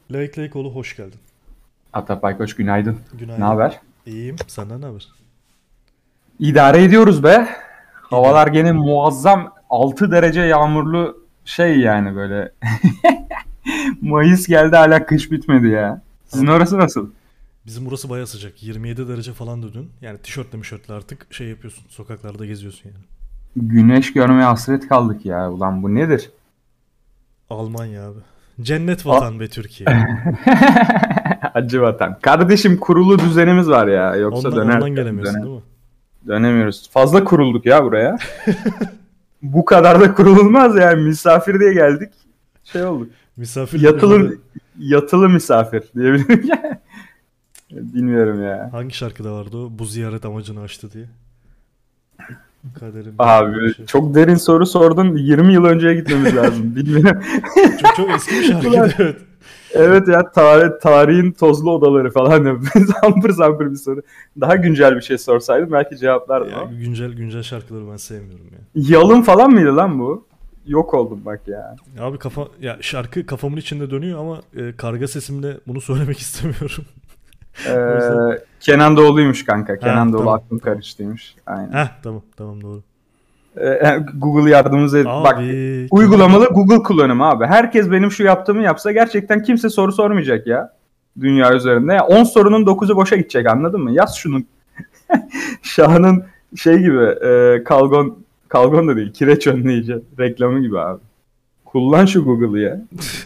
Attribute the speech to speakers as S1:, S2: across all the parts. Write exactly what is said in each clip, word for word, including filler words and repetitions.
S1: Layık Layıkoğlu hoş geldin.
S2: Atapay Koç günaydın. Ne
S1: Günaydın.
S2: haber?
S1: İyiyim. Senden ne haber?
S2: İdare ediyoruz be.
S1: İdare.
S2: Havalar gene muazzam altı derece yağmurlu şey yani böyle. Mayıs geldi hala kış bitmedi ya. Sizin
S1: Abi
S2: orası nasıl?
S1: bizim burası baya sıcak. yirmi yedi derece falan da dün. Yani tişörtle mişörtle artık şey yapıyorsun. Sokaklarda geziyorsun yani.
S2: Güneş görmeye hasret kaldık ya. Ulan bu nedir?
S1: Almanya abi. Cennet
S2: A-
S1: vatan be Türkiye.
S2: Acı vatan. Kardeşim kurulu düzenimiz var ya. Yoksa
S1: Ondan,
S2: döner
S1: ondan gelemiyorsun
S2: döner.
S1: değil mi?
S2: Dönemiyoruz. Fazla kurulduk ya buraya. Bu kadar da kurulmaz yani. Misafir diye geldik. Şey olduk.
S1: Misafirleri böyle
S2: Yatılı yatılı misafir diyebilirim. Bilmiyorum ya.
S1: hangi şarkıda vardı o? Bu ziyaret amacını aştı diye. Kaderim böyle
S2: Abi
S1: bir şey.
S2: çok derin soru sordun. yirmi yıl önceye gitmemiz lazım. Bilmiyorum.
S1: Çok, çok eski bir
S2: Ulan,
S1: şarkıydı evet.
S2: evet ya tarih, tarihin tozlu odaları falan. Zampır zampır bir soru. Daha güncel bir şey sorsaydım belki cevaplardım
S1: Ya
S2: ama.
S1: güncel güncel şarkıları ben sevmiyorum ya.
S2: Yalın falan mıydı lan bu? Yok oldum bak ya.
S1: Abi kafa ya şarkı kafamın içinde dönüyor ama e, karga sesimle bunu söylemek istemiyorum. O yüzden
S2: Ee, Kenan Doğulu'ymuş kanka.
S1: ha
S2: Kenan Doğulu
S1: tamam
S2: aklım
S1: tamam.
S2: karıştıymış. Aynen.
S1: Heh tamam tamam doğru.
S2: Ee, Google yardımımızı et. Bak
S1: Abi Google
S2: uygulamalı Google kullanımı abi. Herkes benim şu yaptığımı yapsa gerçekten kimse soru sormayacak ya. Dünya üzerinde. Ya on sorunun dokuzu boşa gidecek anladın mı? Yaz şunu. Şahan'ın şey gibi e, kalgon kalgon da değil kireç önleyici reklamı gibi abi. Kullan şu Google'ı ya.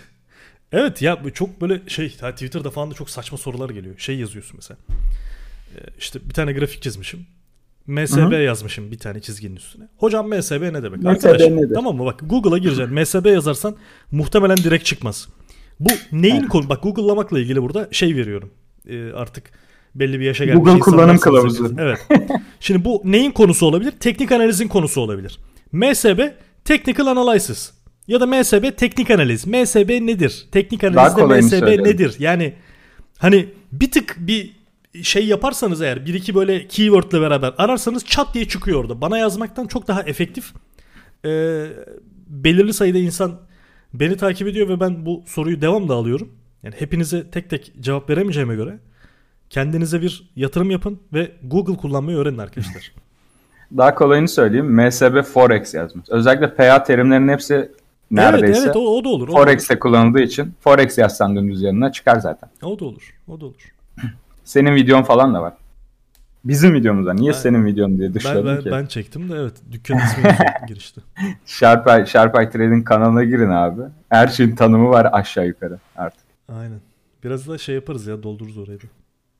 S1: evet ya bu çok böyle şey ha, Twitter'da falan da çok saçma sorular geliyor. Şey yazıyorsun mesela. E, işte bir tane grafik çizmişim.
S2: Hı
S1: M S B
S2: hı.
S1: yazmışım bir tane çizginin üstüne. Hocam M S B ne demek?
S2: M S
S1: Arkadaş
S2: B nedir?
S1: tamam mı bak Google'a gireceksin. M S B yazarsan muhtemelen direkt çıkmaz. Bu neyin
S2: Evet.
S1: konu? Bak Google'lamakla ilgili burada şey veriyorum. Ee, artık belli bir yaşa gelmiş
S2: Google kullanım
S1: insanlarsınız hepiniz.
S2: kılavuzu.
S1: Evet. Şimdi bu neyin konusu olabilir? Teknik analizin konusu olabilir. M S B Technical Analysis ya da M S B teknik analiz. M S B nedir? Teknik
S2: Daha
S1: analizde
S2: kolayını
S1: M S B
S2: söylerim.
S1: nedir? Yani hani bir tık bir şey yaparsanız eğer bir iki böyle keywordle beraber ararsanız çat diye çıkıyor orada. Bana yazmaktan çok daha efektif. Ee, belirli sayıda insan beni takip ediyor ve ben bu soruyu devamlı alıyorum. Yani hepinize tek tek cevap veremeyeceğime göre kendinize bir yatırım yapın ve Google kullanmayı öğrenin arkadaşlar.
S2: Daha kolayını söyleyeyim. M S B Forex yazmış. Özellikle P A terimlerin hepsi
S1: Evet
S2: neredeyse
S1: evet o, o da olur. O da olur.
S2: Forex'te kullanıldığı için Forex yazsan dümdüz yanına çıkar zaten.
S1: O da olur. O da olur.
S2: Senin videon falan da var. Bizim videomuzda. Niye
S1: Ben
S2: senin videon diye
S1: ben
S2: dışladın
S1: ben,
S2: ki?
S1: ben çektim de evet dükkan ismi yazıyor girişte.
S2: Sharpay, Sharpay Trade'in kanalına girin abi. Her şeyin tanımı var aşağı yukarı artık.
S1: Aynen. Biraz da şey yaparız ya doldururuz orayı da.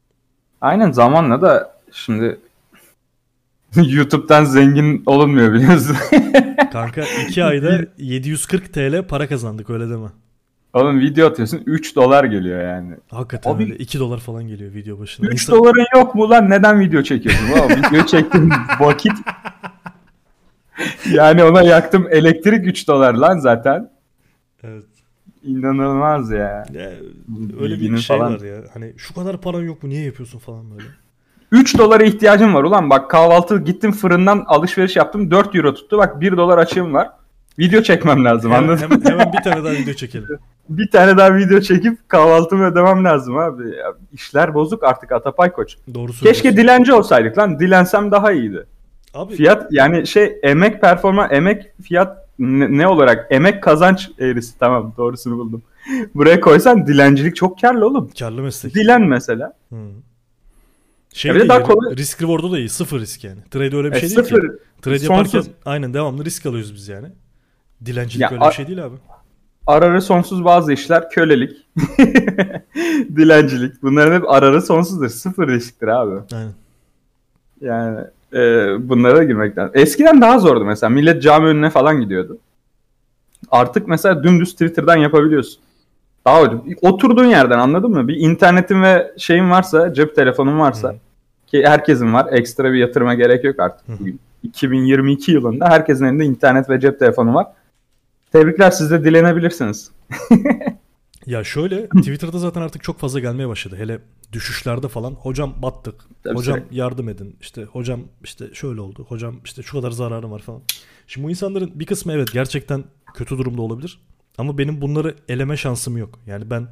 S2: Aynen zamanla da şimdi YouTube'dan zengin olunmuyor biliyorsun.
S1: Kanka iki ayda yedi yüz kırk T L para kazandık öyle deme.
S2: Oğlum video atıyorsun üç dolar geliyor yani.
S1: Hakikaten öyle.
S2: Abi
S1: iki dolar falan geliyor video başına.
S2: üç
S1: İnsan...
S2: doların yok mu lan neden video çekiyorsun? Oğlum, video çektiğin vakit yani ona yaktım elektrik üç dolar lan zaten.
S1: Evet.
S2: İnanılmaz ya.
S1: Ya, öyle bir
S2: Bilginin
S1: şey
S2: falan.
S1: var ya. Hani şu kadar paran yok mu niye yapıyorsun falan böyle.
S2: üç dolara ihtiyacım var ulan. Bak kahvaltı gittim fırından alışveriş yaptım. dört euro tuttu. Bak bir dolar açığım var. Video çekmem lazım
S1: Hemen,
S2: anladın mı?
S1: hemen, hemen bir tane daha video çekelim.
S2: Bir tane daha video çekip kahvaltımı ödemem lazım abi. Ya, işler bozuk artık Atapay Koç.
S1: Doğru söylüyorsun.
S2: Keşke dilenci olsaydık lan. Dilensem daha iyiydi.
S1: Abi
S2: Fiyat yani şey emek performa emek fiyat ne, ne olarak emek kazanç eğrisi tamam doğrusunu buldum. Buraya koysan dilencilik çok karlı oğlum.
S1: karlı meslek.
S2: Dilen mesela.
S1: Hı. Şey
S2: Ya bir
S1: de
S2: de daha
S1: iyi,
S2: kolay.
S1: risk reward'u da iyi. Sıfır risk yani. Trade öyle bir
S2: E,
S1: şey değil ki.
S2: sıfır
S1: Trade yaparken
S2: sonsuz.
S1: aynen devamlı risk alıyoruz biz yani. Dilencilik
S2: Ya
S1: öyle bir şey değil abi.
S2: ararı sonsuz bazı işler kölelik, dilencilik. Bunların hep ararı sonsuzdur. Sıfır risktir abi.
S1: Aynen.
S2: Yani e, bunlara girmekten. Eskiden daha zordu mesela. Millet cami önüne falan gidiyordu. Artık mesela dümdüz Twitter'dan yapabiliyorsun. Daha ucuz. Oturduğun yerden anladın mı? Bir internetin ve şeyin varsa, cep telefonun varsa
S1: Hı.
S2: ki herkesin var. Ekstra bir yatırıma gerek yok artık
S1: Hı.
S2: bugün. iki bin yirmi iki yılında herkesin elinde internet ve cep telefonu var. Tebrikler siz de dilenebilirsiniz.
S1: Ya şöyle Twitter'da zaten artık çok fazla gelmeye başladı. Hele düşüşlerde falan. Hocam battık.
S2: Tabii
S1: Hocam
S2: sürekli.
S1: yardım edin. İşte hocam işte şöyle oldu. Hocam işte şu kadar zararım var falan. Şimdi bu insanların bir kısmı evet gerçekten kötü durumda olabilir. Ama benim bunları eleme şansım yok. Yani ben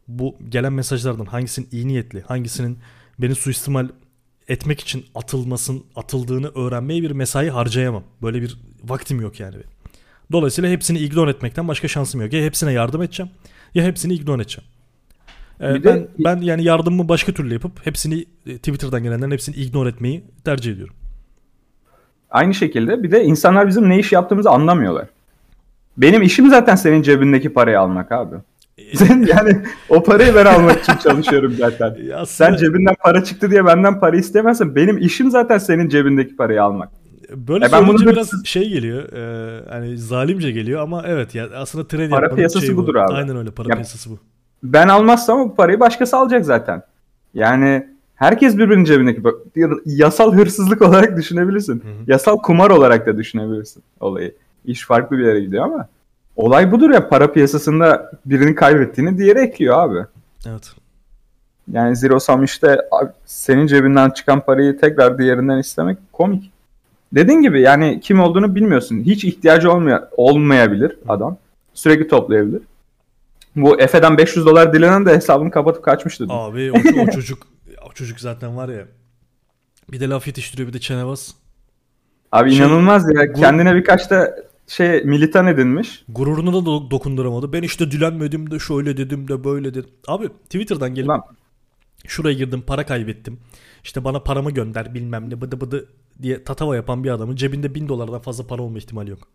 S1: bu gelen mesajlardan hangisinin iyi niyetli, hangisinin beni suistimal etmek için atılmasın, atıldığını öğrenmeye bir mesai harcayamam. Böyle bir vaktim yok yani. Dolayısıyla hepsini ignore etmekten başka şansım yok. Ya hepsine yardım edeceğim ya hepsini ignore edeceğim. Ee, ben de, ben yani yardımımı başka türlü yapıp hepsini Twitter'dan gelenlerin hepsini ignore etmeyi tercih ediyorum.
S2: Aynı şekilde bir de insanlar bizim ne iş yaptığımızı anlamıyorlar. Benim işim zaten senin cebindeki parayı almak abi. Sen yani o parayı ben almak için çalışıyorum zaten. Aslında... Sen cebinden para çıktı diye benden para istemezsen benim işim zaten senin cebindeki parayı almak.
S1: Böyle e söyleyince biraz da... şey geliyor. E, hani zalimce geliyor ama evet ya aslında trade
S2: para piyasası
S1: şey
S2: budur
S1: bu.
S2: abi.
S1: Aynen öyle para ya, piyasası bu.
S2: Ben almazsam bu parayı başkası alacak zaten. Yani herkes birbirinin cebindeki yasal hırsızlık olarak düşünebilirsin. Hı hı. Yasal kumar olarak da düşünebilirsin olayı. İş farklı bir yere gidiyor ama olay budur ya, para piyasasında birinin kaybettiğini diğeri ekliyor abi.
S1: Evet.
S2: Yani zero sum işte senin cebinden çıkan parayı tekrar diğerinden istemek komik. Dediğin gibi yani kim olduğunu bilmiyorsun. Hiç ihtiyacı olmaya, olmayabilir adam. Sürekli toplayabilir. Bu Efe'den beş yüz dolar dilenen de hesabını kapatıp kaçmıştı.
S1: Abi o, o çocuk o çocuk zaten var ya, bir de laf yetiştiriyor bir de çenebaz.
S2: Abi şey, inanılmaz ya. Gur- Kendine birkaç da şey militan edinmiş.
S1: Gururunu da do- dokunduramadı. Ben işte dilenmedim de şöyle dedim de böyle dedim. Abi Twitter'dan gelip Lan. şuraya girdim para kaybettim. İşte bana paramı gönder bilmem ne bıdı bıdı diye tatava yapan bir adamın cebinde bin dolardan fazla para olma ihtimali yok.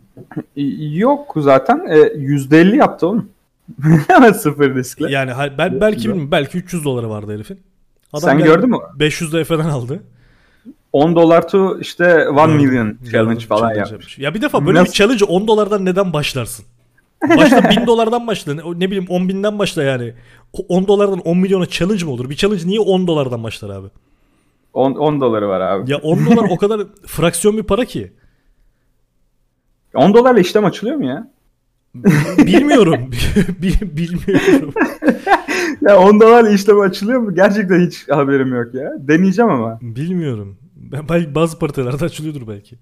S2: Yok zaten e, yüzde elli yaptı oğlum. Sıfır riskle.
S1: Yani ben belki bilmiyorum, belki üç yüz doları vardı herifin.
S2: Adam sen gördün mü?
S1: beş yüz de Efe'den aldı.
S2: on dolar to işte one million challenge falan challenge yapmış. yapmış.
S1: Ya bir defa böyle Nasıl? bir challenge on dolardan neden başlarsın? Başta bin dolardan başla. Ne bileyim on binden başla yani. on dolardan on milyona challenge mi olur? Bir challenge niye on dolardan başlar abi?
S2: on doları var abi.
S1: Ya on dolar o kadar fraksiyon bir para ki.
S2: on dolarla işlem açılıyor mu ya?
S1: Bilmiyorum. Bilmiyorum.
S2: Ya on dolarla işlem açılıyor mu? Gerçekten hiç haberim yok ya. Deneyeceğim ama.
S1: Bilmiyorum. Belki bazı paritelerde açılıyordur belki.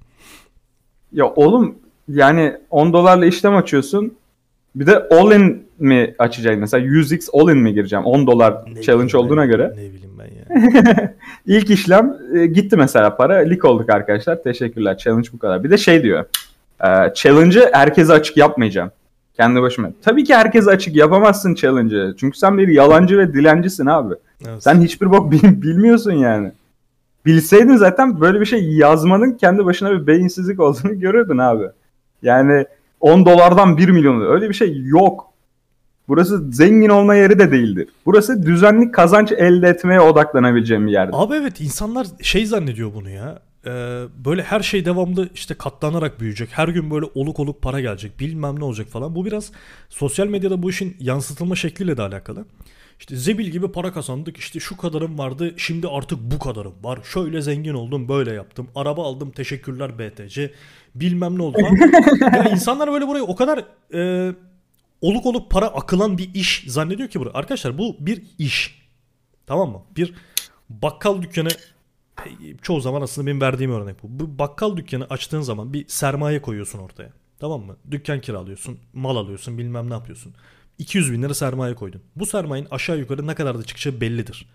S2: Ya oğlum yani on dolarla işlem açıyorsun. Bir de all in mi açacaksın? Mesela yüz x all in mi gireceğim? on dolar ne challenge olduğuna
S1: ben,
S2: göre.
S1: Ne bileyim ben ya.
S2: İlk işlem e, gitti mesela para. Lik olduk arkadaşlar. Teşekkürler. Challenge bu kadar. Bir de şey diyor. E, challenge'ı herkese açık yapmayacağım. Kendi başıma. Tabii ki herkese açık yapamazsın challenge'ı. Çünkü sen bir yalancı ve dilencisin abi. Evet. Sen hiçbir bok bil- bilmiyorsun yani. Bilseydin zaten böyle bir şey yazmanın kendi başına bir beyinsizlik olduğunu görürdün abi. Yani on dolardan bir milyon öyle bir şey yok. Burası zengin olma yeri de değildir. Burası düzenli kazanç elde etmeye odaklanabileceğim bir yerdir.
S1: Abi evet, insanlar şey zannediyor bunu ya. Ee, böyle her şey devamlı işte katlanarak büyüyecek. Her gün böyle oluk oluk para gelecek. Bilmem ne olacak falan. Bu biraz sosyal medyada bu işin yansıtılma şekliyle de alakalı. İşte zebil gibi para kazandık. İşte şu kadarım vardı. Şimdi artık bu kadarım var. Şöyle zengin oldum. Böyle yaptım. Araba aldım. Teşekkürler B T C. Bilmem ne oldu falan. Yani insanlar böyle burayı o kadar e, oluk oluk para akılan bir iş zannediyor ki burası. Arkadaşlar bu bir iş. Tamam mı? Bir bakkal dükkanı, çoğu zaman aslında benim verdiğim örnek bu. Bu bakkal dükkanı açtığın zaman bir sermaye koyuyorsun ortaya. Tamam mı? Dükkan kiralıyorsun. Mal alıyorsun. Bilmem ne yapıyorsun. iki yüz bin lira sermaye koydun. Bu sermayenin aşağı yukarı ne kadar da çıkacağı bellidir.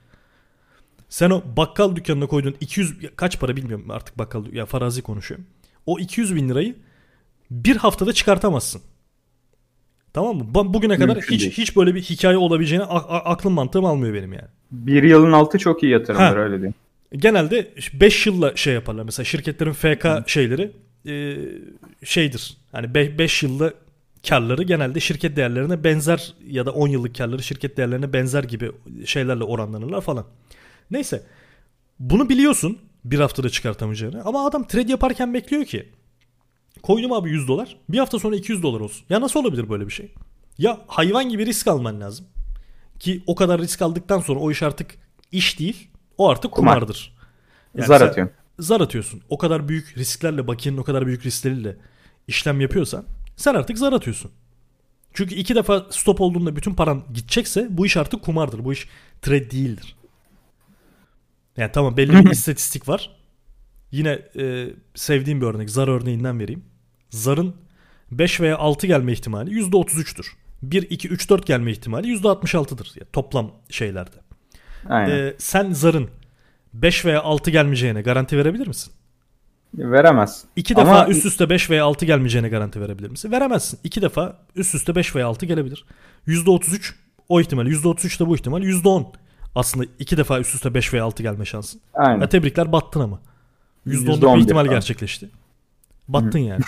S1: Sen o bakkal dükkanına koyduğun iki yüz, kaç para bilmiyorum artık bakkal, ya farazi konuşuyorum. O iki yüz bin lirayı bir haftada çıkartamazsın. Tamam mı? Bugüne kadar Mümkün hiç değil. hiç böyle bir hikaye olabileceğine aklım mantığım almıyor benim yani.
S2: Bir yılın altı çok iyi yatırımlar, öyle diyeyim.
S1: Genelde beş yılla şey yaparlar. Mesela şirketlerin F K Hı. şeyleri e, şeydir. Hani beş yılda karları genelde şirket değerlerine benzer ya da on yıllık karları şirket değerlerine benzer gibi şeylerle oranlanırlar falan. Neyse. Bunu biliyorsun bir haftada çıkartamayacağını, ama adam trade yaparken bekliyor ki koydum abi yüz dolar. Bir hafta sonra iki yüz dolar olsun. Ya nasıl olabilir böyle bir şey? Ya hayvan gibi risk alman lazım. Ki o kadar risk aldıktan sonra o iş artık iş değil. O artık kumardır.
S2: Yani zar atıyorsun.
S1: Zar atıyorsun. O kadar büyük risklerle, bakiyenin o kadar büyük riskleriyle işlem yapıyorsan sen artık zar atıyorsun. Çünkü iki defa stop olduğunda bütün paran gidecekse bu iş artık kumardır. Bu iş trade değildir. Yani tamam, belli bir istatistik var. Yine e, sevdiğim bir örnek. Zar örneğinden vereyim. Zarın beş veya altı gelme ihtimali yüzde otuz üçtür. bir, iki, üç, dört gelme ihtimali yüzde altmış altıdır yani toplam şeylerde.
S2: Aynen.
S1: Ee, sen zarın beş veya altı gelmeyeceğine garanti verebilir misin?
S2: Veremez.
S1: İki defa
S2: Ama
S1: üst üste beş veya altı gelmeyeceğine garanti verebilir misin? Veremezsin. İki defa üst üste beş veya altı gelebilir. yüzde otuz üç o ihtimal. yüzde otuz üç de bu ihtimal. yüzde on aslında iki defa üst üste beş veya altı gelme şansın.
S2: aynen.
S1: Ya tebrikler, battın ama. yüzde onluk bir ihtimal gerçekleşti. Battın yani.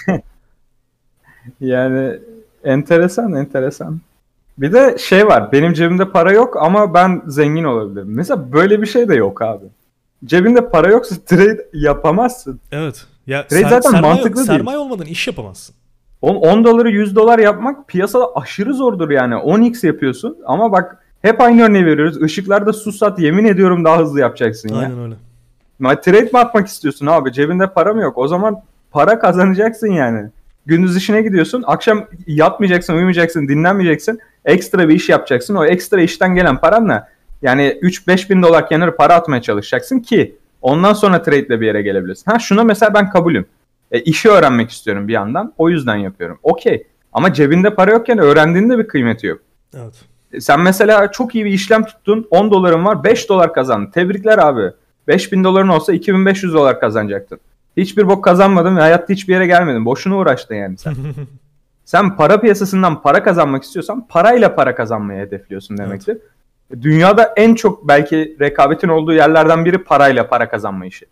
S2: Yani enteresan enteresan. Bir de şey var, benim cebimde para yok ama ben zengin olabilirim. Mesela böyle bir şey de yok abi. Cebinde para yoksa trade yapamazsın.
S1: Evet. Ya
S2: Trade
S1: ser,
S2: zaten
S1: sermaye,
S2: mantıklı değil.
S1: sermaye olmadan iş yapamazsın.
S2: on doları yüz dolar yapmak piyasada aşırı zordur yani. on x yapıyorsun ama bak hep aynı örneği veriyoruz. Işıklarda sus sat, yemin ediyorum daha hızlı yapacaksın ya.
S1: Aynen öyle.
S2: Ma trade mi atmak istiyorsun abi? Cebinde para mı yok? O zaman para kazanacaksın yani. Gündüz işine gidiyorsun. Akşam yatmayacaksın, uyumayacaksın, dinlenmeyeceksin. Ekstra bir iş yapacaksın. O ekstra işten gelen paranla yani üç beş bin dolar kenara para atmaya çalışacaksın ki ondan sonra trade'le bir yere gelebilirsin. Ha şuna mesela ben kabulüm. E, işi öğrenmek istiyorum bir yandan. O yüzden yapıyorum. Okey. Ama cebinde para yokken öğrendiğinde bir kıymeti yok.
S1: Evet.
S2: E, sen mesela çok iyi bir işlem tuttun. on doların var. beş dolar kazandın. Tebrikler abi. beş bin doların olsa iki bin beş yüz dolar kazanacaktın. Hiçbir bok kazanmadın ve hayatta hiçbir yere gelmedin. Boşuna uğraştın yani sen. Sen para piyasasından para kazanmak istiyorsan parayla para kazanmayı hedefliyorsun demektir. Evet. Dünyada en çok belki rekabetin olduğu yerlerden biri parayla para kazanma işi.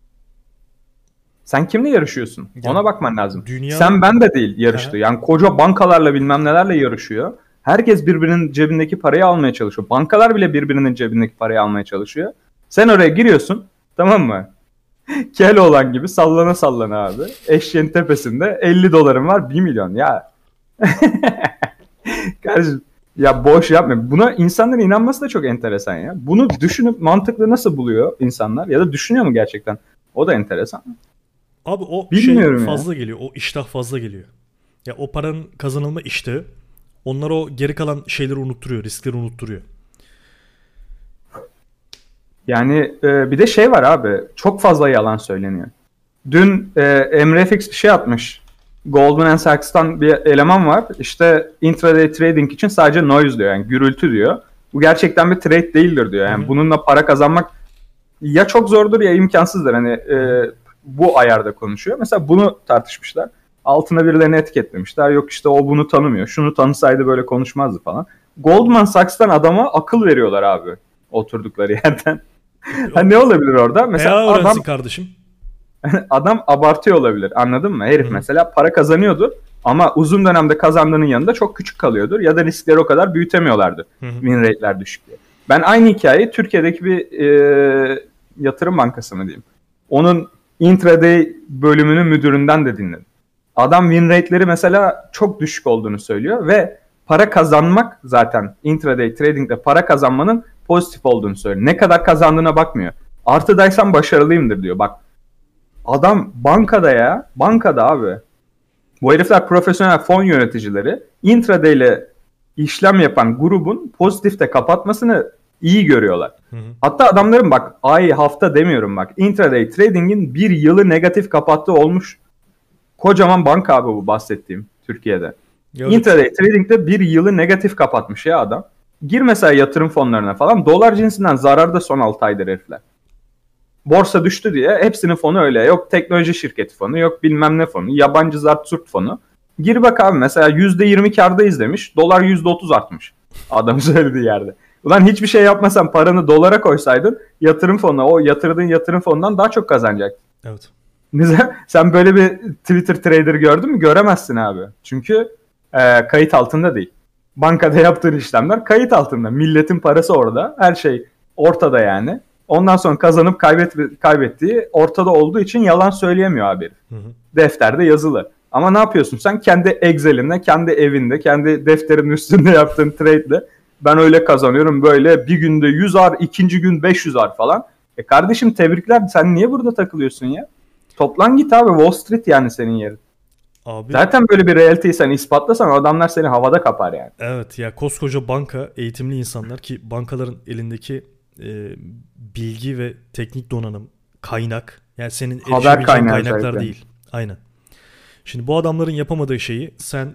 S2: Sen kimle yarışıyorsun? Yani, ona bakman lazım. Dünya... Sen ben de değil yarıştı. Yani koca bankalarla bilmem nelerle yarışıyor. Herkes birbirinin cebindeki parayı almaya çalışıyor. Bankalar bile birbirinin cebindeki parayı almaya çalışıyor. Sen oraya giriyorsun, tamam mı? Keloğlan gibi sallana sallana abi. Eşeğin tepesinde elli dolarım var, bir milyon ya. Kardeşim ya boş yapma. Buna insanların inanması da çok enteresan ya. Bunu düşünüp mantıklı nasıl buluyor insanlar ya da düşünüyor mu gerçekten? O da enteresan.
S1: Abi o
S2: Bilmiyorum
S1: şey
S2: ya.
S1: fazla geliyor. O iştah fazla geliyor. Ya o paranın kazanılma iştahı onlar o geri kalan şeyleri unutturuyor, riskleri unutturuyor.
S2: Yani e, bir de şey var abi. Çok fazla yalan söyleniyor. Dün e, Emre Fix bir şey atmış. Goldman Sachs'tan bir eleman var. İşte intraday trading için sadece noise diyor. Yani gürültü diyor. Bu gerçekten bir trade değildir diyor. Yani Hı-hı. bununla para kazanmak ya çok zordur ya imkansızdır. Hani e, bu ayarda konuşuyor. Mesela bunu tartışmışlar. Altına birilerini etiketlemişler. Yok işte o bunu tanımıyor. Şunu tanısaydı böyle konuşmazdı falan. Goldman Sachs'tan adama akıl veriyorlar abi. Oturdukları yerden. Ha, ne olabilir orada? Mesela adam
S1: kardeşim.
S2: adam abartıyor olabilir. Anladın mı? Herif Hı-hı. mesela para kazanıyordur ama uzun dönemde kazandığının yanında çok küçük kalıyordur ya da riskleri o kadar büyütemiyorlardır. Hı-hı. Win rate'ler düşük diye. Ben aynı hikayeyi Türkiye'deki bir e, yatırım bankası mı diyeyim. Onun intraday bölümünün müdüründen de dinledim. Adam win rate'leri mesela çok düşük olduğunu söylüyor ve para kazanmak zaten intraday trading'de para kazanmanın pozitif olduğunu söylüyor. Ne kadar kazandığına bakmıyor. Artıdaysan başarılıyımdır diyor. Bak adam bankada ya. Bankada abi. Bu herifler profesyonel fon yöneticileri. Intraday ile işlem yapan grubun pozitifte kapatmasını iyi görüyorlar. Hı hı. Hatta adamların bak ay hafta demiyorum bak. Intraday trading'in bir yılı negatif kapattığı olmuş. Kocaman banka abi bu bahsettiğim Türkiye'de. Evet. Intraday trading'de bir yılı negatif kapatmış ya adam. Gir mesela yatırım fonlarına falan. Dolar cinsinden zararda son altı aydır herifler. Borsa düştü diye hepsinin fonu öyle. Yok teknoloji şirketi fonu, yok bilmem ne fonu, yabancı zart surt fonu. Gir bak abi mesela yüzde yirmi kârdayız demiş. Dolar yüzde otuz artmış. Adam söylediği yerde. Ulan hiçbir şey yapmasan paranı dolara koysaydın yatırım fonuna, o yatırdığın yatırım fonundan daha çok kazanacaktın.
S1: Evet.
S2: Sen böyle bir Twitter trader gördün mü? Göremezsin abi. Çünkü e, kayıt altında değil. Bankada yaptığın işlemler kayıt altında. Milletin parası orada. Her şey ortada yani. Ondan sonra kazanıp kaybet, kaybettiği ortada olduğu için yalan söyleyemiyor abi. Hı hı. Defterde yazılı. Ama ne yapıyorsun sen? Kendi Excel'inde, kendi evinde, kendi defterinin üstünde yaptığın trade'le ben öyle kazanıyorum böyle bir günde yüz ar, ikinci gün beş yüz ar falan. E kardeşim tebrikler. Sen niye burada takılıyorsun ya? Toplan git abi. Wall Street yani senin yerin. Abi, zaten böyle bir reality'yi sen ispatlasan adamlar seni havada kapar yani.
S1: Evet ya koskoca banka, eğitimli insanlar ki bankaların elindeki e, bilgi ve teknik donanım, kaynak yani senin erişebileceğin kaynaklar zaten değil. Aynen. Şimdi bu adamların yapamadığı şeyi sen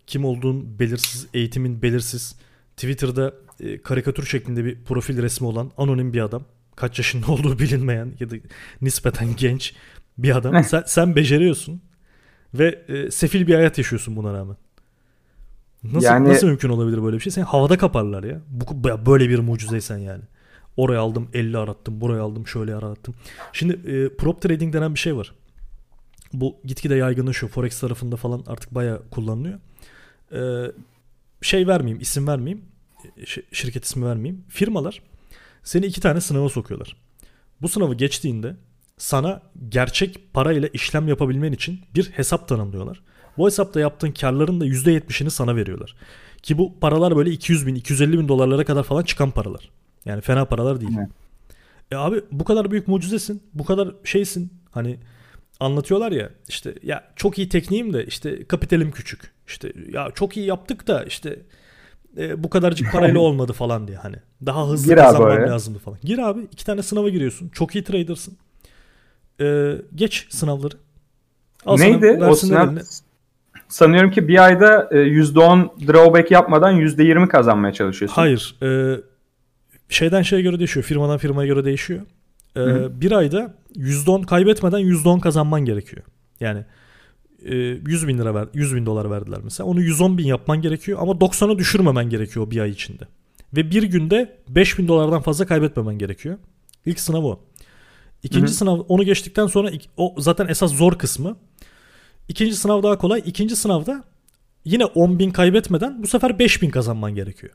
S1: kim olduğun belirsiz, eğitimin belirsiz. Twitter'da e, karikatür şeklinde bir profil resmi olan anonim bir adam. Kaç yaşında olduğu bilinmeyen ya da nispeten genç bir adam. sen, sen beceriyorsun ve e, sefil bir hayat yaşıyorsun buna rağmen. Nasıl yani, nasıl mümkün olabilir böyle bir şey? Seni havada kaparlar ya. Bu böyle bir mucizeysen yani. Oraya aldım elli arattım, buraya aldım şöyle arattım. Şimdi e, prop trading denen bir şey var. Bu gitgide yaygınlaşıyor. Forex tarafında falan artık bayağı kullanılıyor. E, şey vermeyeyim, isim vermeyeyim. Ş- şirket ismi vermeyeyim. Firmalar seni iki tane sınava sokuyorlar. Bu sınavı geçtiğinde sana gerçek parayla işlem yapabilmen için bir hesap tanımlıyorlar. Bu hesapta yaptığın karların da yüzde yetmişini sana veriyorlar. Ki bu paralar böyle iki yüz bin, iki yüz elli bin dolarlara kadar falan çıkan paralar. Yani fena paralar değil. E abi bu kadar büyük mucizesin. Bu kadar şeysin. Hani anlatıyorlar ya işte ya çok iyi tekniğim de işte kapitalim küçük. İşte ya çok iyi yaptık da işte e, bu kadarcık parayla olmadı falan diye hani. Daha hızlı Gir kazanmam lazımdı falan. Gir abi iki tane sınava giriyorsun. Çok iyi trader'sın. E, geç sınavları. Al
S2: Neydi o sınav? Eline. Sanıyorum ki bir ayda yüzde on drawback yapmadan yüzde yirmi kazanmaya çalışıyorsun.
S1: Hayır. E, şeyden şeye göre değişiyor. Firmadan firmaya göre değişiyor. E, bir ayda yüzde on kaybetmeden yüzde on kazanman gerekiyor. Yani e, yüz bin lira ver, yüz bin dolar verdiler mesela. Onu yüz on bin yapman gerekiyor ama doksana düşürmemen gerekiyor bir ay içinde. Ve bir günde beş bin dolardan fazla kaybetmemen gerekiyor. İlk sınav o. İkinci Hı-hı. sınav onu geçtikten sonra o zaten esas zor kısmı. İkinci sınav daha kolay. İkinci sınavda yine on bin kaybetmeden bu sefer beş bin kazanman gerekiyor.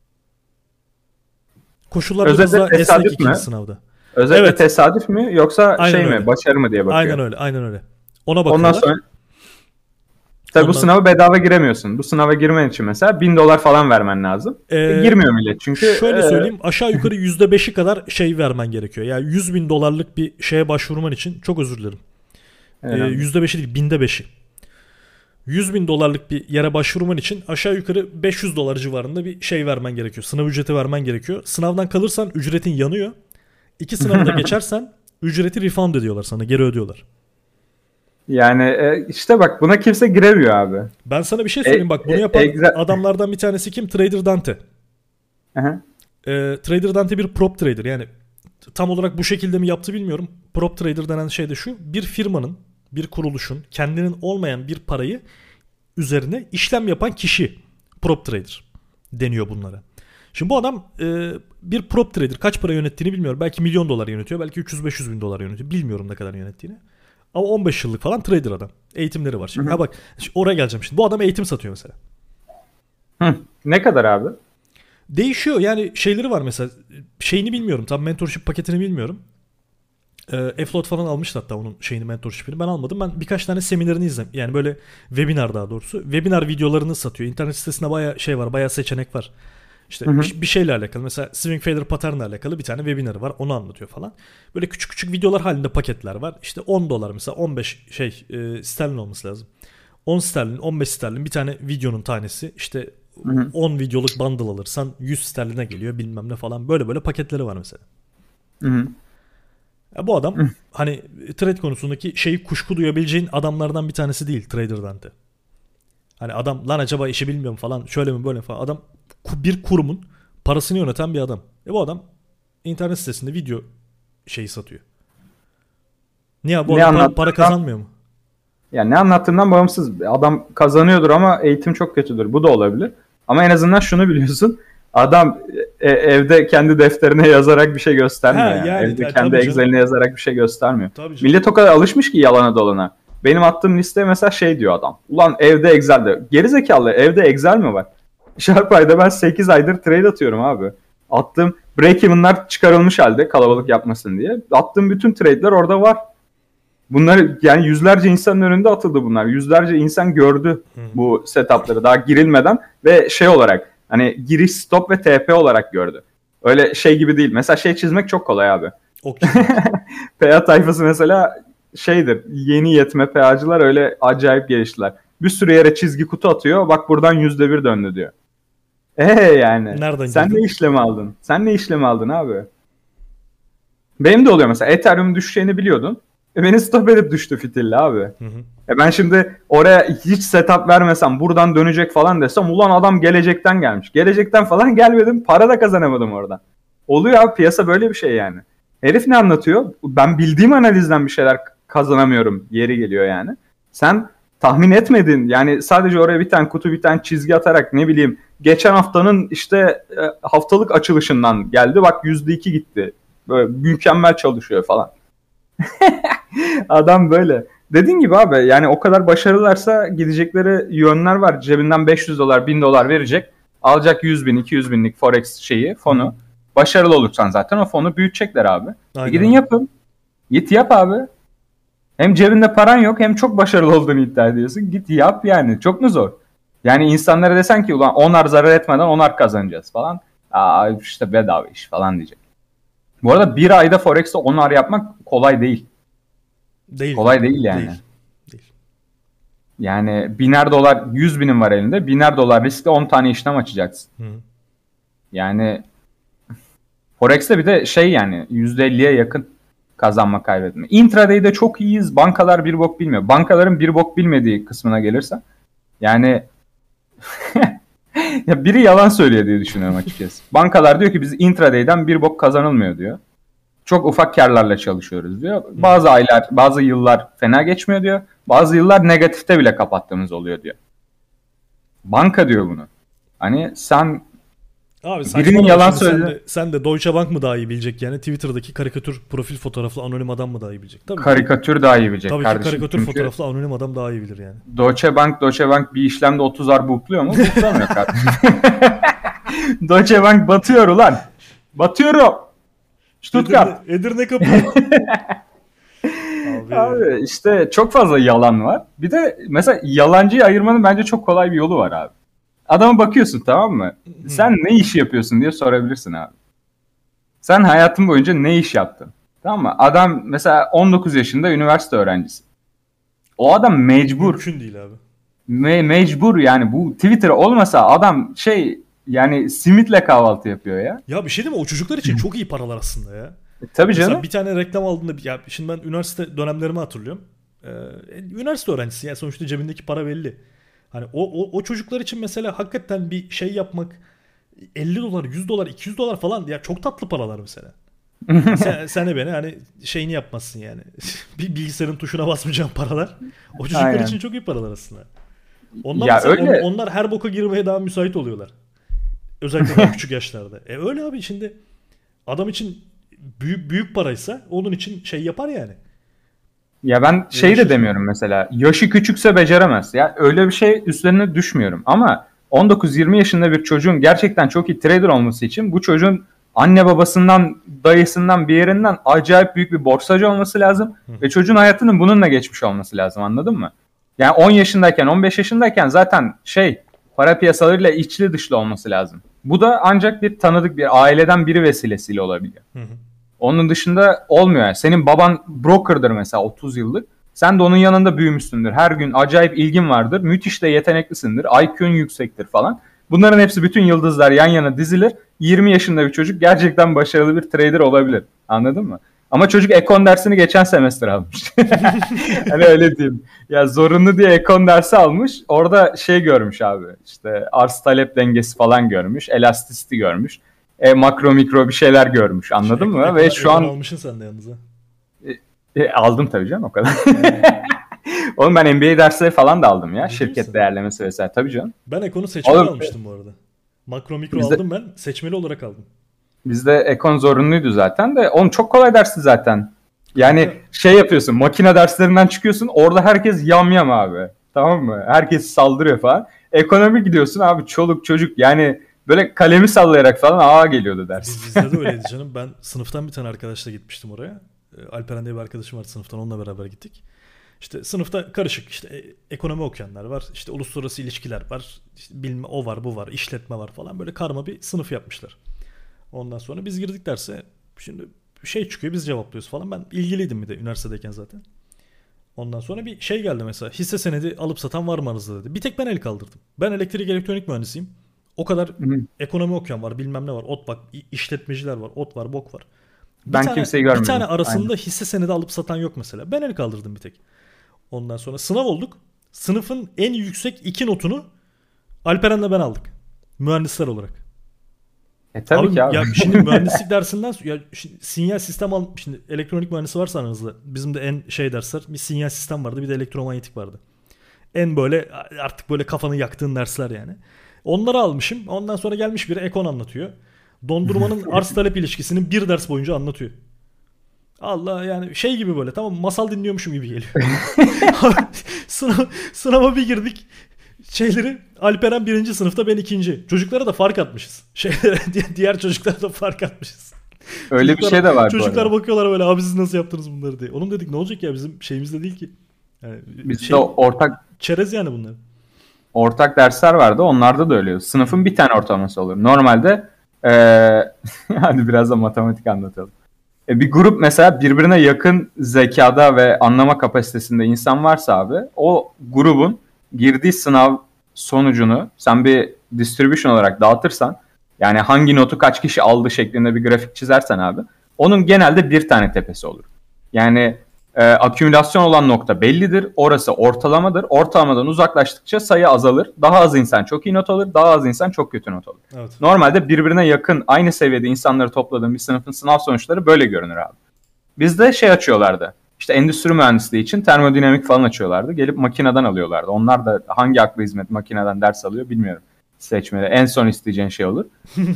S1: Koşullar biraz daha esnek ikinci mi? Sınavda.
S2: Özellikle evet. Tesadüf mü yoksa aynen şey öyle. Mi başarı mı diye bakıyor.
S1: Aynen öyle, aynen öyle. Ona bakıyorlar. Ondan sonra
S2: tabii Ondan... bu sınava bedava giremiyorsun. Bu sınava girmen için mesela bin dolar falan vermen lazım. Ee, e, girmiyor millet çünkü.
S1: Şöyle
S2: e...
S1: söyleyeyim aşağı yukarı yüzde beşi kadar şey vermen gerekiyor. Yani yüz bin dolarlık bir şeye başvurman için çok özür dilerim. Ee, yüzde beşi değil binde beşi. yüz bin dolarlık bir yere başvurman için aşağı yukarı beş yüz dolar civarında bir şey vermen gerekiyor. Sınav ücreti vermen gerekiyor. Sınavdan kalırsan ücretin yanıyor. İki sınavda geçersen ücreti refund ediyorlar sana. Geri ödüyorlar.
S2: Yani e, işte bak buna kimse giremiyor abi.
S1: Ben sana bir şey söyleyeyim. E, bak bunu yapan e, e, adamlardan bir tanesi kim? Trader Dante.
S2: Aha.
S1: E, Trader Dante bir prop trader. Yani tam olarak bu şekilde mi yaptı bilmiyorum. Prop trader denen şey de şu. Bir firmanın, bir kuruluşun kendinin olmayan bir parayı üzerine işlem yapan kişi. Prop trader deniyor bunlara. Şimdi bu adam e, bir prop trader. Kaç para yönettiğini bilmiyorum. Belki milyon dolar yönetiyor. Belki üç yüz beş yüz bin dolar yönetiyor. Bilmiyorum ne kadar yönettiğini. Ama on beş yıllık falan trader adam. Eğitimleri var. Şimdi, ha bak oraya geleceğim şimdi. Bu adam eğitim satıyor mesela.
S2: Hı. Ne kadar abi?
S1: Değişiyor. Yani şeyleri var mesela. Şeyini bilmiyorum. Tam mentorship paketini bilmiyorum. E, F-Load falan almıştı hatta onun şeyini, mentorship'ini. Ben almadım. Ben birkaç tane seminerini izledim. Yani böyle webinar daha doğrusu. Webinar videolarını satıyor. İnternet sitesinde bayağı şey var. Bayağı seçenek var. İşte hı hı. bir şeyle alakalı. Mesela Swing Fader Pattern'la alakalı bir tane webinarı var. Onu anlatıyor falan. Böyle küçük küçük videolar halinde paketler var. İşte on dolar mesela on beş şey e, sterlin olması lazım. on sterlin, on beş sterlin bir tane videonun tanesi. İşte hı hı. on videoluk bundle alırsan yüz sterline geliyor bilmem ne falan. Böyle böyle paketleri var mesela.
S2: Hı hı.
S1: Ya bu adam hı. hani trade konusundaki şeyi kuşku duyabileceğin adamlardan bir tanesi değil Trader Dante. Hani adam lan acaba işi bilmiyorum falan şöyle mi böyle mi falan. Adam bir kurumun parasını yöneten bir adam. E bu adam internet sitesinde video şeyi satıyor. Niye bu ne adam para, para kazanmıyor mu?
S2: Ya ne anlattığından bağımsız. Adam kazanıyordur ama eğitim çok kötüdür. Bu da olabilir. Ama en azından şunu biliyorsun. Adam e, evde kendi defterine yazarak bir şey göstermiyor. Ha, yani. Yani, evde yani, kendi Excel'ine yazarak bir şey göstermiyor. Millet o kadar alışmış ki yalana dolana. Benim attığım liste mesela şey diyor adam. Ulan evde Excel'de. Gerizekalı evde Excel mi var? Sharpie'da ben sekiz aydır trade atıyorum abi. Attığım break-even'lar çıkarılmış halde kalabalık yapmasın diye. Attığım bütün trade'ler orada var. Bunlar yani yüzlerce insanın önünde atıldı bunlar. Yüzlerce insan gördü bu setup'ları daha girilmeden ve şey olarak hani giriş, stop ve T P olarak gördü. Öyle şey gibi değil. Mesela şey çizmek çok kolay abi. P A tayfası mesela şeydir. Yeni yetme P A'cılar öyle acayip geliştiler. Bir sürü yere çizgi kutu atıyor. Bak buradan yüzde bir döndü diyor. Eee yani. Nereden sen girdin? Ne işlem aldın? Sen ne işlem aldın abi? Benim de oluyor mesela. Ethereum düşeceğini biliyordun. E beni stop edip düştü fitilli abi.
S1: Hı hı.
S2: E ben şimdi oraya hiç setup vermesem, buradan dönecek falan desem, ulan adam gelecekten gelmiş. Gelecekten falan gelmedim, para da kazanamadım oradan. Oluyor abi, piyasa böyle bir şey yani. Herif ne anlatıyor? Ben bildiğim analizden bir şeyler kazanamıyorum, yeri geliyor yani. Sen tahmin etmedin yani, sadece oraya bir tane kutu, bir tane çizgi atarak, ne bileyim geçen haftanın işte haftalık açılışından geldi, bak yüzde iki gitti. Böyle mükemmel çalışıyor falan. Adam böyle. Dediğin gibi abi, yani o kadar başarılılarsa gidecekleri yönler var. Cebinden beş yüz dolar, bin dolar verecek. Alacak yüz bin, iki yüz binlik forex şeyi, fonu. Başarılı olursan zaten o fonu büyütecekler abi. E gidin yapın. Git yap abi. Hem cebinde paran yok, hem çok başarılı olduğunu iddia ediyorsun. Git yap yani. Çok mu zor? Yani insanlara desen ki ulan onar zarar etmeden onar kazanacağız falan. Aa işte bedava iş falan diyecek. Bu arada bir ayda forex'te onar yapmak kolay değil.
S1: Değil.
S2: Kolay değil yani.
S1: Değil. Değil.
S2: Yani biner dolar, yüz binin var elinde. Biner dolar riskle on tane işlem açacaksın. Hı. Yani forex'te bir de şey yani yüzde elliye yakın kazanma kaybetme. Intraday'de çok iyiyiz. Bankalar bir bok bilmiyor. Bankaların bir bok bilmediği kısmına gelirse yani ya biri yalan söylüyor diye düşünüyorum açıkçası. Bankalar diyor ki biz intraday'den bir bok kazanılmıyor diyor. Çok ufak karlarla çalışıyoruz diyor. Bazı aylar, bazı yıllar fena geçmiyor diyor. Bazı yıllar negatifte bile kapattığımız oluyor diyor. Banka diyor bunu. Hani sen
S1: abi,
S2: birinin yalan söyledi.
S1: Sen de, sen de Deutsche Bank mı daha iyi bilecek yani? Twitter'daki karikatür profil fotoğraflı anonim adam mı daha iyi bilecek? Tabii
S2: karikatür ki. Daha iyi bilecek
S1: tabii
S2: kardeşim.
S1: Tabii ki karikatür
S2: Çünkü
S1: fotoğraflı anonim adam daha iyi bilir yani.
S2: Deutsche Bank, Deutsche Bank bir işlemde otuzar bukluyor mu? Buklamıyor kardeşim. Deutsche Bank batıyor ulan. Batıyorum. Stuttgart.
S1: Edirne, Edirne kapı.
S2: Abi. Abi işte çok fazla yalan var. Bir de mesela yalancıyı ayırmanın bence çok kolay bir yolu var abi. Adama bakıyorsun, tamam mı? Hmm. Sen ne iş yapıyorsun diye sorabilirsin abi. Sen hayatın boyunca ne iş yaptın? Tamam mı? Adam mesela on dokuz yaşında üniversite öğrencisi. O adam mecbur.
S1: Mümkün değil abi.
S2: Me- mecbur yani, bu Twitter olmasa adam şey yani simitle kahvaltı yapıyor ya.
S1: Ya bir şey değil mi? O çocuklar için çok iyi paralar aslında ya.
S2: E, tabii canım.
S1: Mesela bir tane reklam aldığında, ya şimdi ben üniversite dönemlerimi hatırlıyorum. Ee, üniversite öğrencisi yani, sonuçta cebindeki para belli. Hani o, o o çocuklar için mesela hakikaten bir şey yapmak, elli dolar, yüz dolar, iki yüz dolar falan ya, çok tatlı paralar mesela. sen, sen de beni hani şeyini yapmazsın yani. Bir bilgisayarın tuşuna basmayacağın paralar. O çocuklar Aynen. için çok iyi paralar aslında. Ondan ya öyle. On, onlar her boka girmeye daha müsait oluyorlar. Özellikle daha küçük yaşlarda. E öyle abi, şimdi adam için büyük büyük paraysa onun için şey yapar yani.
S2: Ya ben şey öyle de şey demiyorum mesela. Yaşı küçükse beceremez. Ya öyle bir şey üstlerine düşmüyorum. Ama on dokuz yirmi yaşında bir çocuğun gerçekten çok iyi trader olması için bu çocuğun anne babasından, dayısından, bir yerinden acayip büyük bir borsacı olması lazım. Hı. Ve çocuğun hayatının bununla geçmiş olması lazım, anladın mı? Yani on yaşındayken, on beş yaşındayken zaten şey, para piyasalarıyla içli dışlı olması lazım. Bu da ancak bir tanıdık, bir aileden biri vesilesiyle olabiliyor. Hı hı. Onun dışında olmuyor yani. Senin baban broker'dır mesela otuz yıllık. Sen de onun yanında büyümüşsündür. Her gün acayip ilgin vardır. Müthiş de yeteneklisindir. I Q'un yüksektir falan. Bunların hepsi, bütün yıldızlar yan yana dizilir. yirmi yaşında bir çocuk gerçekten başarılı bir trader olabilir. Anladın mı? Ama çocuk ekon dersini geçen semester almış. Hani öyle diyeyim. Ya zorunlu diye ekon dersi almış. Orada şey görmüş abi. İşte arz talep dengesi falan görmüş. Elasticity görmüş. E, makro mikro bir şeyler görmüş. Anladın şey, mı? Ekon, Ve şu an
S1: almışsın sen de yalnız ha.
S2: E, e, aldım tabii canım, o kadar. Oğlum ben M B A dersleri falan da aldım ya. Ne Şirket diyorsun? Değerlemesi vesaire. Tabii canım.
S1: Ben ekonu seçmeli Oğlum, almıştım bu arada. Makro mikro bizde, aldım ben. Seçmeli olarak aldım.
S2: Bizde ekon zorunluydu zaten de. Oğlum çok kolay dersi zaten. Yani evet. Şey yapıyorsun. Makine derslerinden çıkıyorsun. Orada herkes yamyam abi. Tamam mı? Herkes saldırıyor falan. Ekonomi gidiyorsun abi. Çoluk çocuk. Yani böyle kalemi sallayarak falan ağa geliyordu ders.
S1: Biz, bizde de öyleydi canım. Ben sınıftan bir tane arkadaşla gitmiştim oraya. Alperen diye bir arkadaşım vardı sınıftan. Onunla beraber gittik. İşte sınıfta karışık, işte ekonomi okuyanlar var, işte uluslararası ilişkiler var, işte bilme o var, bu var, işletme var falan, böyle karma bir sınıf yapmışlar. Ondan sonra biz girdik derse, şimdi şey çıkıyor, biz cevaplıyoruz falan. Ben ilgiliydim bir de üniversitedeyken zaten. Ondan sonra bir şey geldi mesela, hisse senedi alıp satan var mı aranızda dedi. Bir tek ben el kaldırdım. Ben elektrik elektronik mühendisiyim. O kadar Hı. ekonomi okuyan var, bilmem ne var, ot bak, işletmeciler var, ot var, bok var.
S2: Ben
S1: tane,
S2: kimseyi görmedim.
S1: Bir tane arasında
S2: Aynen.
S1: hisse senedi alıp satan yok mesela. Ben el kaldırdım bir tek. Ondan sonra sınav olduk. Sınıfın en yüksek iki notunu Alperen'le ben aldık. Mühendisler olarak.
S2: E tabii
S1: abi,
S2: ki abi.
S1: Ya şimdi mühendislik dersinden ya şimdi sinyal sistem al şimdi elektronik mühendisi varsa aranızda bizim de en şey dersler bir sinyal sistem vardı bir de elektromanyetik vardı. En böyle artık böyle kafanı yaktığın dersler yani. Onları almışım. Ondan sonra gelmiş biri ekon anlatıyor. Dondurmanın arz talep ilişkisini bir ders boyunca anlatıyor. Allah yani şey gibi böyle tamam masal dinliyormuşum gibi geliyor. Sınav, sınava bir girdik. Şeyleri Alperen birinci sınıfta ben ikinci. Çocuklara da fark atmışız. Şeylere diğer çocuklara da fark atmışız.
S2: Öyle
S1: çocuklar,
S2: bir şey de var.
S1: Çocuklar bakıyorlar böyle abi siz nasıl yaptınız bunları diye. Onun dedik ne olacak ya bizim şeyimizde değil ki. Yani
S2: Bizde
S1: şey,
S2: ortak
S1: çerez yani bunlar.
S2: Ortak dersler vardı. Onlarda da öyle. Sınıfın bir tane ortalaması olur. Normalde ee, hadi biraz da matematik anlatalım. E, bir grup mesela birbirine yakın zekada ve anlama kapasitesinde insan varsa abi o grubun girdiği sınav sonucunu sen bir distribution olarak dağıtırsan yani hangi notu kaç kişi aldı şeklinde bir grafik çizersen abi onun genelde bir tane tepesi olur. Yani e, akümülasyon olan nokta bellidir. Orası ortalamadır. Ortalamadan uzaklaştıkça sayı azalır. Daha az insan çok iyi not alır. Daha az insan çok kötü not alır.
S1: Evet.
S2: Normalde birbirine yakın aynı seviyede insanları topladığın bir sınıfın sınav sonuçları böyle görünür abi. Bizde şey açıyorlardı. İşte endüstri mühendisliği için termodinamik falan açıyorlardı. Gelip makineden alıyorlardı. Onlar da hangi aklı hizmet makineden ders alıyor bilmiyorum. Seçmeli. En son isteyeceğin şey olur.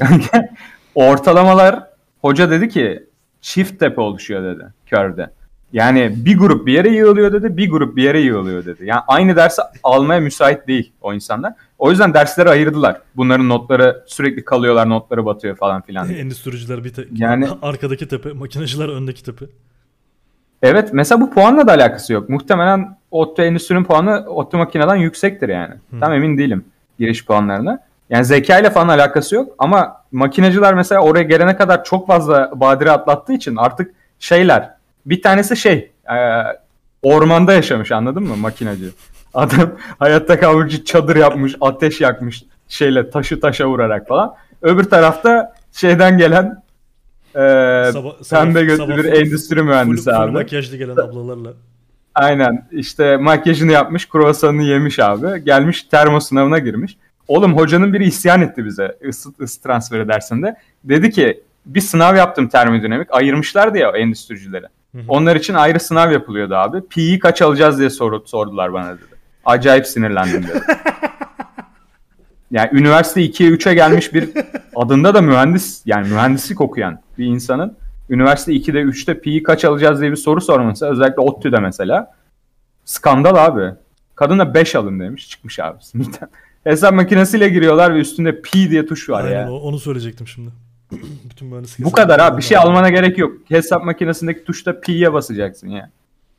S2: Ortalamalar hoca dedi ki çift tepe oluşuyor dedi curve'de. Yani bir grup bir yere yığılıyor dedi, bir grup bir yere yığılıyor dedi. Yani aynı dersi almaya müsait değil o insanlar. O yüzden dersleri ayırdılar. Bunların notları sürekli kalıyorlar, notları batıyor falan filan.
S1: Endüstriciler bir tek
S2: yani,
S1: arkadaki tepe, makineciler öndeki tepe.
S2: Evet, mesela bu puanla da alakası yok. Muhtemelen ODTÜ Endüstri'nin puanı ODTÜ Makina'dan yüksektir yani. Hmm. Tam emin değilim giriş puanlarına. Yani zeka ile falan alakası yok ama makineciler mesela oraya gelene kadar çok fazla badire atlattığı için artık şeyler. Bir tanesi şey e, ormanda yaşamış anladın mı makinacı? Adam hayatta kalmak için çadır yapmış, ateş yakmış şeyle taşı taşa vurarak falan. Öbür tarafta şeyden gelen e, sabah, pembe götlü bir full, endüstri mühendisi full, full abi. Full
S1: makyajlı gelen ablalarla.
S2: Aynen işte makyajını yapmış, kruvasanını yemiş abi. Gelmiş termo sınavına girmiş. Oğlum hocanın biri isyan etti bize ısı, ısı transferi dersinde. Dedi ki bir sınav yaptım termodinamik. Ayırmışlardı ya endüstricilere. Hı hı. Onlar için ayrı sınav yapılıyordu abi. Pi'yi kaç alacağız diye sor, sordular bana dedi. Acayip sinirlendim dedi. Yani üniversite ikiye üçe gelmiş bir adında da mühendis yani mühendislik okuyan bir insanın üniversite ikide üçte Pi'yi kaç alacağız diye bir soru sorması özellikle ODTÜ'de mesela skandal abi. Kadın da beş alın demiş çıkmış abi sınıftan. Hesap makinesiyle giriyorlar ve üstünde Pi diye tuş var. Aynen, ya.
S1: Onu söyleyecektim şimdi. Bütün mühendislik.
S2: Bu kadar abi bir şey almana gerek yok. Hesap makinesindeki tuşta Pi'ye basacaksın ya.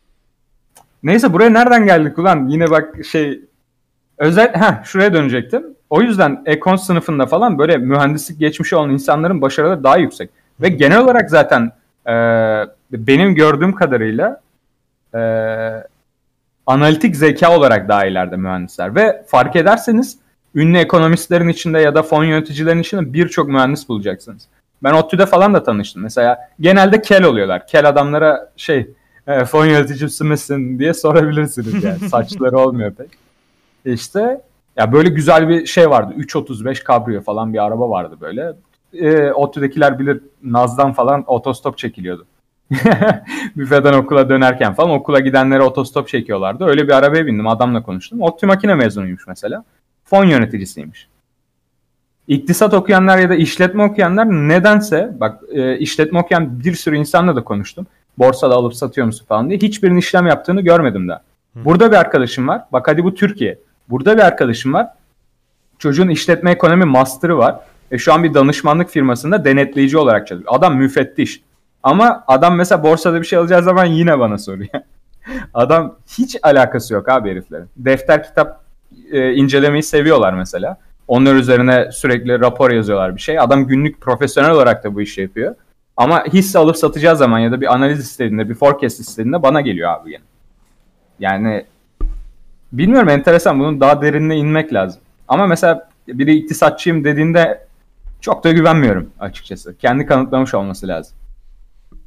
S2: Neyse buraya nereden geldik ulan? Yine bak şey özel ha şuraya dönecektim. O yüzden ekon sınıfında falan böyle mühendislik geçmişi olan insanların başarıları daha yüksek. Ve genel olarak zaten e, benim gördüğüm kadarıyla e, analitik zeka olarak daha ileride mühendisler. Ve fark ederseniz ünlü ekonomistlerin içinde ya da fon yöneticilerin içinde birçok mühendis bulacaksınız. Ben ODTÜ'de falan da tanıştım. Mesela genelde kel oluyorlar. Kel adamlara şey e, fon yöneticisi misin diye sorabilirsiniz yani. Saçları olmuyor pek. İşte ya böyle güzel bir şey vardı. üç otuz beş Cabrio falan bir araba vardı böyle. E, ODTÜ'dekiler bilir Naz'dan falan otostop çekiliyordu. Büfeden okula dönerken falan okula gidenlere otostop çekiyorlardı. Öyle bir arabaya bindim adamla konuştum. ODTÜ makine mezunuymuş mesela. Fon yöneticisiymiş. İktisat okuyanlar ya da işletme okuyanlar nedense bak e, işletme okuyan bir sürü insanla da konuştum. Borsada alıp satıyor musun falan diye. Hiçbirinin işlem yaptığını görmedim daha. Burada bir arkadaşım var. Bak hadi bu Türkiye. Burada bir arkadaşım var. Çocuğun işletme ekonomi master'ı var. E, şu an bir danışmanlık firmasında denetleyici olarak çalışıyor. Adam müfettiş. Ama adam mesela borsada bir şey alacağı zaman yine bana soruyor. Adam hiç alakası yok abi heriflerin. Defter kitap e, incelemeyi seviyorlar mesela. Onlar üzerine sürekli rapor yazıyorlar bir şey. Adam günlük profesyonel olarak da bu işi yapıyor. Ama hisse alıp satacağı zaman ya da bir analiz istediğinde, bir forecast istediğinde bana geliyor abi yine. Yani bilmiyorum enteresan bunun daha derinine inmek lazım. Ama mesela biri iktisatçıyım dediğinde çok da güvenmiyorum açıkçası. Kendi kanıtlamış olması lazım.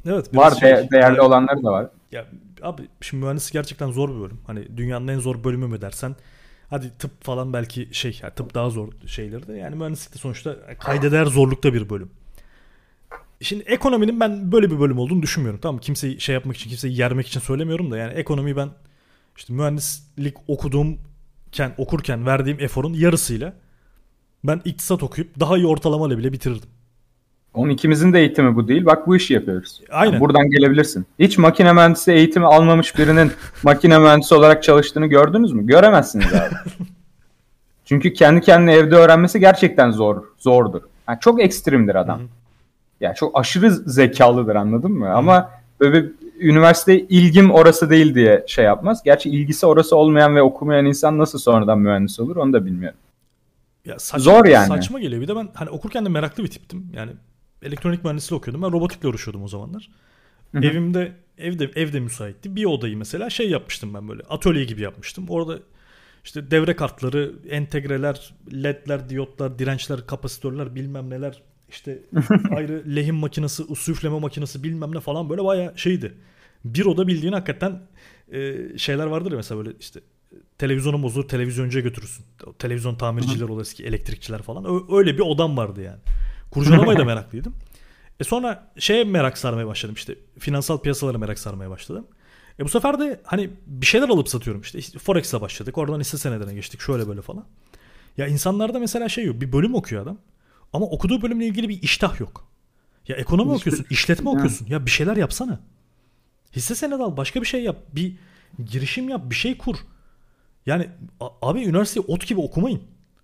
S1: Evet,
S2: Var
S1: biraz şey.
S2: de- değerli
S1: e,
S2: olanları da var.
S1: Ya abi şimdi mühendislik gerçekten zor bir bölüm. Hani dünyanın en zor bölümü mü dersen, hadi tıp falan belki şey, yani tıp daha zor şeyleri de, yani mühendislik de sonuçta kayda değer zorlukta bir bölüm. Şimdi ekonominin ben böyle bir bölüm olduğunu düşünmüyorum. Tamam mı? Kimseyi şey yapmak için, kimseyi yermek için söylemiyorum da, yani ekonomiyi ben işte mühendislik okuduğumken, okurken verdiğim eforun yarısıyla ben iktisat okuyup daha iyi ortalamayla bile bitirirdim.
S2: Onun ikimizin de eğitimi bu değil. Bak bu işi yapıyoruz. Yani
S1: Aynen.
S2: buradan gelebilirsin. Hiç makine mühendisi eğitimi almamış birinin makine mühendisi olarak çalıştığını gördünüz mü? Göremezsiniz abi. Çünkü kendi kendine evde öğrenmesi gerçekten zor, zordur. Yani çok ekstremdir adam.
S1: Hı hı.
S2: Yani çok aşırı zekalıdır, anladın mı? Hı. Ama böyle üniversite ilgim orası değil diye şey yapmaz. Gerçi ilgisi orası olmayan ve okumayan insan nasıl sonradan mühendis olur onu da bilmiyorum.
S1: Ya saçma,
S2: Zor yani.
S1: Saçma geliyor. Bir de ben hani okurken de meraklı bir tiptim. Yani elektronik mühendisliği okuyordum. Ben robotikle uğraşıyordum o zamanlar. Hı hı. Evimde evde evde müsaitti. Bir odayı mesela şey yapmıştım ben, böyle atölye gibi yapmıştım. Orada işte devre kartları, entegreler, ledler, diyotlar, dirençler, kapasitörler, bilmem neler, işte ayrı lehim makinesi, ısı üfleme makinesi, bilmem ne falan, böyle bayağı şeydi. Bir oda bildiğin hakikaten e, şeyler vardır ya mesela, böyle işte televizyonun bozulur, televizyoncuya götürürsün. O televizyon tamirciler olur, eski elektrikçiler falan. Ö- öyle bir odam vardı yani. Kurcalamaya da meraklıydım. E sonra şeye merak sarmaya başladım, işte finansal piyasalara merak sarmaya başladım. E bu sefer de hani bir şeyler alıp satıyorum işte. İşte Forex'e başladık. Oradan hisse senedine geçtik. Şöyle böyle falan. Ya insanlarda mesela şey yok. Bir bölüm okuyor adam. Ama okuduğu bölümle ilgili bir iştah yok. Ya ekonomi
S2: İşte,
S1: okuyorsun, işletme ya. okuyorsun. Ya bir şeyler yapsana. Hisse senedi al, başka bir şey yap. Bir girişim yap, bir şey kur. Yani abi üniversiteyi ot gibi okumayın.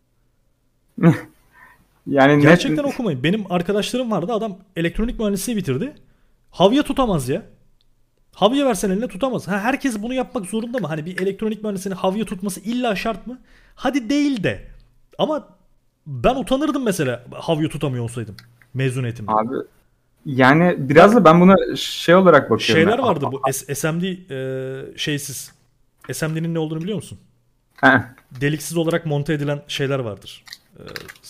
S2: Yani
S1: gerçekten
S2: net...
S1: okumayın. Benim arkadaşlarım vardı. Adam elektronik mühendisliği bitirdi. Havya tutamaz ya. Havya versen eline tutamaz. Ha, herkes bunu yapmak zorunda mı? Hani bir elektronik mühendisinin havya tutması illa şart mı? Hadi değil de. Ama ben utanırdım mesela havya tutamıyor olsaydım mezuniyetimde.
S2: Abi yani biraz da ben buna şey olarak bakıyorum.
S1: Şeyler
S2: yani.
S1: vardı bu S M D e, şeysiz. S M D'nin ne olduğunu biliyor musun?
S2: Heh.
S1: Deliksiz olarak monte edilen şeyler vardır. E,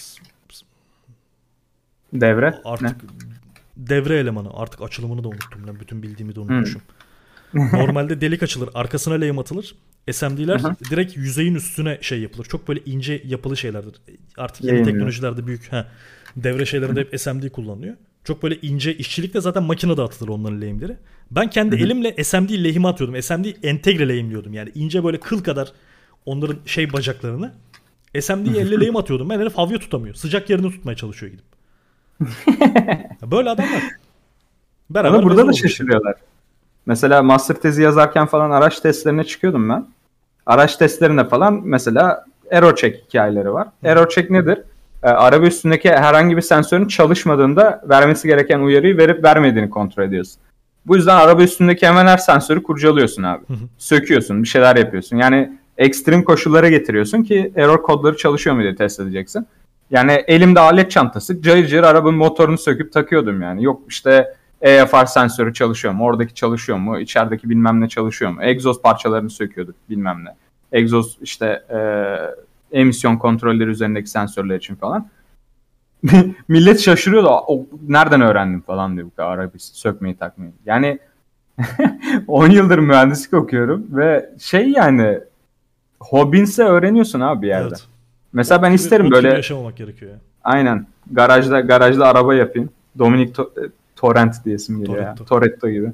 S2: Devre.
S1: Artık ne? Devre elemanı. Artık açılımını da unuttum. Ben bütün bildiğimi de unutmuşum. Hmm. Normalde delik açılır. Arkasına lehim atılır. S M D'ler direkt yüzeyin üstüne şey yapılır. Çok böyle ince yapılı şeylerdir. Artık yeni Lehim teknolojilerde büyük. Heh, devre şeylerinde hep S M D kullanılıyor. Çok böyle ince, işçilikle zaten makinede atılır onların lehimleri. Ben kendi Hı-hı. elimle S M D lehime atıyordum. S M D entegre lehimliyordum. Yani ince böyle kıl kadar onların şey bacaklarını. S M D'yi elle lehim atıyordum. Ben herif havya tutamıyor. Sıcak yerini tutmaya çalışıyor gidip. Böyle adamlar.
S2: Beraber ama burada da şaşırıyorlar. Şey. Mesela master tezi yazarken falan araç testlerine çıkıyordum ben. Araç testlerinde falan mesela error check hikayeleri var. Hı. Error check nedir? Ee, araba üstündeki herhangi bir sensörün çalışmadığında vermesi gereken uyarıyı verip vermediğini kontrol ediyorsun. Bu yüzden araba üstündeki hemen her sensörü kurcalıyorsun abi. Hı hı. Söküyorsun, bir şeyler yapıyorsun. Yani ekstrem koşullara getiriyorsun ki error kodları çalışıyor mu diye test edeceksin. Yani elimde alet çantası cayır cayır arabanın motorunu söküp takıyordum yani. Yok işte E F R sensörü çalışıyor mu? Oradaki çalışıyor mu? İçerideki bilmem ne çalışıyor mu? Egzoz parçalarını söküyorduk bilmem ne. Egzoz işte e, emisyon kontrolleri üzerindeki sensörler için falan. Millet şaşırıyor da o, nereden öğrendim falan diyor bu kadar arabayı sökmeyi takmayı. Yani on yıldır mühendislik okuyorum ve şey yani hobinse öğreniyorsun abi bir yerde. Evet. Mesela o ben gibi, isterim böyle
S1: yaşamamak gerekiyor ya.
S2: Aynen. Garajda garajda araba yapayım. Dominic to- Torrent diyesim geliyor Toretto. ya. Toretto gibi.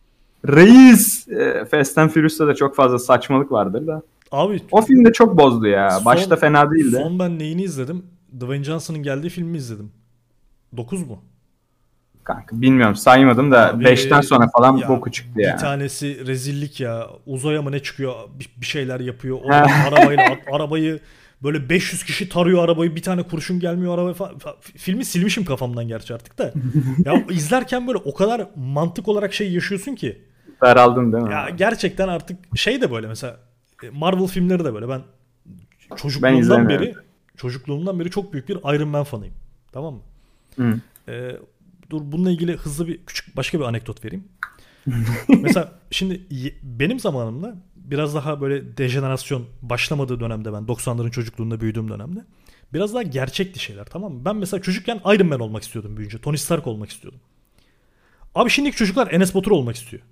S2: Reis! E, Fast and Furious'ta da çok fazla saçmalık vardır da.
S1: Abi
S2: o film de çok bozdu ya. Son, Başta fena değildi.
S1: Son ben neyini izledim? Dwayne Johnson'ın geldiği filmi izledim. dokuz mu?
S2: Kanka bilmiyorum, saymadım da beşten sonra falan ya, boku çıktı ya.
S1: Bir tanesi rezillik ya. Uzaya mı ne çıkıyor? Bir, bir şeyler yapıyor. O arabayla arabayı böyle beş yüz kişi tarıyor arabayı. Bir tane kurşun gelmiyor arabaya falan. Filmi silmişim kafamdan gerçi artık da. Ya izlerken böyle o kadar mantık olarak şey yaşıyorsun ki.
S2: Daraldın değil mi?
S1: Ya gerçekten artık şey de böyle mesela Marvel filmleri de böyle. Ben çocukluğumdan ben beri çocukluğumdan beri çok büyük bir Iron Man fanıyım. Tamam mı? Hı. Ee, dur bununla ilgili hızlı bir küçük başka bir anekdot vereyim. Mesela şimdi benim zamanımda biraz daha böyle dejenerasyon başlamadığı dönemde, ben doksanların çocukluğunda büyüdüğüm dönemde biraz daha gerçekti şeyler, tamam mı? Ben mesela çocukken Iron Man olmak istiyordum büyüyünce. Tony Stark olmak istiyordum. Abi şimdiki çocuklar Enes Batur olmak istiyor.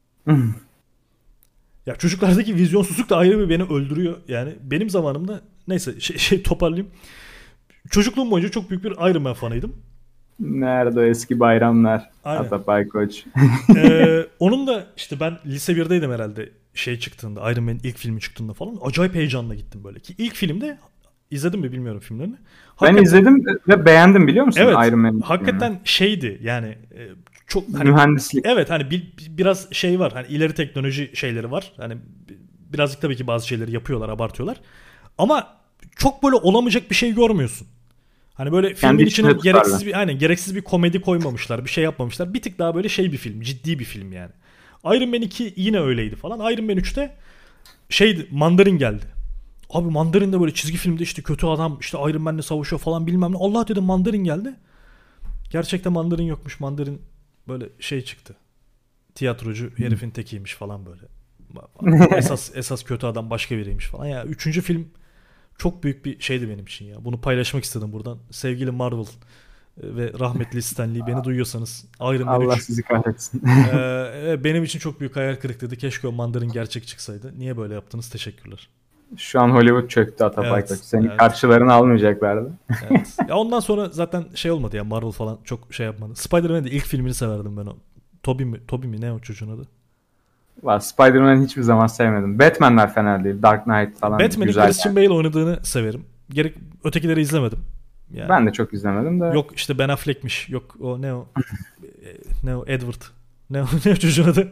S1: Ya çocuklardaki vizyonsuzluk da ayrı bir beni öldürüyor. Yani benim zamanımda neyse şey, şey toparlayayım. Çocukluğum boyunca çok büyük bir Iron Man fanıydım.
S2: Nerede o eski bayramlar?
S1: Aynen.
S2: Atapay Koç.
S1: ee, onun da işte ben lise birdeydim herhalde şey çıktığında, Iron Man'in ilk filmi çıktığında falan acayip heyecanla gittim böyle. Ki ilk filmde izledim mi bilmiyorum filmlerini.
S2: Hakikaten, ben izledim ve beğendim biliyor musun
S1: evet,
S2: Iron Man'in
S1: hakikaten
S2: filmini?
S1: Şeydi yani e, çok hani,
S2: mühendislik.
S1: Evet hani bir, biraz şey var hani ileri teknoloji şeyleri var. Hani birazcık tabii ki bazı şeyleri yapıyorlar, abartıyorlar. Ama çok böyle olamayacak bir şey görmüyorsun. Hani böyle filmin
S2: kendi
S1: içine gereksiz
S2: tutarlar.
S1: bir aynen gereksiz bir komedi koymamışlar, bir şey yapmamışlar. Bir tık daha böyle şey bir film, ciddi bir film yani. Iron Man iki yine öyleydi falan. Iron Man üçte şeydi, Mandarin geldi. Abi Mandarin de böyle çizgi filmde işte kötü adam işte Iron Man'le savaşıyor falan bilmem ne. Allah dedim Mandarin geldi. Gerçekten Mandarin yokmuş. Mandarin böyle şey çıktı. Tiyatrocu herifin tekiymiş falan böyle. Esas esas kötü adam başka biriymiş falan. Ya üçüncü film çok büyük bir şeydi benim için ya. Bunu paylaşmak istedim buradan. Sevgili Marvel ve rahmetli Stan Lee, beni duyuyorsanız Iron Man üç.
S2: Allah sizi kahretsin.
S1: Ee, benim için çok büyük hayal kırıklığıydı. Keşke o Mandarin gerçek çıksaydı. Niye böyle yaptınız? Teşekkürler.
S2: Şu an Hollywood çöktü Atapay
S1: Evet,
S2: Koç. Senin
S1: evet.
S2: karşılarını almayacaklardı.
S1: Evet. Ya ondan sonra zaten şey olmadı ya, Marvel falan çok şey yapmadı. Spider-Man'in de ilk filmini severdim ben o. Tobey mi, Tobey mi ne o çocuğun adı?
S2: Valla Spider-Man'i hiçbir zaman sevmedim. Batman'ler fena değil. Dark Knight falan
S1: Batman'in
S2: güzel.
S1: Christian
S2: Yani.
S1: Bale oynadığını severim. Gerek ötekileri izlemedim. Yani,
S2: ben de çok izlemedim de.
S1: Yok işte Ben Affleck'miş. Yok o ne o? ne o Edward. Ne o, ne o çocuğun adı?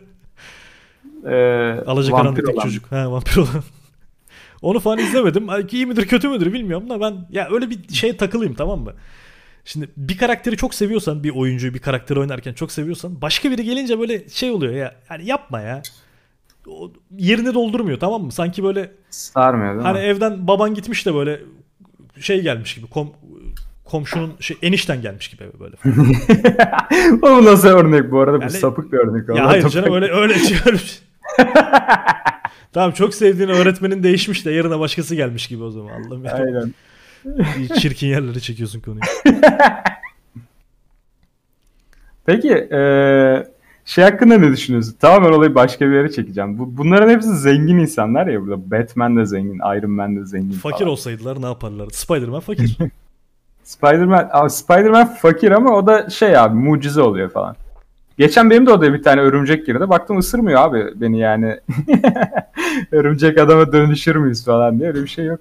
S2: Ee,
S1: Alacakaranlıktaki çocuk. Ha, vampir olan. Onu falan izlemedim. İyi midir kötü müdür bilmiyorum da ben ya öyle bir şeye takılayım, tamam mı? Şimdi bir karakteri çok seviyorsan, bir oyuncuyu bir karakteri oynarken çok seviyorsan, başka biri gelince böyle şey oluyor ya. Hani yapma ya. O yerini doldurmuyor, tamam mı? Sanki böyle
S2: sarmıyor değil
S1: hani
S2: mi?
S1: evden baban gitmiş de böyle şey gelmiş gibi, kom, komşunun şey enişten gelmiş gibi eve böyle.
S2: O nasıl örnek bu arada?
S1: Yani,
S2: bu sapık bir örnek.
S1: Ya
S2: Allah
S1: hayır
S2: çok
S1: canım öyle öyle şey. Tamam, çok sevdiğin öğretmenin değişmiş de yerine başkası gelmiş gibi o zaman. Allah'ım ya.
S2: Aynen.
S1: Çirkin yerlere çekiyorsun konuyu.
S2: Peki ee, şey hakkında ne düşünüyorsun? Tamamen olayı başka bir yere çekeceğim. Bu, bunların hepsi zengin insanlar ya burada. Batman de zengin, Iron Man de zengin
S1: Fakir
S2: falan.
S1: olsaydılar ne yaparlardı? Spider-Man fakir.
S2: Spider-Man, abi Spider-Man fakir ama o da şey abi mucize oluyor falan. Geçen benim de odaya bir tane örümcek girdi. Baktım ısırmıyor abi beni yani. Örümcek adama dönüşür müyüz falan diye, öyle bir şey yok.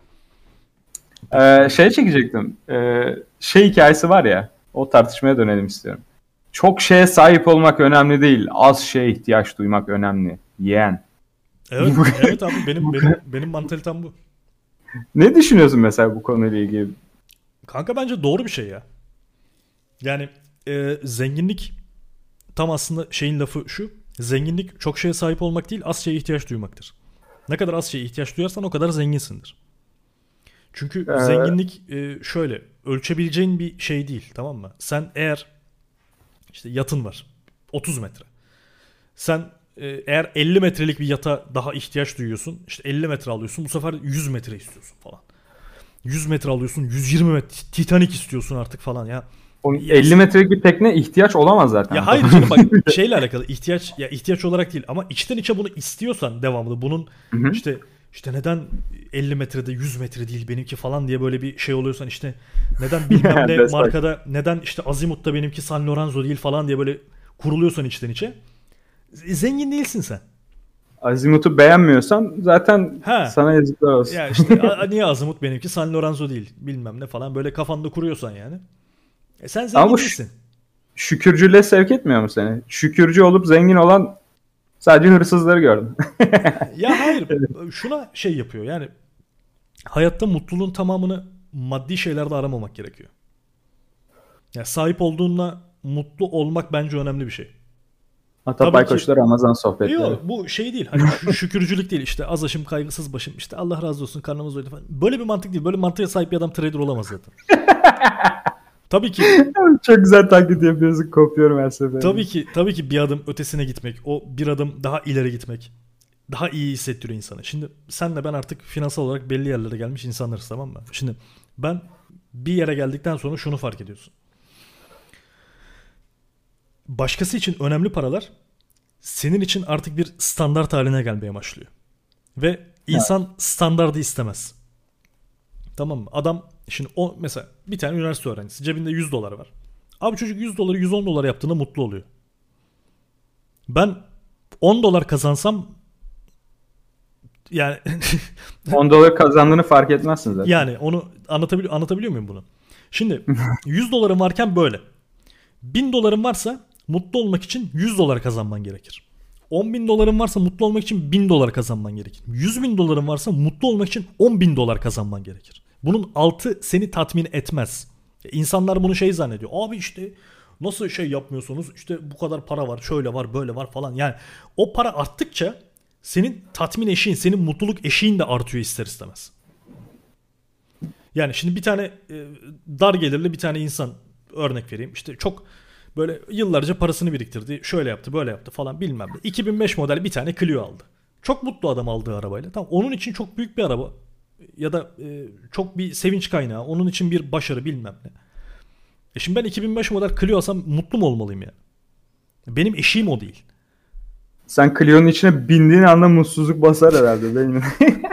S2: Ee, şey çekecektim. Ee, şey hikayesi var ya. O tartışmaya dönelim istiyorum. Çok şeye sahip olmak önemli değil. Az şeye ihtiyaç duymak önemli. Yeğen.
S1: Evet, evet abi benim benim benim mantalitem bu.
S2: Ne düşünüyorsun mesela bu konuyla ilgili?
S1: Kanka bence doğru bir şey ya. Yani e, zenginlik tam aslında şeyin lafı şu. Zenginlik çok şeye sahip olmak değil, az şeye ihtiyaç duymaktır. Ne kadar az şeye ihtiyaç duyarsan o kadar zenginsindir. Çünkü
S2: Ee,
S1: zenginlik e, şöyle ölçebileceğin bir şey değil, tamam mı? Sen eğer işte yatın var otuz metre. Sen e, eğer elli metrelik bir yata daha ihtiyaç duyuyorsun. İşte elli metre alıyorsun, bu sefer yüz metre istiyorsun falan. yüz metre alıyorsun, yüz yirmi metre Titanic istiyorsun artık falan ya.
S2: elli metrelik bir tekne ihtiyaç olamaz zaten.
S1: Ya hayır canım bak şeyle alakalı ihtiyaç ya ihtiyaç olarak değil ama içten içe bunu istiyorsan devamlı bunun
S2: Hı-hı.
S1: işte işte neden elli metrede yüz metre değil benimki falan diye böyle bir şey oluyorsan, işte neden bilmem ne markada neden işte Azimut'ta benimki San Lorenzo değil falan diye böyle kuruluyorsan içten içe, zengin değilsin sen.
S2: Azimut'u beğenmiyorsan zaten ha. sana yazıklar olsun.
S1: Ya işte niye Azimut benimki San Lorenzo değil bilmem ne falan böyle kafanda kuruyorsan yani. E sen zengin
S2: ama
S1: değilsin.
S2: Şükürcülüğe sevk etmiyor mu seni? Şükürcü olup zengin olan sadece hırsızları gördüm.
S1: Ya hayır şuna şey yapıyor yani hayatta mutluluğun tamamını maddi şeylerde aramamak gerekiyor. Yani sahip olduğunla mutlu olmak bence önemli bir şey.
S2: Atapay Koç'ta Ramazan sohbetleri.
S1: Yok bu şey değil. Hani şükürcülük değil işte az aşım kaygısız başım işte Allah razı olsun karnımız doydu falan. Böyle bir mantık değil. Böyle mantığa sahip bir adam trader olamaz zaten. Tabii ki.
S2: Çok güzel taklit yapıyorsun. Kopuyorum her seferinde.
S1: Tabii ki, tabii ki bir adım ötesine gitmek, o bir adım daha ileri gitmek daha iyi hissettiriyor insanı. Şimdi senle ben artık finansal olarak belli yerlere gelmiş insanlarız, tamam mı? Şimdi ben bir yere geldikten sonra şunu fark ediyorsun. başkası için önemli paralar senin için artık bir standart haline gelmeye başlıyor. Ve insan evet. standardı istemez. Tamam mı? Adam şimdi o mesela bir tane üniversite öğrencisi cebinde yüz dolar var. Abi çocuk yüz doları yüz on dolar yaptığında mutlu oluyor. Ben on dolar kazansam yani
S2: on dolar kazandığını fark etmezsin zaten.
S1: Yani onu anlatabiliyor anlatabiliyor muyum bunu? Şimdi yüz dolarım varken böyle. bin dolarım varsa mutlu olmak için yüz dolar kazanman gerekir. on bin doların varsa mutlu olmak için bin dolar kazanman gerekir. yüz bin doların varsa mutlu olmak için on bin dolar kazanman gerekir. Bunun altı seni tatmin etmez. İnsanlar bunu şey zannediyor. Abi işte nasıl şey yapmıyorsunuz? İşte bu kadar para var, şöyle var, böyle var falan. Yani o para arttıkça senin tatmin eşiğin, senin mutluluk eşiğin de artıyor ister istemez. Yani şimdi bir tane e, dar gelirli bir tane insan örnek vereyim. İşte çok böyle yıllarca parasını biriktirdi. Şöyle yaptı, böyle yaptı falan bilmem ne. iki bin beş model bir tane Clio aldı. Çok mutlu adam aldığı arabayla. Tamam, onun için çok büyük bir araba ya da e, çok bir sevinç kaynağı. Onun için bir başarı bilmem ne. E şimdi ben iki bin beş model Clio alsam mutlu mu olmalıyım ya? Benim eşiğim o değil.
S2: Sen Clio'nun içine bindiğin anda mutsuzluk basar herhalde değil mi?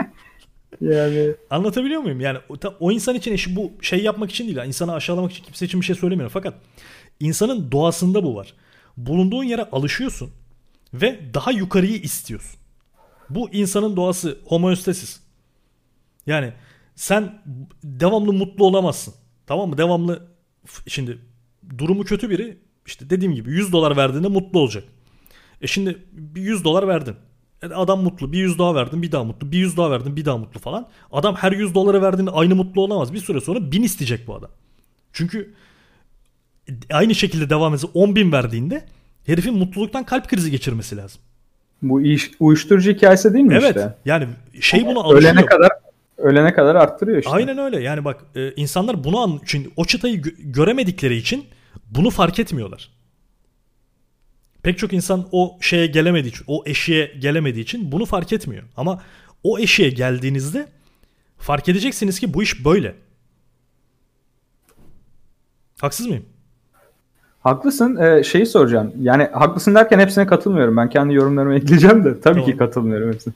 S2: Yani
S1: anlatabiliyor muyum? Yani o, o insan için eşi bu şey yapmak için değil. İnsanı aşağılamak için kimse için bir şey söylemiyorum. Fakat insanın doğasında bu var. Bulunduğun yere alışıyorsun ve daha yukarıyı istiyorsun. Bu insanın doğası, homeostasis. Yani sen devamlı mutlu olamazsın. Tamam mı? Devamlı şimdi durumu kötü biri işte dediğim gibi yüz dolar verdiğinde mutlu olacak. E şimdi yüz dolar verdin. Adam mutlu. Bir yüz daha verdin, bir daha mutlu. Bir yüz daha verdin, bir daha mutlu falan. Adam her yüz dolara verdiğinde aynı mutlu olamaz. Bir süre sonra bin isteyecek bu adam. Çünkü aynı şekilde devam etse on bin verdiğinde herifin mutluluktan kalp krizi geçirmesi lazım.
S2: Bu iş, uyuşturucu hikayesi değil mi
S1: evet,
S2: işte?
S1: Evet. Yani şey buna alışıyor.
S2: Ölene kadar ölene kadar arttırıyor işte.
S1: Aynen öyle. Yani bak e, insanlar bunu an çünkü o çıtayı gö- göremedikleri için bunu fark etmiyorlar. Pek çok insan o şeye gelemediği için, o eşiğe gelemediği için bunu fark etmiyor. Ama o eşiğe geldiğinizde fark edeceksiniz ki bu iş böyle. Haksız mıyım?
S2: Haklısın. Ee, şeyi soracağım. Yani haklısın derken hepsine katılmıyorum. Ben kendi yorumlarımı ekleyeceğim de. Tabii tamam. ki katılmıyorum hepsine.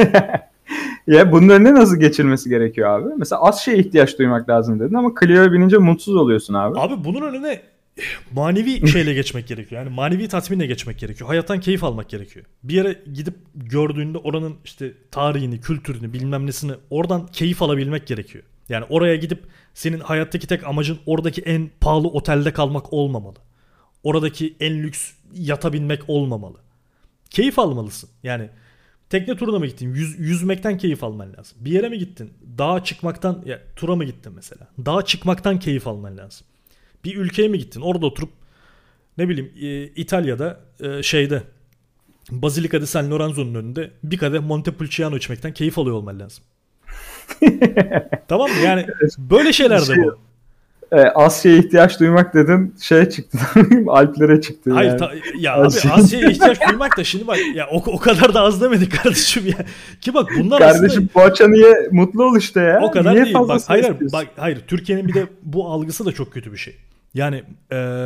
S2: Ya bunun önüne nasıl geçilmesi gerekiyor abi? Mesela az şeye ihtiyaç duymak lazım dedin ama Clio'ya binince mutsuz oluyorsun abi.
S1: Abi bunun önüne manevi şeyle geçmek gerekiyor. Yani manevi tatminle geçmek gerekiyor. Hayattan keyif almak gerekiyor. Bir yere gidip gördüğünde oranın işte tarihini, kültürünü, bilmem nesini oradan keyif alabilmek gerekiyor. Yani oraya gidip senin hayattaki tek amacın oradaki en pahalı otelde kalmak olmamalı. Oradaki en lüks yata binmek olmamalı. Keyif almalısın. Yani tekne turuna mı gittin? Yüz, yüzmekten keyif alman lazım. Bir yere mi gittin? Dağa çıkmaktan, ya tura mı gittin mesela? Dağa çıkmaktan keyif alman lazım. Bir ülkeye mi gittin? Orada oturup ne bileyim e, İtalya'da e, şeyde Basilica di San Lorenzo'nun önünde bir kadeh Montepulciano içmekten keyif alıyor olman lazım. Tamam mı? Yani böyle şeyler de
S2: şey,
S1: bu.
S2: E, Asya'ya ihtiyaç duymak dedin şey çıktı. Alplere çıktı.
S1: Hayır
S2: yani.
S1: ta, ya Asya. Abi Asya'ya ihtiyaç duymak da şimdi bak ya o, o kadar da az demedik kardeşim ya. Ki bak bunlar
S2: kardeşim
S1: aslında
S2: poğaça niye mutlu ol işte ya.
S1: O kadar
S2: niye
S1: değil. Bak hayır
S2: istiyorsun?
S1: bak hayır Türkiye'nin bir de bu algısı da çok kötü bir şey. Yani e,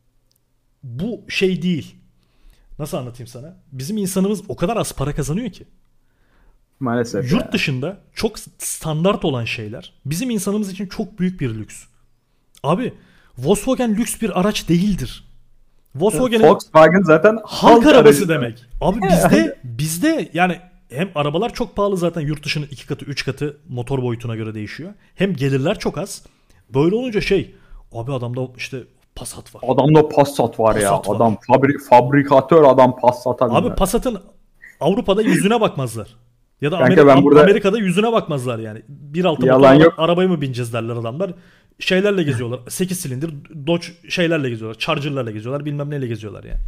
S1: bu şey değil. Nasıl anlatayım sana? Bizim insanımız o kadar az para kazanıyor ki.
S2: Maalesef.
S1: Yurt
S2: ya.
S1: dışında çok standart olan şeyler bizim insanımız için çok büyük bir lüks. Abi Volkswagen lüks bir araç değildir.
S2: Volkswagen Volkswagen zaten
S1: halk arabası demek. Abi bizde bizde yani hem arabalar çok pahalı zaten yurt dışının iki katı üç katı motor boyutuna göre değişiyor. Hem gelirler çok az. Böyle olunca şey abi adamda işte Passat var.
S2: Adamda Passat var
S1: Passat
S2: ya.
S1: var.
S2: Adam fabrik fabrikatör adam Passat'a biner.
S1: Abi Passat'ın Avrupa'da yüzüne bakmazlar. Ya da
S2: Kanka
S1: Amerika,
S2: burada...
S1: Amerika'da yüzüne bakmazlar yani. Bir altı
S2: Yalan
S1: motor
S2: yok.
S1: arabaya mı bineceğiz derler adamlar. Şeylerle geziyorlar. sekiz silindir Dodge şeylerle geziyorlar. Charger'larla geziyorlar. Bilmem neyle geziyorlar yani.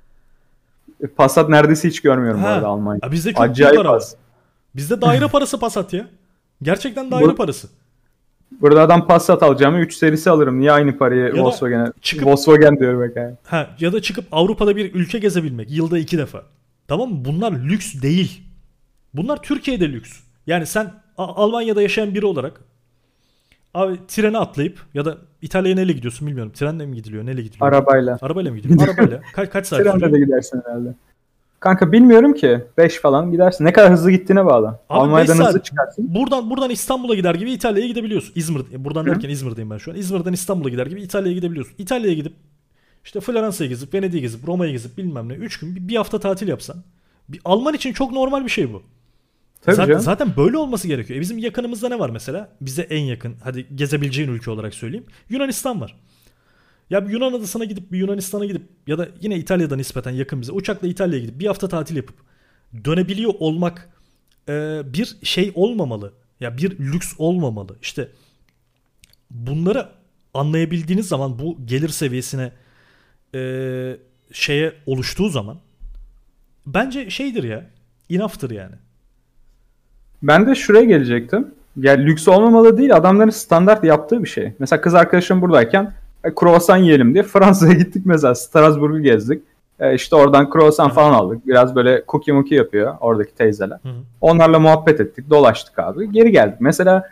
S2: Passat neredeyse hiç görmüyorum ha. bu arada Almanya'da.
S1: Bizde çok acayip büyük araba. Bizde daire parası Passat ya. Gerçekten daire bu, parası.
S2: Burada adam Passat alacağımı üç serisi alırım. Niye aynı parayı Volkswagen'e? Çıkıp, Volkswagen diyorum bak yani.
S1: Ha, ya da çıkıp Avrupa'da bir ülke gezebilmek. Yılda iki defa. Tamam mı? Bunlar lüks değil. Bunlar Türkiye'de lüks. Yani sen Almanya'da yaşayan biri olarak Abi trene atlayıp ya da İtalya'ya neyle gidiyorsun bilmiyorum. Trenle mi gidiliyor? Neyle gidiliyor?
S2: Arabayla.
S1: Arabayla mı gidiyor? Arabayla. Ka- kaç saat
S2: Trenle
S1: sürüyor?
S2: de gidersin herhalde. Kanka bilmiyorum ki. beş falan gidersin. Ne kadar hızlı gittiğine bağlı.
S1: Abi
S2: Almanya'dan
S1: beş
S2: hızlı
S1: saat
S2: çıkarsın.
S1: buradan buradan İstanbul'a gider gibi İtalya'ya gidebiliyorsun. İzmir buradan derken İzmir'deyim ben şu an. İzmir'den İstanbul'a gider gibi İtalya'ya gidebiliyorsun. İtalya'ya gidip işte Floransa'ya gezip, Venedik'e gezip, Roma'ya gezip bilmem ne üç gün bir, bir hafta tatil yapsan. Bir Alman için çok normal bir şey bu.
S2: Tabii
S1: Zaten,
S2: canım.
S1: zaten böyle olması gerekiyor. E bizim yakınımızda ne var mesela? Bize en yakın, hadi gezebileceğin ülke olarak söyleyeyim. Yunanistan var. Ya bir Yunan adasına gidip bir Yunanistan'a gidip ya da yine İtalya'dan nispeten yakın bize uçakla İtalya'ya gidip bir hafta tatil yapıp dönebiliyor olmak e, bir şey olmamalı. Ya bir lüks olmamalı. İşte bunları anlayabildiğiniz zaman bu gelir seviyesine e, şeye oluştuğu zaman bence şeydir ya, enough'tır yani.
S2: Ben de şuraya gelecektim. Yani lüks olmamalı değil, adamların standart yaptığı bir şey. Mesela kız arkadaşım buradayken e, kruvasan yiyelim diye Fransa'ya gittik mesela. Strasbourg'u gezdik. E, işte oradan kruvasan falan aldık. Biraz böyle cookie mookie yapıyor oradaki teyzeler.
S1: Hı hı.
S2: Onlarla muhabbet ettik, dolaştık abi. Geri geldik. Mesela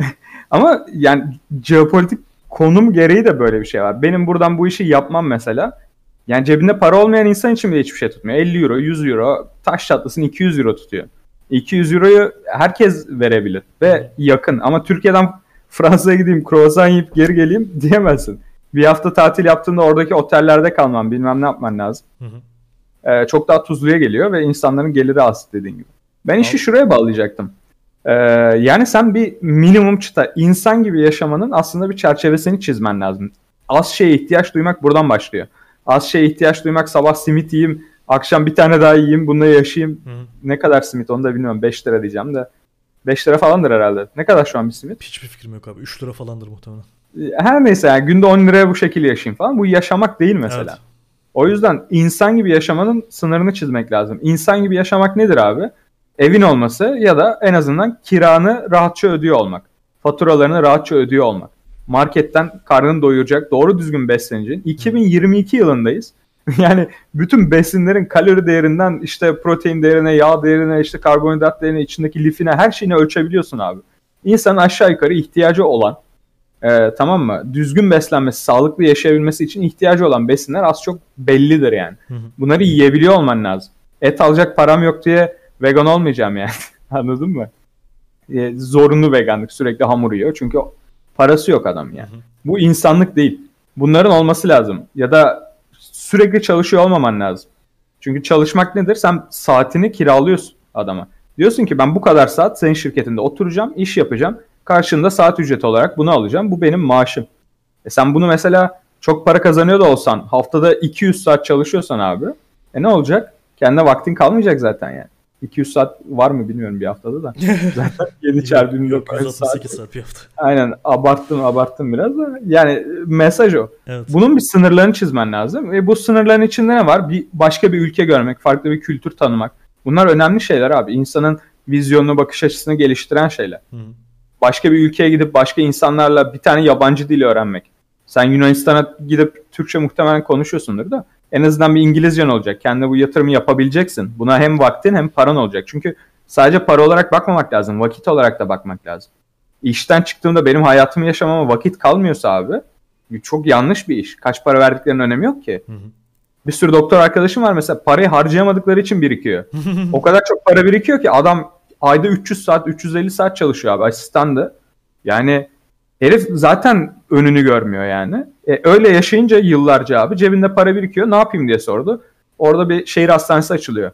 S2: ama yani jeopolitik konum gereği de böyle bir şey var. Benim buradan bu işi yapmam mesela. Yani cebinde para olmayan insan için bile hiçbir şey tutmuyor. elli euro, yüz euro, taş çatlasın iki yüz euro tutuyor. iki yüz euroyu herkes verebilir ve yakın. Ama Türkiye'den Fransa'ya gideyim, kruvasan yiyip geri geleyim diyemezsin. Bir hafta tatil yaptığında oradaki otellerde kalman, bilmem ne yapman lazım.
S1: Hı hı.
S2: Ee, çok daha tuzluya geliyor ve insanların geliri az dediğin gibi. Ben işi şuraya bağlayacaktım. Ee, yani sen bir minimum çıta, insan gibi yaşamanın aslında bir çerçevesini çizmen lazım. Az şeye ihtiyaç duymak buradan başlıyor. Az şeye ihtiyaç duymak, sabah simit yiyeyim, akşam bir tane daha yiyeyim, bununla yaşayayım.
S1: Hı hı.
S2: Ne kadar simit onu da bilmiyorum. beş lira diyeceğim de. beş lira falandır herhalde. Ne kadar şu an bir simit?
S1: Hiçbir fikrim yok abi. üç lira falandır muhtemelen.
S2: Her neyse yani günde on liraya bu şekilde yaşayayım falan. Bu yaşamak değil mesela.
S1: Evet.
S2: O yüzden insan gibi yaşamanın sınırını çizmek lazım. İnsan gibi yaşamak nedir abi? Evin olması ya da en azından kiranı rahatça ödüyor olmak. Faturalarını rahatça ödüyor olmak. Marketten karnını doyuracak, doğru düzgün besleneceğin. iki bin yirmi iki yılındayız. Yani bütün besinlerin kalori değerinden işte protein değerine, yağ değerine, işte karbonhidrat değerine, içindeki lifine, her şeyini ölçebiliyorsun abi. İnsanın aşağı yukarı ihtiyacı olan, e, tamam mı? Düzgün beslenmesi, sağlıklı yaşayabilmesi için ihtiyacı olan besinler az çok bellidir yani.
S1: Hı hı.
S2: Bunları yiyebiliyor olman lazım. Et alacak param yok diye vegan olmayacağım yani. Anladın mı? E, zorunlu veganlık, sürekli hamur yiyor. Çünkü parası yok adam yani. Hı hı. Bu insanlık değil. Bunların olması lazım. Ya da sürekli çalışıyor olmaman lazım. Çünkü çalışmak nedir? Sen saatini kiralıyorsun adama. Diyorsun ki ben bu kadar saat senin şirketinde oturacağım, iş yapacağım. Karşında saat ücreti olarak bunu alacağım. Bu benim maaşım. E sen bunu mesela çok para kazanıyor da olsan, haftada iki yüz saat çalışıyorsan abi, e ne olacak? Kendine vaktin kalmayacak zaten yani. iki yüz saat var mı bilmiyorum bir haftada da. Zaten yedi çarpımda
S1: yok, yüz altmış sekiz saat bir hafta.
S2: Aynen, abarttım abarttım biraz da. Yani mesaj o.
S1: Evet.
S2: Bunun bir sınırlarını çizmen lazım. Ve bu sınırların içinde ne var? Bir başka bir ülke görmek, farklı bir kültür tanımak. Bunlar önemli şeyler abi. İnsanın vizyonunu, bakış açısını geliştiren şeyler.
S1: Hı.
S2: Başka bir ülkeye gidip başka insanlarla bir tane yabancı dili öğrenmek. Sen Yunanistan'a gidip Türkçe muhtemelen konuşuyorsundur da en azından bir İngilizcen olacak. Kendine bu yatırımı yapabileceksin. Buna hem vaktin hem paran olacak. Çünkü sadece para olarak bakmamak lazım. Vakit olarak da bakmak lazım. İşten çıktığımda benim hayatımı yaşamama vakit kalmıyorsa abi, çok yanlış bir iş. Kaç para verdiklerinin önemi yok ki. Hı hı. Bir sürü doktor arkadaşım var mesela, parayı harcayamadıkları için birikiyor. O kadar çok para birikiyor ki adam ayda üç yüz saat, üç yüz elli saat çalışıyor abi, asistandı. Yani herif zaten önünü görmüyor yani. E, öyle yaşayınca yıllarca abi cebinde para birikiyor. Ne yapayım diye sordu. Orada bir şehir hastanesi açılıyor.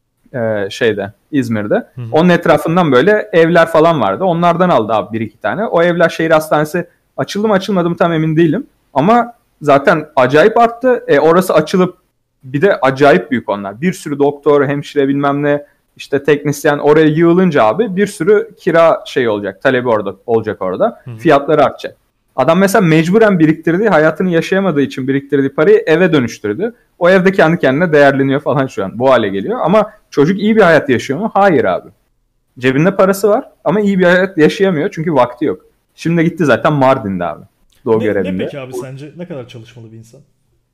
S2: Ee, şeyde, İzmir'de. Hı hı. Onun etrafından böyle evler falan vardı. Onlardan aldı abi bir iki tane. O evler, şehir hastanesi açıldı mı açılmadı mı tam emin değilim. Ama zaten acayip arttı. E, orası açılıp bir de acayip büyük onlar. Bir sürü doktor, hemşire bilmem ne, işte teknisyen oraya yığılınca abi bir sürü kira şey olacak. Talebi orada olacak orada. Hı hı. Fiyatları artacak. Adam mesela mecburen biriktirdiği, hayatını yaşayamadığı için biriktirdiği parayı eve dönüştürdü. O evde kendi kendine değerleniyor falan şu an. Bu hale geliyor. Ama çocuk iyi bir hayat yaşıyor mu? Hayır abi. Cebinde parası var ama iyi bir hayat yaşayamıyor çünkü vakti yok. Şimdi gitti zaten Mardin'de abi. Doğu
S1: ne,
S2: görevinde.
S1: Ne peki abi sence ne kadar çalışmalı bir insan?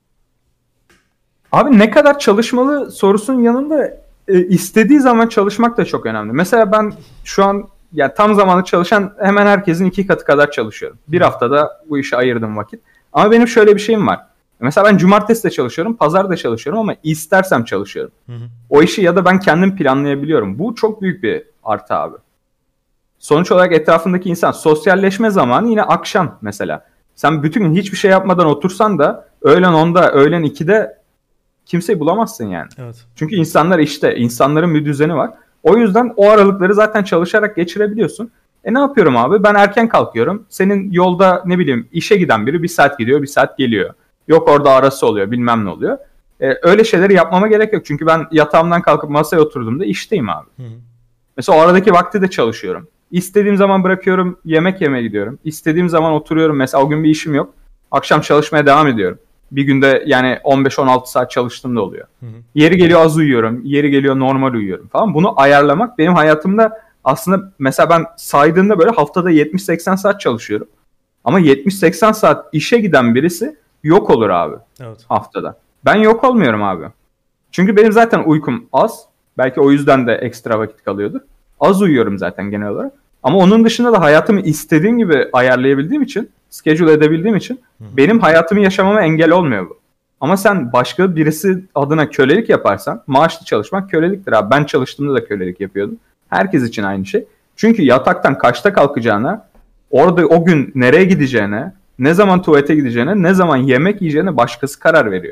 S2: Abi ne kadar çalışmalı sorusunun yanında e, istediği zaman çalışmak da çok önemli. Mesela ben şu an yani tam zamanlı çalışan hemen herkesin iki katı kadar çalışıyorum. Bir haftada bu işe ayırdım vakit. Ama benim şöyle bir şeyim var. Mesela ben cumartesi de çalışıyorum, pazar da çalışıyorum ama istersem çalışıyorum. Hı hı. O işi ya da ben kendim planlayabiliyorum. Bu çok büyük bir artı abi. Sonuç olarak etrafındaki insan, sosyalleşme zamanı yine akşam mesela. Sen bütün gün hiçbir şey yapmadan otursan da öğlen onda, öğlen ikide kimseyi bulamazsın yani. Evet. Çünkü insanlar işte, insanların bir düzeni var. O yüzden o aralıkları zaten çalışarak geçirebiliyorsun. E ne yapıyorum abi? Ben erken kalkıyorum. Senin yolda ne bileyim işe giden biri bir saat gidiyor, bir saat geliyor. Yok orada arası oluyor, bilmem ne oluyor. E, öyle şeyleri yapmama gerek yok. Çünkü ben yatağımdan kalkıp masaya oturduğumda işteyim abi. Hı hı. Mesela o aradaki vakti de çalışıyorum. İstediğim zaman bırakıyorum, yemek yemeye gidiyorum. İstediğim zaman oturuyorum. Mesela o gün bir işim yok. Akşam çalışmaya devam ediyorum. Bir günde yani on beş on altı saat çalıştığım da oluyor. Hı hı. Yeri geliyor az uyuyorum. Yeri geliyor normal uyuyorum falan. Bunu ayarlamak benim hayatımda aslında, mesela ben saydığımda böyle haftada yetmiş seksen saat çalışıyorum. Ama yetmiş seksen saat işe giden birisi yok olur abi. Evet. Haftada. Ben yok olmuyorum abi. Çünkü benim zaten uykum az. Belki o yüzden de ekstra vakit kalıyordur. Az uyuyorum zaten genel olarak. Ama onun dışında da hayatımı istediğim gibi ayarlayabildiğim için, schedule edebildiğim için Hı. benim hayatımı yaşamama engel olmuyor bu. Ama sen başka birisi adına kölelik yaparsan, maaşlı çalışmak köleliktir abi. Ben çalıştığımda da kölelik yapıyordum. Herkes için aynı şey. Çünkü yataktan kaçta kalkacağına, orada o gün nereye gideceğine, ne zaman tuvalete gideceğine, ne zaman yemek yiyeceğine başkası karar veriyor.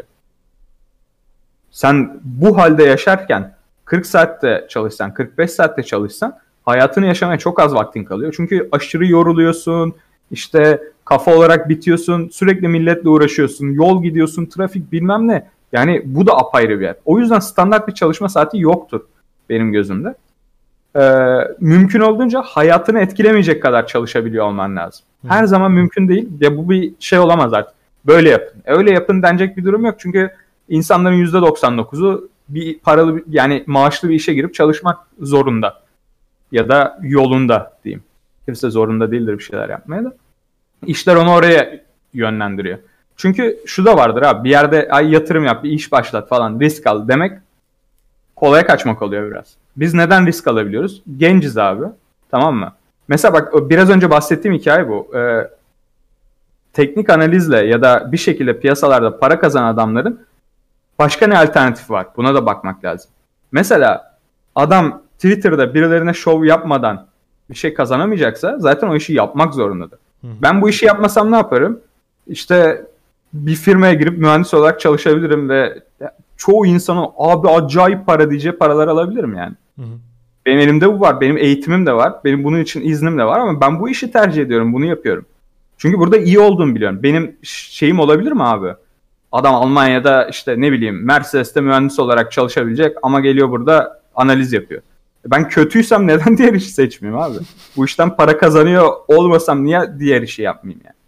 S2: Sen bu halde yaşarken kırk saatte çalışsan, kırk beş saatte çalışsan hayatını yaşamaya çok az vaktin kalıyor. Çünkü aşırı yoruluyorsun, işte kafa olarak bitiyorsun, sürekli milletle uğraşıyorsun, yol gidiyorsun, trafik bilmem ne. Yani bu da apayrı bir yer. O yüzden standart bir çalışma saati yoktur benim gözümde. Ee, mümkün olduğunca hayatını etkilemeyecek kadar çalışabiliyor olman lazım. Her Hı. zaman mümkün değil. Ya bu bir şey olamaz artık. Böyle yapın. Öyle yapın denecek bir durum yok. Çünkü insanların yüzde doksan dokuzu bir paralı, yani maaşlı bir işe girip çalışmak zorunda. Ya da yolunda diyeyim. Kimse zorunda değildir bir şeyler yapmaya da. İşler onu oraya yönlendiriyor. Çünkü şu da vardır abi. Bir yerde ay yatırım yap, bir iş başlat falan, risk al demek kolaya kaçmak oluyor biraz. Biz neden risk alabiliyoruz? Genciz abi. Tamam mı? Mesela bak biraz önce bahsettiğim hikaye bu. Ee, teknik analizle ya da bir şekilde piyasalarda para kazanan adamların başka ne alternatifi var? Buna da bakmak lazım. Mesela adam Twitter'da birilerine şov yapmadan bir şey kazanamayacaksa zaten o işi yapmak zorundadır. Hı. Ben bu işi yapmasam ne yaparım? İşte bir firmaya girip mühendis olarak çalışabilirim ve çoğu insanın abi acayip para diyeceği paralar alabilirim yani. Hı hı. Benim elimde bu var. Benim eğitimim de var. Benim bunun için iznim de var ama ben bu işi tercih ediyorum. Bunu yapıyorum. Çünkü burada iyi olduğumu biliyorum. Benim şeyim olabilir mi abi? Adam Almanya'da işte ne bileyim Mercedes'te mühendis olarak çalışabilecek ama geliyor burada analiz yapıyor. Ben kötüysem neden diğer işi seçmeyeyim abi? Bu işten para kazanıyor olmasam niye diğer işi yapmayayım yani?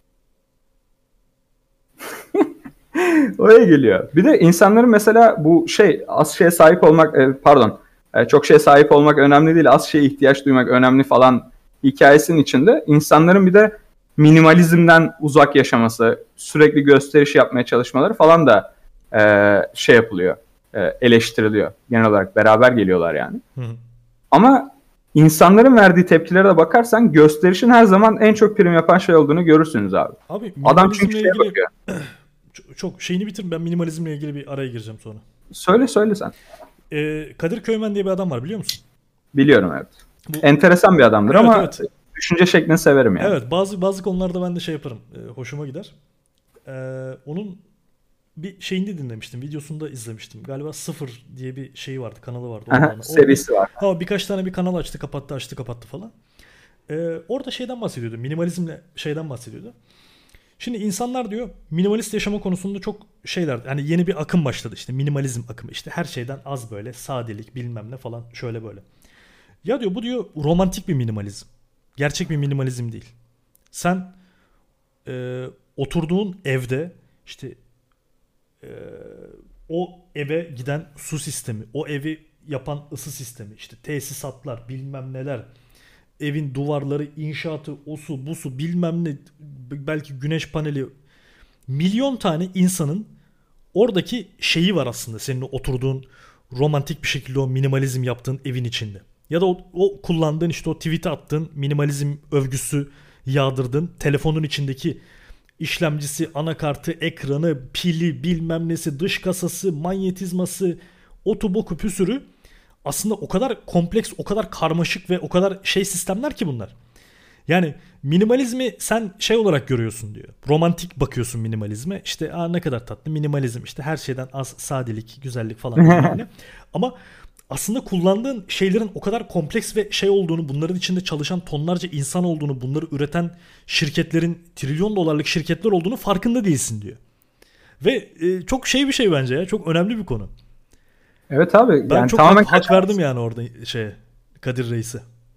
S2: Oraya geliyor. Bir de insanların mesela bu şey az şeye sahip olmak pardon çok şeye sahip olmak önemli değil, az şeye ihtiyaç duymak önemli falan hikayesinin içinde insanların bir de minimalizmden uzak yaşaması, sürekli gösteriş yapmaya çalışmaları falan da e, şey yapılıyor, e, eleştiriliyor. Genel olarak beraber geliyorlar yani. Hı hı. Ama insanların verdiği tepkilere de bakarsan gösterişin her zaman en çok prim yapan şey olduğunu görürsünüz abi. Abi adam çünkü şeye ilgili... bakıyor.
S1: Çok şeyini bitirin, ben minimalizmle ilgili bir araya gireceğim sonra.
S2: Söyle söyle sen.
S1: Ee, Kadir Köymen diye bir adam var, biliyor musun?
S2: Biliyorum evet. Bu... Enteresan bir adamdır evet, ama evet. Düşünce şeklini severim yani.
S1: Evet, bazı bazı konularda ben de şey yaparım. E, hoşuma gider. E, onun bir şeyini dinlemiştim. Videosunu da izlemiştim. Galiba Sıfır diye bir şey vardı. Kanalı vardı.
S2: Aha, serisi var.
S1: Ha, birkaç tane bir kanal açtı kapattı açtı kapattı falan. E, orada şeyden bahsediyordu. Minimalizmle şeyden bahsediyordu. Şimdi insanlar diyor minimalist yaşama konusunda çok şeyler, hani yeni bir akım başladı işte, minimalizm akımı, işte her şeyden az böyle sadelik bilmem ne falan şöyle böyle. Ya diyor bu diyor romantik bir minimalizm. Gerçek bir minimalizm değil. Sen e, oturduğun evde işte e, o eve giden su sistemi, o evi yapan ısı sistemi, işte tesisatlar bilmem neler, evin duvarları, inşaatı, o su, bu su, bilmem ne, belki güneş paneli, milyon tane insanın oradaki şeyi var aslında senin oturduğun romantik bir şekilde o minimalizm yaptığın evin içinde. Ya da o, o kullandığın işte o tweet'e attığın minimalizm övgüsü yağdırdın. Telefonun içindeki işlemcisi, anakartı, ekranı, pili, bilmem nesi, dış kasası, manyetizması, otu boku püsürü aslında o kadar kompleks, o kadar karmaşık ve o kadar şey sistemler ki bunlar. Yani minimalizmi sen şey olarak görüyorsun diyor. Romantik bakıyorsun minimalizme. İşte aa ne kadar tatlı minimalizm. İşte her şeyden az sadelik, güzellik falan. Yani. Ama aslında kullandığın şeylerin o kadar kompleks ve şey olduğunu, bunların içinde çalışan tonlarca insan olduğunu, bunları üreten şirketlerin trilyon dolarlık şirketler olduğunu farkında değilsin diyor. Ve e, çok şey bir şey bence ya. Çok önemli bir konu.
S2: Evet abi.
S1: Ben
S2: yani
S1: çok
S2: tamamen
S1: hak, hak verdim yani orada şeye, Kadir Reis'e.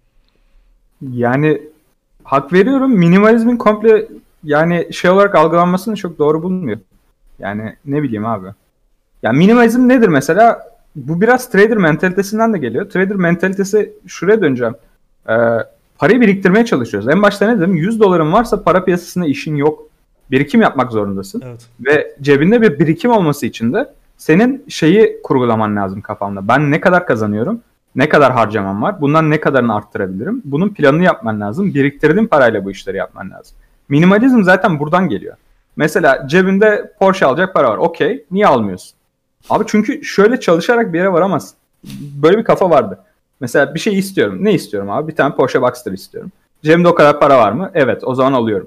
S2: Yani hak veriyorum. Minimalizmin komple yani şey olarak algılanmasını çok doğru bulmuyor. Yani ne bileyim abi. Yani minimalizm nedir mesela? Bu biraz trader mentalitesinden de geliyor. Trader mentalitesi şuraya döneceğim. Ee, parayı biriktirmeye çalışıyoruz. En başta ne dedim? yüz doların varsa para piyasasında işin yok. Birikim yapmak zorundasın.
S1: Evet.
S2: Ve cebinde bir birikim olması için de senin şeyi kurgulaman lazım kafanda. Ben ne kadar kazanıyorum? Ne kadar harcamam var? Bundan ne kadarını arttırabilirim? Bunun planını yapman lazım. Biriktirdiğin parayla bu işleri yapman lazım. Minimalizm zaten buradan geliyor. Mesela cebinde Porsche alacak para var. Okey. Niye almıyorsun? Abi çünkü şöyle çalışarak bir yere varamazsın. Böyle bir kafa vardı. Mesela bir şey istiyorum. Ne istiyorum abi? Bir tane Porsche Boxster istiyorum. Cebimde o kadar para var mı? Evet. O zaman alıyorum.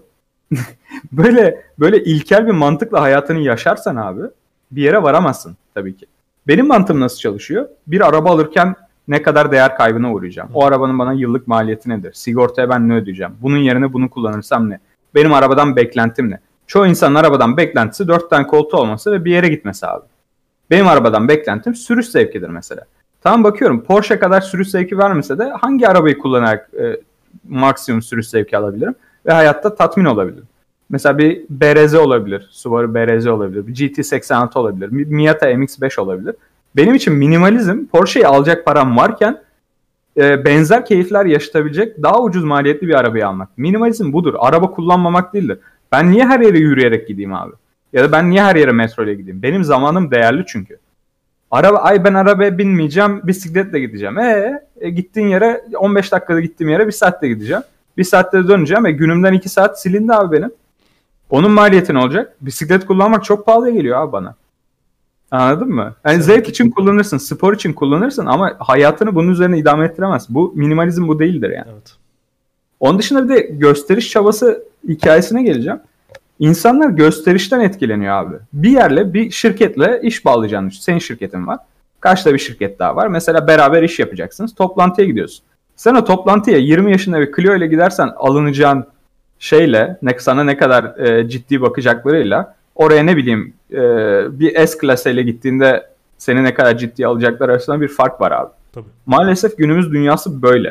S2: böyle böyle ilkel bir mantıkla hayatını yaşarsan abi bir yere varamazsın tabii ki. Benim mantığım nasıl çalışıyor? Bir araba alırken ne kadar değer kaybına uğrayacağım? O arabanın bana yıllık maliyeti nedir? Sigortaya ben ne ödeyeceğim? Bunun yerine bunu kullanırsam ne? Benim arabadan beklentim ne? Çoğu insanın arabadan beklentisi dört tane koltuğu olması ve bir yere gitmesi abi. Benim arabadan beklentim sürüş zevkidir mesela. Tamam bakıyorum Porsche kadar sürüş zevki vermese de hangi arabayı kullanarak e, maksimum sürüş zevki alabilirim ve hayatta tatmin olabilirim. Mesela bir B R Z olabilir, Subaru B R Z olabilir, bir G T seksen altı olabilir, bir Miata M X beş olabilir. Benim için minimalizm Porsche'yi alacak param varken e, benzer keyifler yaşatabilecek daha ucuz maliyetli bir arabayı almak. Minimalizm budur. Araba kullanmamak değildir. Ben niye her yere yürüyerek gideyim abi? Ya da ben niye her yere metro ile gideyim? Benim zamanım değerli çünkü. Araba, ay ben arabaya binmeyeceğim, bisikletle gideceğim. Ee, e, gittiğin yere on beş dakikada gittiğim yere bir saatte gideceğim. Bir saatte de döneceğim ve günümden iki saat silindi abi benim. Onun maliyeti ne olacak? Bisiklet kullanmak çok pahalıya geliyor abi bana. Anladın mı? Yani zevk için kullanırsın, spor için kullanırsın ama hayatını bunun üzerine idame ettiremez. Bu minimalizm bu değildir yani.
S1: Evet.
S2: Onun dışında bir de gösteriş çabası hikayesine geleceğim. İnsanlar gösterişten etkileniyor abi. Bir yerle, bir şirketle iş bağlayacağını düşün. Senin şirketin var. Karşıda bir şirket daha var. Mesela beraber iş yapacaksınız. Toplantıya gidiyorsun. Sen o toplantıya yirmi yaşında bir Clio ile gidersen alınacağın şeyle, ne, sana ne kadar e, ciddi bakacaklarıyla oraya ne bileyim e, bir S-Class ile gittiğinde seni ne kadar ciddiye alacaklar arasında bir fark var abi.
S1: Tabii. Maalesef
S2: günümüz dünyası böyle.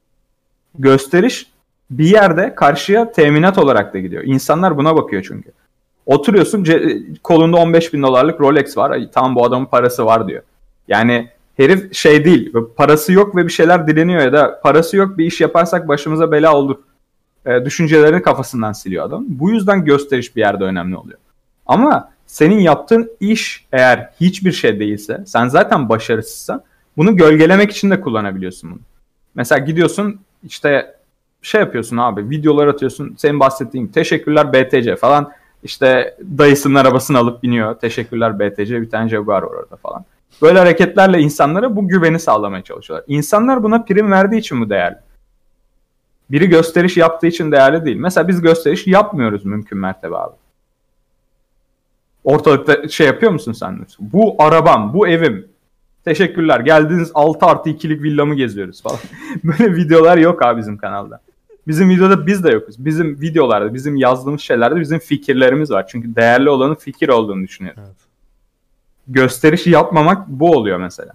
S2: Gösteriş bir yerde karşıya teminat olarak da gidiyor. İnsanlar buna bakıyor çünkü. Oturuyorsun ce- kolunda on beş bin dolarlık Rolex var. Ay, tamam bu adamın parası var diyor. Yani herif şey değil. Parası yok ve bir şeyler dileniyor ya da parası yok bir iş yaparsak başımıza bela olur. E, düşüncelerini kafasından siliyor adam. Bu yüzden gösteriş bir yerde önemli oluyor. Ama senin yaptığın iş eğer hiçbir şey değilse, sen zaten başarısızsan bunu gölgelemek için de kullanabiliyorsun bunu. Mesela gidiyorsun işte şey yapıyorsun abi, videolar atıyorsun. Senin bahsettiğin teşekkürler B T C falan. İşte dayısının arabasını alıp biniyor. Teşekkürler B T C, bir tane Jaguar var orada falan. Böyle hareketlerle insanlara bu güveni sağlamaya çalışıyorlar. İnsanlar buna prim verdiği için bu değerli. Biri gösteriş yaptığı için değerli değil. Mesela biz gösteriş yapmıyoruz mümkün mertebe abi. Ortalıkta şey yapıyor musun sen? Bu arabam, bu evim. Teşekkürler. Geldiğiniz altı artı ikilik villamı geziyoruz falan. Böyle videolar yok abi bizim kanalda. Bizim videoda biz de yokuz. Bizim videolarda, bizim yazdığımız şeylerde bizim fikirlerimiz var. Çünkü değerli olanın fikir olduğunu düşünüyorum. Evet. Gösterişi yapmamak bu oluyor mesela.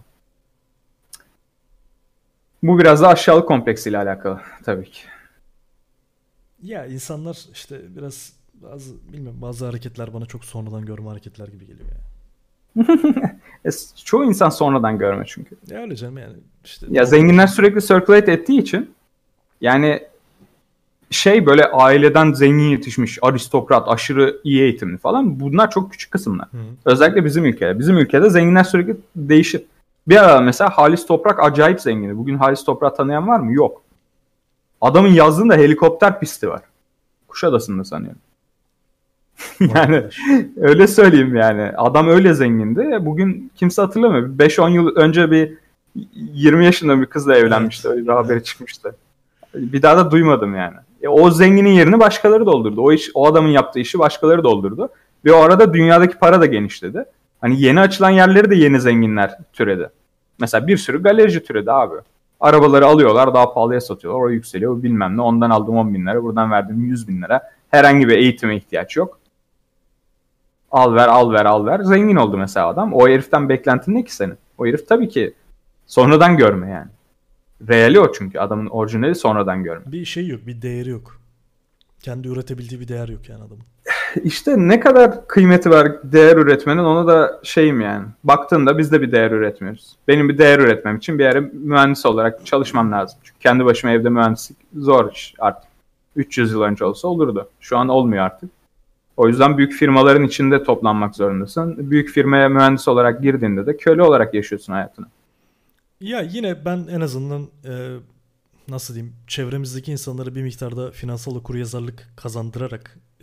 S2: Bu biraz da aşağılık kompleksiyle alakalı tabii ki.
S1: Ya insanlar işte biraz bazı bilmiyorum bazı hareketler bana çok sonradan görme hareketler gibi geliyor yani.
S2: e, çoğu insan sonradan görme çünkü.
S1: Ya öyle canım yani. İşte
S2: ya zenginler sürekli circulate ettiği için yani şey böyle aileden zengin yetişmiş, aristokrat, aşırı iyi eğitimli falan bunlar çok küçük kısımlar. Hı. Özellikle bizim ülkede. Bizim ülkede zenginler sürekli değişir. Bir ara mesela Halis Toprak acayip zengindi. Bugün Halis Toprak tanıyan var mı? Yok. Adamın yazdığında helikopter pisti var. Kuşadası'nda sanıyorum. Yani öyle söyleyeyim yani. Adam öyle zengindi. Bugün kimse hatırlamıyor. beş on yıl önce bir yirmi yaşında bir kızla evlenmişti. Öyle bir evet. haberi çıkmıştı. Bir daha da duymadım yani. E, o zenginin yerini başkaları doldurdu. O iş, o adamın yaptığı işi başkaları doldurdu. Ve o arada dünyadaki para da genişledi. Hani yeni açılan yerleri de yeni zenginler türedi. Mesela bir sürü galerici türedi abi. Arabaları alıyorlar, daha pahalıya satıyorlar. O yükseliyor, bilmem ne. Ondan aldım on bin lira, buradan verdim yüz bin lira. Herhangi bir eğitime ihtiyaç yok. Al ver, al ver, al ver. Zengin oldu mesela adam. O heriften beklentin ne ki senin? O herif tabii ki sonradan görme yani. Reali o çünkü. Adamın orijinali sonradan görme.
S1: Bir şey yok, bir değeri yok. Kendi üretebildiği bir değer yok yani adamın.
S2: İşte ne kadar kıymeti var değer üretmenin, onu da şeyim yani. Baktığında biz de bir değer üretmiyoruz. Benim bir değer üretmem için bir yere mühendis olarak çalışmam lazım. Çünkü kendi başıma evde mühendislik zor iş artık. üç yüz yıl önce olsa olurdu. Şu an olmuyor artık. O yüzden büyük firmaların içinde toplanmak zorundasın. Büyük firmaya mühendis olarak girdiğinde de köle olarak yaşıyorsun hayatını.
S1: Ya yine ben en azından e, nasıl diyeyim, çevremizdeki insanlara bir miktarda finansal okuryazarlık kazandırarak e,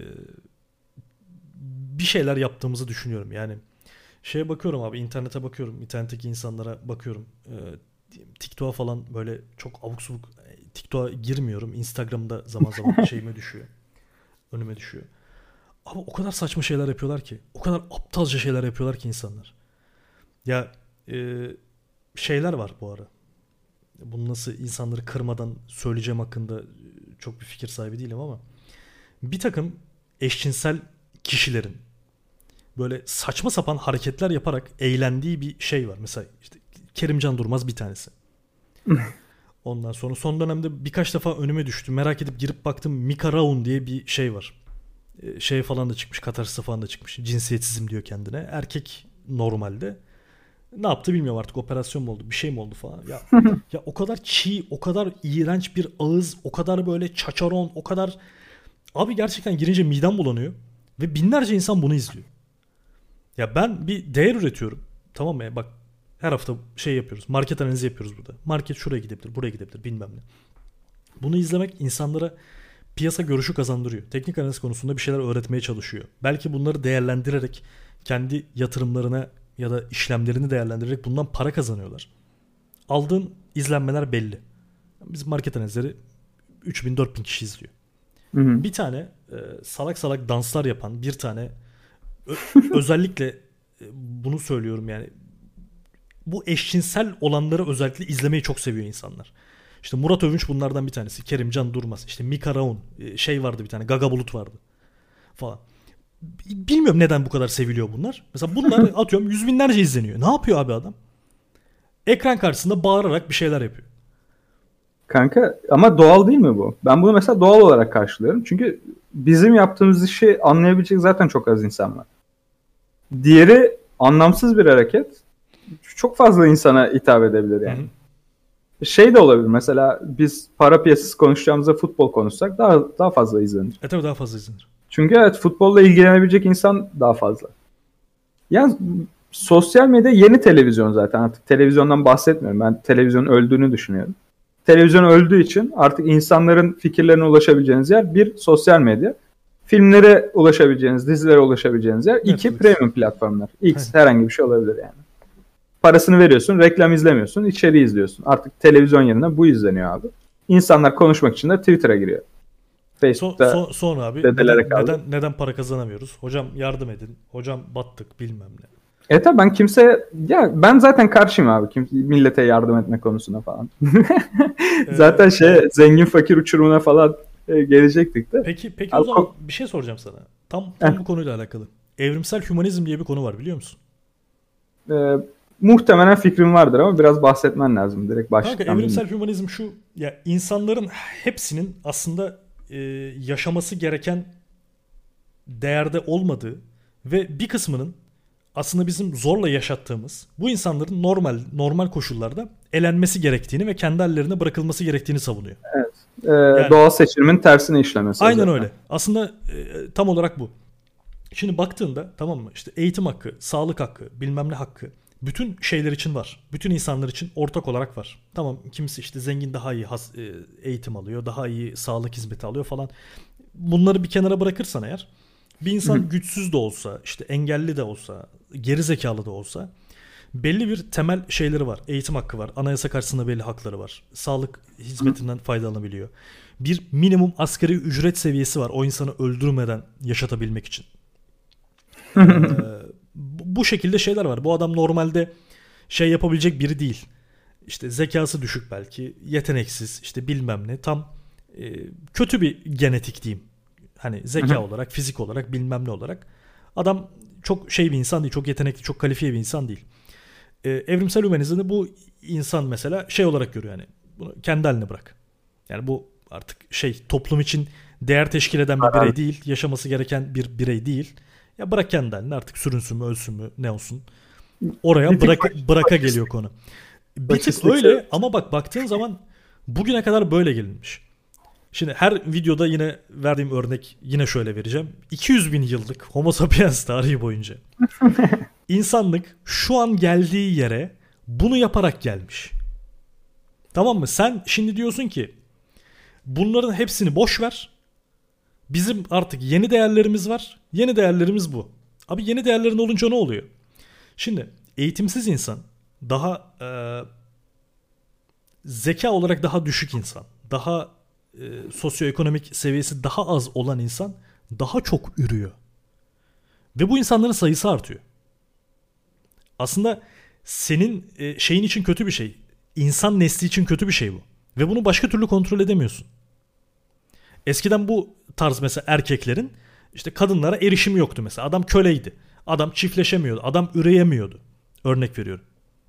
S1: bir şeyler yaptığımızı düşünüyorum. Yani şeye bakıyorum abi, internete bakıyorum, internetteki insanlara bakıyorum. E, TikTok'a falan böyle çok abuk subuk, TikTok'a girmiyorum. Instagram'da zaman zaman şeyime düşüyor. Önüme düşüyor. Abi o kadar saçma şeyler yapıyorlar ki. O kadar aptalca şeyler yapıyorlar ki insanlar. Ya e, şeyler var bu ara. Bunu nasıl insanları kırmadan söyleyeceğim hakkında çok bir fikir sahibi değilim ama bir takım eşcinsel kişilerin böyle saçma sapan hareketler yaparak eğlendiği bir şey var. Mesela işte Kerimcan Durmaz bir tanesi. Ondan sonra son dönemde birkaç defa önüme düştü. Merak edip girip baktım. Mika Raun diye bir şey var. Şey falan da çıkmış. Katarsis'e falan da çıkmış. Cinsiyetsizim diyor kendine. Erkek normalde. Ne yaptı bilmiyorum artık. Operasyon mu oldu? Bir şey mi oldu falan. Ya, ya o kadar çiğ, o kadar iğrenç bir ağız, o kadar böyle çaçaron, o kadar... Abi gerçekten girince midem bulanıyor. Ve binlerce insan bunu izliyor. Ya ben bir değer üretiyorum. Tamam mı? Bak her hafta şey yapıyoruz. Market analizi yapıyoruz burada. Market şuraya gidebilir, buraya gidebilir, bilmem ne. Bunu izlemek insanlara piyasa görüşü kazandırıyor. Teknik analiz konusunda bir şeyler öğretmeye çalışıyor. Belki bunları değerlendirerek kendi yatırımlarına ya da işlemlerini değerlendirerek bundan para kazanıyorlar. Aldığın izlenmeler belli. Biz market analizleri üç bin dört bin kişi izliyor. Hı hı. Bir tane e, salak salak danslar yapan bir tane ö- özellikle e, bunu söylüyorum yani, bu eşcinsel olanları özellikle izlemeyi çok seviyor insanlar. İşte Murat Övünç bunlardan bir tanesi. Kerimcan Durmaz. İşte Mika Raun. Şey vardı bir tane. Gaga Bulut vardı. Falan. Bilmiyorum neden bu kadar seviliyor bunlar. Mesela bunlar atıyorum yüz binlerce izleniyor. Ne yapıyor abi adam? Ekran karşısında bağırarak bir şeyler yapıyor.
S2: Kanka ama doğal değil mi bu? Ben bunu mesela doğal olarak karşılıyorum. Çünkü bizim yaptığımız işi anlayabilecek zaten çok az insan var. Diğeri anlamsız bir hareket. Çok fazla insana hitap edebilir yani. Hı-hı. Şey de olabilir mesela, biz para piyasası konuşacağımızda futbol konuşsak daha daha fazla izlenir.
S1: E tabii daha fazla izlenir.
S2: Çünkü evet, futbolla ilgilenebilecek insan daha fazla. Yani sosyal medya yeni televizyon zaten, artık televizyondan bahsetmiyorum. Ben televizyonun öldüğünü düşünüyorum. Televizyon öldüğü için artık insanların fikirlerine ulaşabileceğiniz yer bir, sosyal medya. Filmlere ulaşabileceğiniz, dizilere ulaşabileceğiniz yer. Netflix. İki, premium platformlar. X, evet. Herhangi bir şey olabilir yani. Parasını veriyorsun, reklam izlemiyorsun, içeriği izliyorsun. Artık televizyon yerine bu izleniyor abi. İnsanlar konuşmak için de Twitter'a giriyor.
S1: Facebook'ta so, so, sonra abi neden, neden, neden para kazanamıyoruz? Hocam yardım edin. Hocam battık bilmem ne.
S2: E tabi ben kimse, ya ben zaten karşıyım abi kim, millete yardım etme konusuna falan. Zaten şey evet. Zengin fakir uçurumuna falan e, gelecektik de.
S1: Peki peki abi, o zaman bir şey soracağım sana. Tam, tam bu konuyla alakalı. Evrimsel hümanizm diye bir konu var, biliyor musun?
S2: Eee Muhtemelen fikrim vardır ama biraz bahsetmen lazım direkt başlıktan.
S1: Kanka evrimsel hümanizm şu, ya insanların hepsinin aslında e, yaşaması gereken değerde olmadığı ve bir kısmının aslında bizim zorla yaşattığımız, bu insanların normal normal koşullarda elenmesi gerektiğini ve kendi hallerine bırakılması gerektiğini savunuyor.
S2: Evet. Ee, yani, doğal seçilimin tersine işlemesi.
S1: Aynen öyle. Aslında e, tam olarak bu. Şimdi baktığında tamam mı? İşte eğitim hakkı, sağlık hakkı, bilmem ne hakkı, bütün şeyler için var. Bütün insanlar için ortak olarak var. Tamam, kimisi işte zengin daha iyi has, eğitim alıyor, daha iyi sağlık hizmeti alıyor falan. Bunları bir kenara bırakırsan eğer, bir insan Hı. güçsüz de olsa, işte engelli de olsa, geri zekalı da olsa belli bir temel şeyleri var. Eğitim hakkı var. Anayasa karşısında belli hakları var. Sağlık hizmetinden Hı. faydalanabiliyor. Bir minimum asgari ücret seviyesi var. O insanı öldürmeden yaşatabilmek için. ee, bu şekilde şeyler var. Bu adam normalde şey yapabilecek biri değil. İşte zekası düşük belki, yeteneksiz, işte bilmem ne. Tam e, kötü bir genetik diyeyim. Hani zeka Hı-hı. olarak, fizik olarak, bilmem ne olarak. Adam çok şey bir insan değil, çok yetenekli, çok kalifiye bir insan değil. Ee, evrimsel hümanizmde bu insan mesela şey olarak görüyor yani. Bunu kendi haline bırak. Yani bu artık şey, toplum için değer teşkil eden bir birey değil, yaşaması gereken bir birey değil. Ya bırak kendi haline, artık sürünsün mü, ölsün mü, ne olsun. Oraya bırak, bıraka geliyor konu. Bir tık öyle ama bak baktığın zaman bugüne kadar böyle gelinmiş. Şimdi her videoda yine verdiğim örnek yine şöyle vereceğim. iki yüz bin yıllık Homo sapiens tarihi boyunca İnsanlık şu an geldiği yere bunu yaparak gelmiş. Tamam mı? Sen şimdi diyorsun ki bunların hepsini boş ver. Bizim artık yeni değerlerimiz var. Yeni değerlerimiz bu. Abi yeni değerlerin olunca ne oluyor? Şimdi eğitimsiz insan, daha e, zeka olarak daha düşük insan, daha e, sosyoekonomik seviyesi daha az olan insan daha çok ürüyor. Ve bu insanların sayısı artıyor. Aslında senin e, şeyin için kötü bir şey. İnsan nesli için kötü bir şey bu. Ve bunu başka türlü kontrol edemiyorsun. Eskiden bu tarz mesela erkeklerin işte kadınlara erişimi yoktu mesela. Adam köleydi. Adam çiftleşemiyordu. Adam üreyemiyordu. Örnek veriyorum.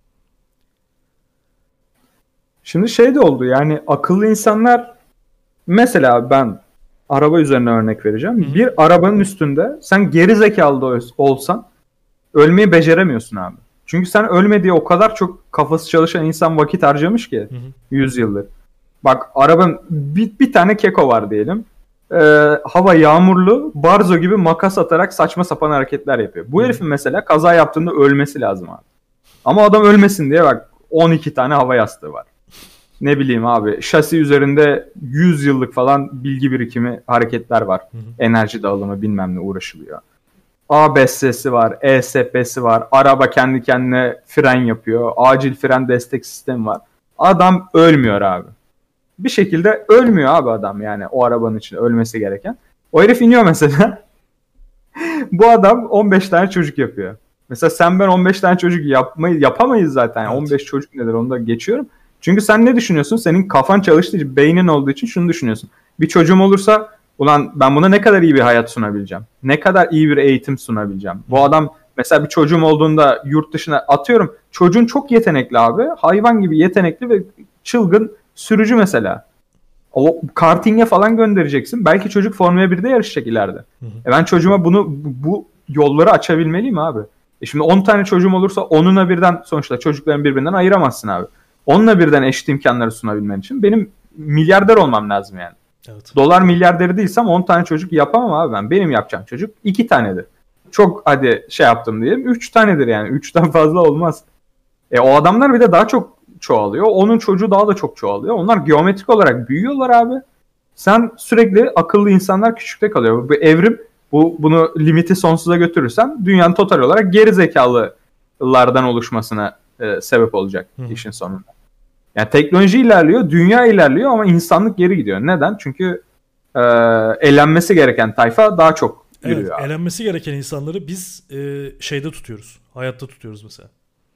S2: Şimdi şey de oldu yani, akıllı insanlar, mesela ben araba üzerine örnek vereceğim. Hı-hı. Bir arabanın üstünde sen geri zekalı da olsan ölmeyi beceremiyorsun abi. Çünkü sen ölme diye o kadar çok kafası çalışan insan vakit harcamış ki yüz yıldır. Bak arabanın bir, bir tane keko var diyelim. Ee, hava yağmurlu, barzo gibi makas atarak saçma sapan hareketler yapıyor. Bu Hı-hı. herifin mesela kaza yaptığında ölmesi lazım abi. Ama adam ölmesin diye bak on iki tane hava yastığı var. Ne bileyim abi, şasi üzerinde yüz yıllık falan bilgi birikimi hareketler var. Hı hı. Enerji dağılımı bilmem ne uğraşılıyor. A B S'si var, E S P'si var, araba kendi kendine fren yapıyor, acil fren destek sistemi var. Adam ölmüyor abi. Bir şekilde ölmüyor abi adam, yani o arabanın içinde ölmesi gereken. O herif iniyor mesela. Bu adam on beş tane çocuk yapıyor. Mesela sen ben on beş tane çocuk yapmayı yapamayız zaten. Evet. on beş çocuk nedir, onu da geçiyorum. Çünkü sen ne düşünüyorsun? Senin kafan çalıştığı için, beynin olduğu için şunu düşünüyorsun. Bir çocuğum olursa ulan ben buna ne kadar iyi bir hayat sunabileceğim? Ne kadar iyi bir eğitim sunabileceğim? Bu adam mesela bir çocuğum olduğunda yurt dışına atıyorum. Çocuğun çok yetenekli abi. Hayvan gibi yetenekli ve çılgın sürücü mesela. O karting'e falan göndereceksin. Belki çocuk Formula birde yarışacak ileride. Hı hı. E ben çocuğuma bunu bu yolları açabilmeliyim abi. E şimdi on tane çocuğum olursa onuna birden, sonuçta çocukların birbirinden ayıramazsın abi. Onunla birden eşit imkanları sunabilmen için benim milyarder olmam lazım yani. Evet. Dolar milyarderi değilsem on tane çocuk yapamam abi ben. Benim yapacağım çocuk iki tanedir. Çok hadi şey yaptım diyelim, üç tanedir yani. Üçten fazla olmaz. E o adamlar bir de daha çok çoğalıyor. Onun çocuğu daha da çok çoğalıyor. Onlar geometrik olarak büyüyorlar abi. Sen sürekli akıllı insanlar küçükte kalıyor. Bu evrim, bu bunu limiti sonsuza götürürsen dünyanın total olarak geri zekalılardan oluşmasına e, sebep olacak Hı. işin sonunda. Yani teknoloji ilerliyor, dünya ilerliyor ama insanlık geri gidiyor. Neden? Çünkü e, elenmesi gereken tayfa daha çok yürüyor.
S1: Evet, elenmesi gereken insanları biz e, şeyde tutuyoruz. Hayatta tutuyoruz mesela.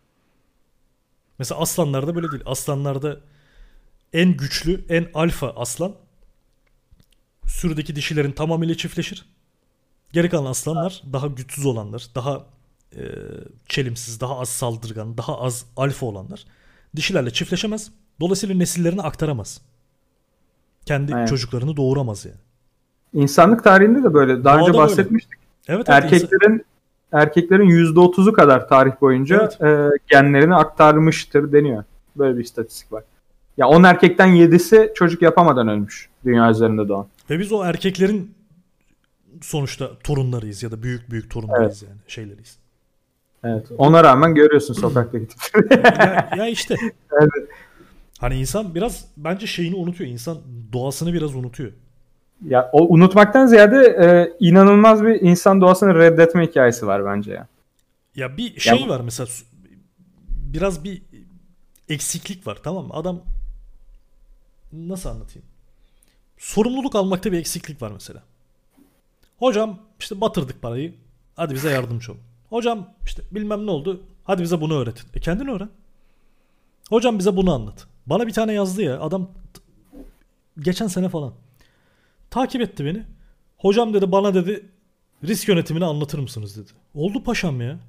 S1: Mesela aslanlarda böyle değil. Aslanlarda en güçlü, en alfa aslan sürüdeki dişilerin tamamıyla çiftleşir. Geri kalan aslanlar daha güçsüz olanlar, daha e, çelimsiz, daha az saldırgan, daha az alfa olanlar dişilerle çiftleşemez. Dolayısıyla nesillerini aktaramaz. Kendi evet. çocuklarını doğuramaz yani.
S2: İnsanlık tarihinde de böyle. Daha önce bahsetmiştik. Evet, evet, erkeklerin insan... erkeklerin yüzde otuzu kadar tarih boyunca evet. e, genlerini aktarmıştır deniyor. Böyle bir istatistik var. Ya on erkekten yedisi çocuk yapamadan ölmüş dünya üzerinde doğan.
S1: Ve biz o erkeklerin sonuçta torunlarıyız ya da büyük büyük torunlarıyız evet. yani şeyleriyiz.
S2: Evet. Ona rağmen görüyorsun sokaktaki tipleri.
S1: ya, ya işte.
S2: Evet.
S1: Hani insan biraz bence şeyini unutuyor. İnsan doğasını biraz unutuyor.
S2: Ya o unutmaktan ziyade e, inanılmaz bir insan doğasını reddetme hikayesi var bence ya.
S1: Ya bir şey
S2: Ya,
S1: var mesela, biraz bir eksiklik var, tamam mı? Adam, nasıl anlatayım? Sorumluluk almakta bir eksiklik var mesela. Hocam işte batırdık parayı. Hadi bize yardımcı olun. Hocam işte bilmem ne oldu. Hadi bize bunu öğretin. E kendin öğren. Hocam bize bunu anlat. Bana bir tane yazdı ya adam, geçen sene falan. Takip etti beni. Hocam dedi, bana dedi risk yönetimini anlatır mısınız dedi. Oldu paşam ya.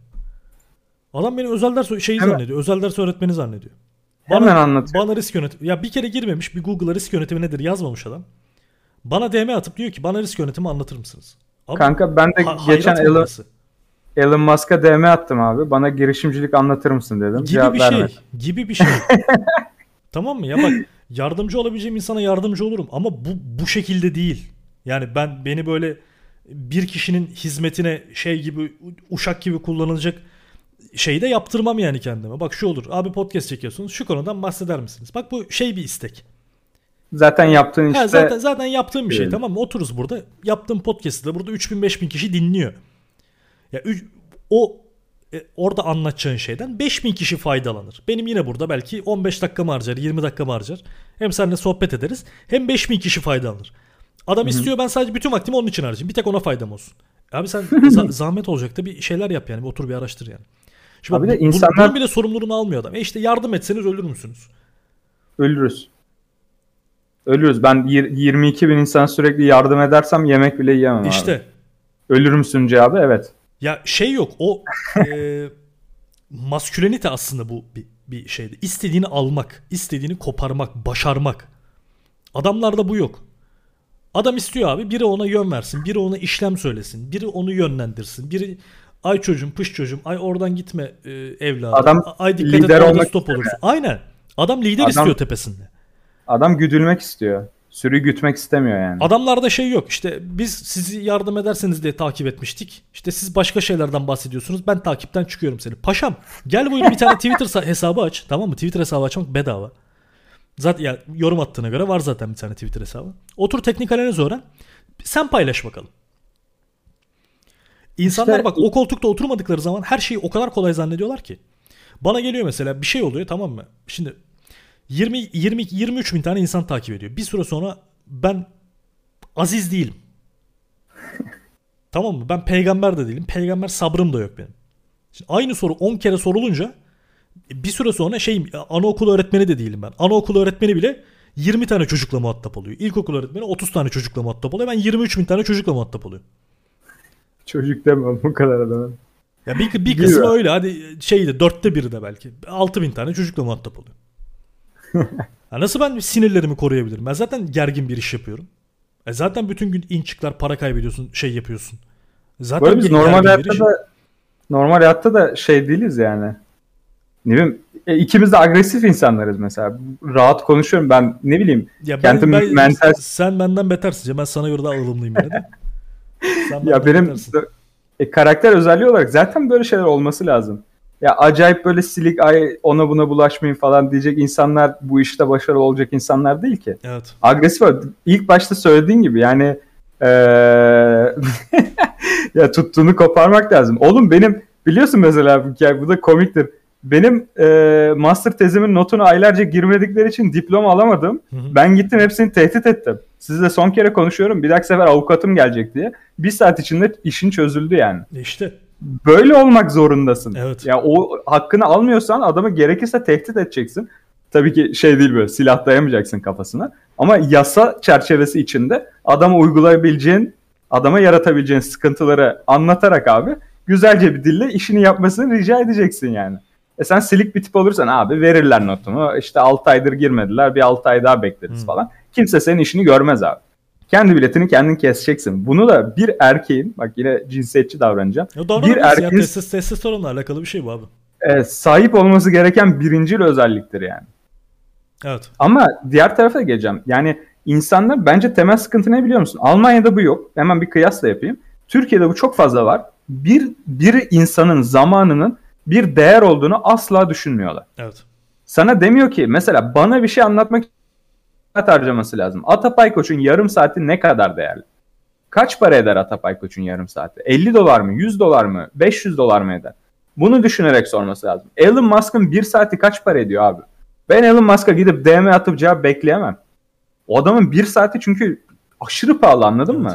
S1: Adam beni özel ders şeyi
S2: hemen,
S1: zannediyor. Özel ders öğretmeni zannediyor.
S2: hemen
S1: Bana,
S2: anlatıyor.
S1: bana risk yönetimi. Ya bir kere girmemiş, bir Google'a risk yönetimi nedir yazmamış adam. Bana D M atıp diyor ki bana risk yönetimi anlatır mısınız? Abi,
S2: Kanka ben de
S1: ha-
S2: geçen
S1: hayrat
S2: Elon,
S1: noktası
S2: Elon Musk'a D M attım abi. Bana girişimcilik anlatır mısın dedim.
S1: gibi
S2: Cevap
S1: bir
S2: vermedi.
S1: şey. Gibi bir şey. Tamam mı? Ya bak, yardımcı olabileceğim insana yardımcı olurum ama bu bu şekilde değil. Yani ben beni böyle bir kişinin hizmetine şey gibi, uşak gibi kullanılacak şeyi de yaptırmam yani kendime. Bak şu olur. Abi podcast çekiyorsunuz. Şu konudan bahseder misiniz? Bak bu şey bir istek.
S2: Zaten yaptığın işte...
S1: Ha, zaten zaten yaptığım bir şey,
S2: Evet.
S1: tamam mı? Otururuz burada. Yaptığım podcast'ı da burada üç bin beş bin kişi dinliyor. Ya üç- o e, orada anlatacağın şeyden beş bin kişi faydalanır. Benim yine burada belki on beş dakikamı harcar, yirmi dakikamı harcar. Hem seninle sohbet ederiz, hem beş bin kişi faydalanır. Adam
S2: Hı-hı.
S1: istiyor ben sadece bütün vaktimi onun için harcayayım. Bir tek ona faydam olsun. Abi sen za- zahmet olacak da bir şeyler yap yani. Bir otur bir araştır yani. Şimdi
S2: Abi
S1: bu,
S2: de
S1: bunun-
S2: insanlar-
S1: bunun bile sorumluluğunu almıyor adam. E işte yardım etseniz ölür müsünüz?
S2: Ölürüz. Ölürüz. Ben yir- yirmi iki bin insan sürekli yardım edersem yemek bile yiyemem
S1: İşte.
S2: abi. Ölür müsün cevabı evet.
S1: Ya şey yok, o e, maskülenite aslında bu bir, bir şeydi. İstediğini almak, istediğini koparmak, başarmak. Adamlarda bu yok. Adam istiyor abi, biri ona yön versin, biri ona işlem söylesin, biri onu yönlendirsin, biri ay çocuğum, pış çocuğum, ay oradan gitme e, evladım,
S2: Adam
S1: ay dikkat et
S2: lider
S1: orada
S2: olmak
S1: stop
S2: istiyor
S1: olursun. Aynen. Adam lider
S2: Adam-
S1: istiyor tepesinde.
S2: Adam güdülmek istiyor. Sürü gütmek istemiyor yani.
S1: Adamlarda şey yok, işte biz sizi yardım ederseniz diye takip etmiştik. İşte siz başka şeylerden bahsediyorsunuz, ben takipten çıkıyorum seni. Paşam gel buyur bir tane Twitter hesabı aç, tamam mı? Twitter hesabı açmak bedava. Zaten ya, yorum attığına göre var zaten bir tane Twitter hesabı. Otur teknik analiz öğren. Sen paylaş bakalım. İnsanlar
S2: İşte-
S1: bak o koltukta oturmadıkları zaman her şeyi o kadar kolay zannediyorlar ki. Bana geliyor mesela bir şey oluyor, tamam mı? Şimdi yirmi yirmi yirmi üç bin tane insan takip ediyor. Bir süre sonra ben aziz değilim. Tamam mı? Ben peygamber de değilim. Peygamber sabrım da yok benim. Şimdi aynı soru on kere sorulunca bir süre sonra şey, anaokulu öğretmeni de değilim ben. Anaokulu öğretmeni bile yirmi tane çocukla muhatap oluyor. İlkokul öğretmeni otuz tane çocukla muhatap oluyor. Ben yirmi üç bin tane çocukla muhatap oluyorum.
S2: Çocuk demem bu kadar adamın.
S1: Ya bir, bir kısmı öyle. Hadi şeyde dörtte biri de belki. altı bin tane çocukla muhatap oluyor. Ya nasıl ben sinirlerimi koruyabilirim? Ben zaten gergin bir iş yapıyorum. E zaten bütün gün in çıklar, para kaybediyorsun, şey yapıyorsun. Zaten
S2: Böyle biz
S1: gergin
S2: normal
S1: bir
S2: hayatta
S1: iş.
S2: da normal hayatta da şey değiliz yani. Ne bileyim, e, ikimiz de agresif insanlarız mesela. Rahat konuşuyorum ben, ne bileyim.
S1: Ya ben,
S2: kendim
S1: ben-
S2: mental
S1: sen benden betersin. Ben sana göre daha ılımlıyım yine de. Sen
S2: ya
S1: benden
S2: benim
S1: betersin.
S2: e, karakter özelliği olarak zaten böyle şeyler olması lazım. Ya acayip böyle silik, ay ona buna bulaşmayın falan diyecek insanlar bu işte başarılı olacak insanlar değil ki.
S1: Evet.
S2: Agresif. İlk başta söylediğin gibi yani ee, ya tuttuğunu koparmak lazım. Oğlum benim biliyorsun mesela bu hikaye, bu da komiktir. Benim e, master tezimin notunu aylarca girmedikleri için diploma alamadım.
S1: Hı hı.
S2: Ben gittim hepsini tehdit ettim. Sizle son kere konuşuyorum. Bir dahaki sefer avukatım gelecek diye. Bir saat içinde işin çözüldü yani.
S1: İşte.
S2: Böyle olmak zorundasın.
S1: Evet.
S2: Ya o hakkını almıyorsan adamı gerekirse tehdit edeceksin. Tabii ki şey değil, böyle silah dayamayacaksın kafasına. Ama yasa çerçevesi içinde adama uygulayabileceğin, adama yaratabileceğin sıkıntıları anlatarak abi güzelce bir dille işini yapmasını rica edeceksin yani. E sen silik bir tip olursan abi verirler notumu. İşte altı aydır girmediler, bir altı ay daha bekleriz
S1: Hmm.
S2: falan. Kimse senin işini görmez abi. Kendi biletini kendin keseceksin. Bunu da bir erkeğin, bak yine cinsiyetçi davranacağım.
S1: Ya
S2: Bir
S1: davranabilirsin ya.
S2: erkeğin
S1: Testis, testosteronla alakalı bir şey bu abi.
S2: e, sahip olması gereken birincil özelliktir yani.
S1: Evet.
S2: Ama diğer tarafa geleceğim. Yani insanlar bence temel sıkıntı ne biliyor musun? Almanya'da bu yok. Hemen bir kıyasla yapayım. Türkiye'de bu çok fazla var. Bir, bir insanın zamanının bir değer olduğunu asla düşünmüyorlar.
S1: Evet.
S2: Sana demiyor ki mesela bana bir şey anlatmak için saat harcaması lazım. Atapay Koç'un yarım saati ne kadar değerli? Kaç para eder Atapay Koç'un yarım saati? elli dolar mı? yüz dolar mı? beş yüz dolar mı eder? Bunu düşünerek sorması lazım. Elon Musk'ın bir saati kaç para ediyor abi? Ben Elon Musk'a gidip D M atıp cevap bekleyemem. O adamın bir saati çünkü aşırı pahalı, anladın evet. mı?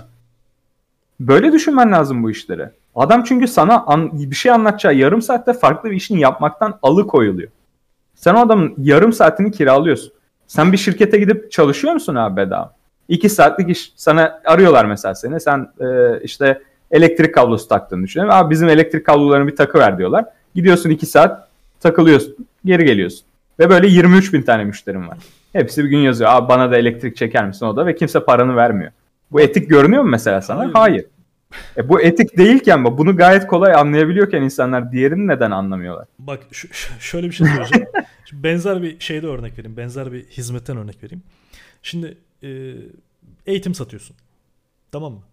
S2: Böyle düşünmen lazım bu işleri. Adam çünkü sana an, bir şey anlatacağı yarım saatte farklı bir işini yapmaktan alıkoyuluyor. Sen o adamın yarım saatini kiralıyorsun. Sen bir şirkete gidip çalışıyor musun abi bedava? İki saatlik iş, sana arıyorlar mesela seni. Sen e, işte elektrik kablosu taktığını düşünüyorum. Abi bizim elektrik kablolarını bir takıver diyorlar. Gidiyorsun iki saat takılıyorsun. Geri geliyorsun. Ve böyle yirmi üç bin tane müşterim var. Hepsi bir gün yazıyor. Abi bana da elektrik çeker misin o da, ve kimse paranı vermiyor. Bu etik görünüyor mu mesela sana? Hayır. Hayır. E bu etik değilken, bunu gayet kolay anlayabiliyorken insanlar diğerini neden anlamıyorlar?
S1: Bak şu, şöyle bir şey söyleyeceğim. Benzer bir şeyde örnek vereyim. Benzer bir hizmetten örnek vereyim. Şimdi e, eğitim satıyorsun. Tamam mı?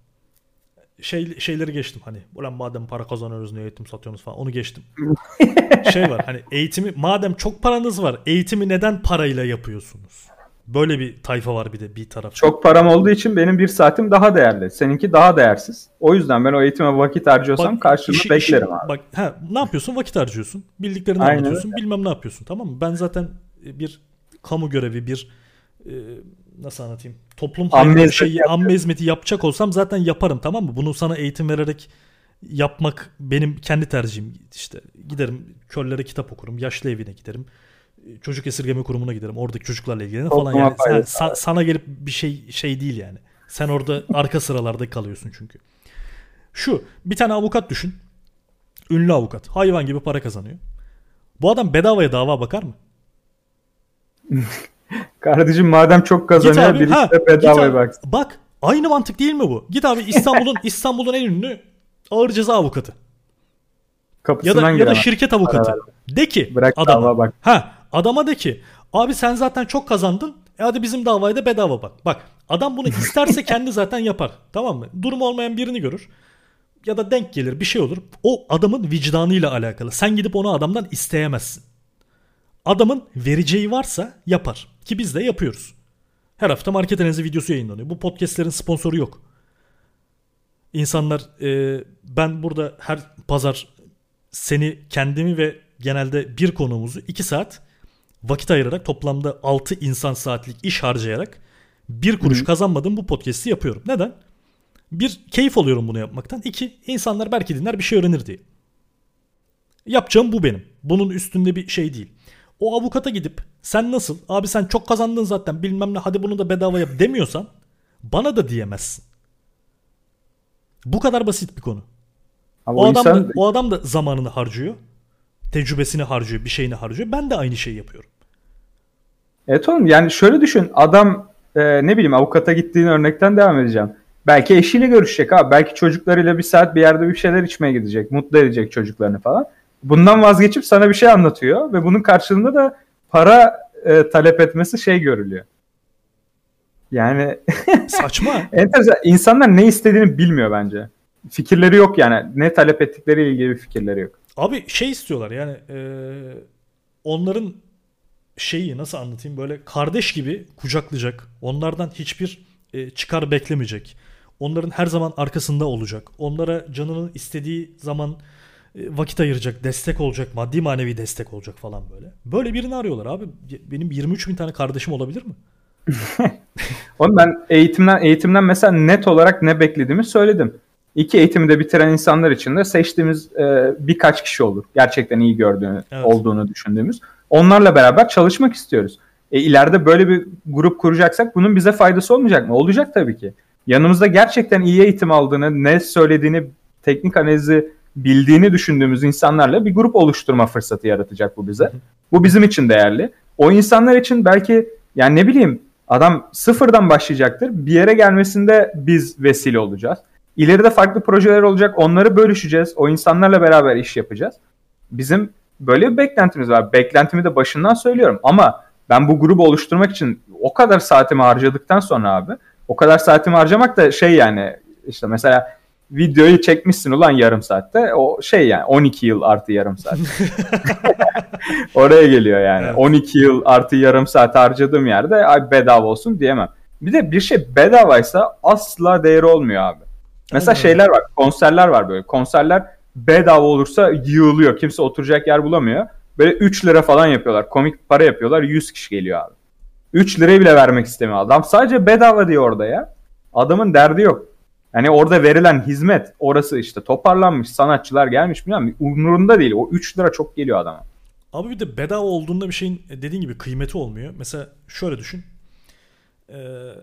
S1: Şey, şeyleri geçtim hani. Ulan madem para kazanıyoruz niye eğitim satıyorsunuz falan. Onu geçtim. Şey var hani, eğitimi madem çok paranız var, eğitimi neden parayla yapıyorsunuz? Böyle bir tayfa var bir de bir taraf.
S2: Çok param olduğu için benim bir saatim daha değerli. Seninki daha değersiz. O yüzden ben o eğitime vakit harcıyorsam karşılığını işi, beklerim işi, abi.
S1: Bak, ha, ne yapıyorsun? Vakit harcıyorsun. Bildiklerini Aynen anlatıyorsun. Öyle. Bilmem ne yapıyorsun, tamam mı? Ben zaten bir kamu görevi, bir e, nasıl anlatayım? Toplum hayırlı şeyi, amme hizmeti yapacak olsam zaten yaparım, tamam mı? Bunu sana eğitim vererek yapmak benim kendi tercihim. İşte giderim körlere kitap okurum. Yaşlı evine giderim. Çocuk esirgeme kurumuna giderim. Oradaki çocuklarla ilgilenirim falan yani. Sen, sa- sana gelip bir şey şey değil yani. Sen orada arka sıralarda kalıyorsun çünkü. Şu, bir tane avukat düşün. Ünlü avukat. Hayvan gibi para kazanıyor. Bu adam bedavaya dava bakar mı?
S2: Kardeşim madem çok kazanıyor, birisi de bedavaya bak.
S1: Bak, aynı mantık değil mi bu? Git abi İstanbul'un İstanbul'un en ünlü ağır ceza avukatı.
S2: Kapısından
S1: ya da, ya da şirket avukatı. De ki
S2: Bırak
S1: adama.
S2: Bak.
S1: Ha, adama de ki abi sen zaten çok kazandın. E hadi bizim davaya da bedava bak. Bak, adam bunu isterse kendi zaten yapar. Tamam mı? Durumu olmayan birini görür. Ya da denk gelir, bir şey olur. O adamın vicdanıyla alakalı. Sen gidip onu adamdan isteyemezsin. Adamın vereceği varsa yapar. Ki biz de yapıyoruz. Her hafta market analizi videosu yayınlanıyor. Bu podcastlerin sponsoru yok. İnsanlar e, ben burada her pazar seni, kendimi ve genelde bir konuğumuzu iki saat vakit ayırarak, toplamda altı insan saatlik iş harcayarak bir kuruş Hı-hı. kazanmadığım bu podcast'i yapıyorum. Neden? Bir, keyif alıyorum bunu yapmaktan. İki, insanlar belki dinler, bir şey öğrenir diye. Yapacağım bu benim. Bunun üstünde bir şey değil. O avukata gidip sen nasıl, abi sen çok kazandın zaten bilmem ne, hadi bunu da bedava yap demiyorsan bana da diyemezsin. Bu kadar basit bir konu. Ama o, o adam insan... da, o adam da zamanını harcıyor. Tecrübesini harcıyor, bir şeyini harcıyor. Ben de aynı şeyi yapıyorum.
S2: Evet oğlum, yani şöyle düşün. Adam e, ne bileyim avukata gittiğin örnekten devam edeceğim. Belki eşiyle görüşecek abi. Belki çocuklarıyla bir saat bir yerde bir şeyler içmeye gidecek. Mutlu edecek çocuklarını falan. Bundan vazgeçip sana bir şey anlatıyor. Ve bunun karşılığında da para e, talep etmesi şey görülüyor. Yani
S1: saçma.
S2: Enteresan. İnsanlar ne istediğini bilmiyor bence. Fikirleri yok yani. Ne talep ettikleriyle ilgili bir fikirleri yok.
S1: Abi şey istiyorlar yani e, onların şeyi nasıl anlatayım, böyle kardeş gibi kucaklayacak. Onlardan hiçbir e, çıkar beklemeyecek. Onların her zaman arkasında olacak. Onlara canının istediği zaman e, vakit ayıracak, destek olacak, maddi manevi destek olacak falan böyle. Böyle birini arıyorlar abi. Benim yirmi üç bin tane kardeşim olabilir mi?
S2: Oğlum ben eğitimden eğitimden mesela net olarak ne beklediğimi söyledim. İki eğitimi de bitiren insanlar için de seçtiğimiz e, birkaç kişi olur. Gerçekten iyi gördüğünü, evet. olduğunu düşündüğümüz. Onlarla beraber çalışmak istiyoruz. E, ileride böyle bir grup kuracaksak bunun bize faydası olmayacak mı? Olacak tabii ki. Yanımızda gerçekten iyi eğitim aldığını, ne söylediğini, teknik analizi bildiğini düşündüğümüz insanlarla bir grup oluşturma fırsatı yaratacak bu bize. Bu bizim için değerli. O insanlar için belki yani ne bileyim adam sıfırdan başlayacaktır. Bir yere gelmesinde biz vesile olacağız. İleride farklı projeler olacak. Onları bölüşeceğiz. O insanlarla beraber iş yapacağız. Bizim böyle bir beklentimiz var. Beklentimi de başından söylüyorum. Ama ben bu grubu oluşturmak için o kadar saatimi harcadıktan sonra abi, o kadar saatimi harcamak da şey yani işte mesela videoyu çekmişsin ulan yarım saatte. O şey yani on iki yıl artı yarım saat. Oraya geliyor yani. Evet. on iki yıl artı yarım saat harcadığım yerde ay bedava olsun diyemem. Bir de bir şey bedavaysa asla değeri olmuyor abi. Mesela evet. şeyler var, konserler var böyle. Konserler bedava olursa yığılıyor. Kimse oturacak yer bulamıyor. Böyle üç lira falan yapıyorlar. Komik para yapıyorlar. yüz kişi geliyor abi. üç lirayı bile vermek istemiyor adam. Sadece bedava diyor orada ya. Adamın derdi yok. Yani orada verilen hizmet, orası işte toparlanmış, sanatçılar gelmiş bilmem, umurunda değil. O üç lira çok geliyor adama.
S1: Abi bir de bedava olduğunda bir şeyin dediğin gibi kıymeti olmuyor. Mesela şöyle düşün. Ee,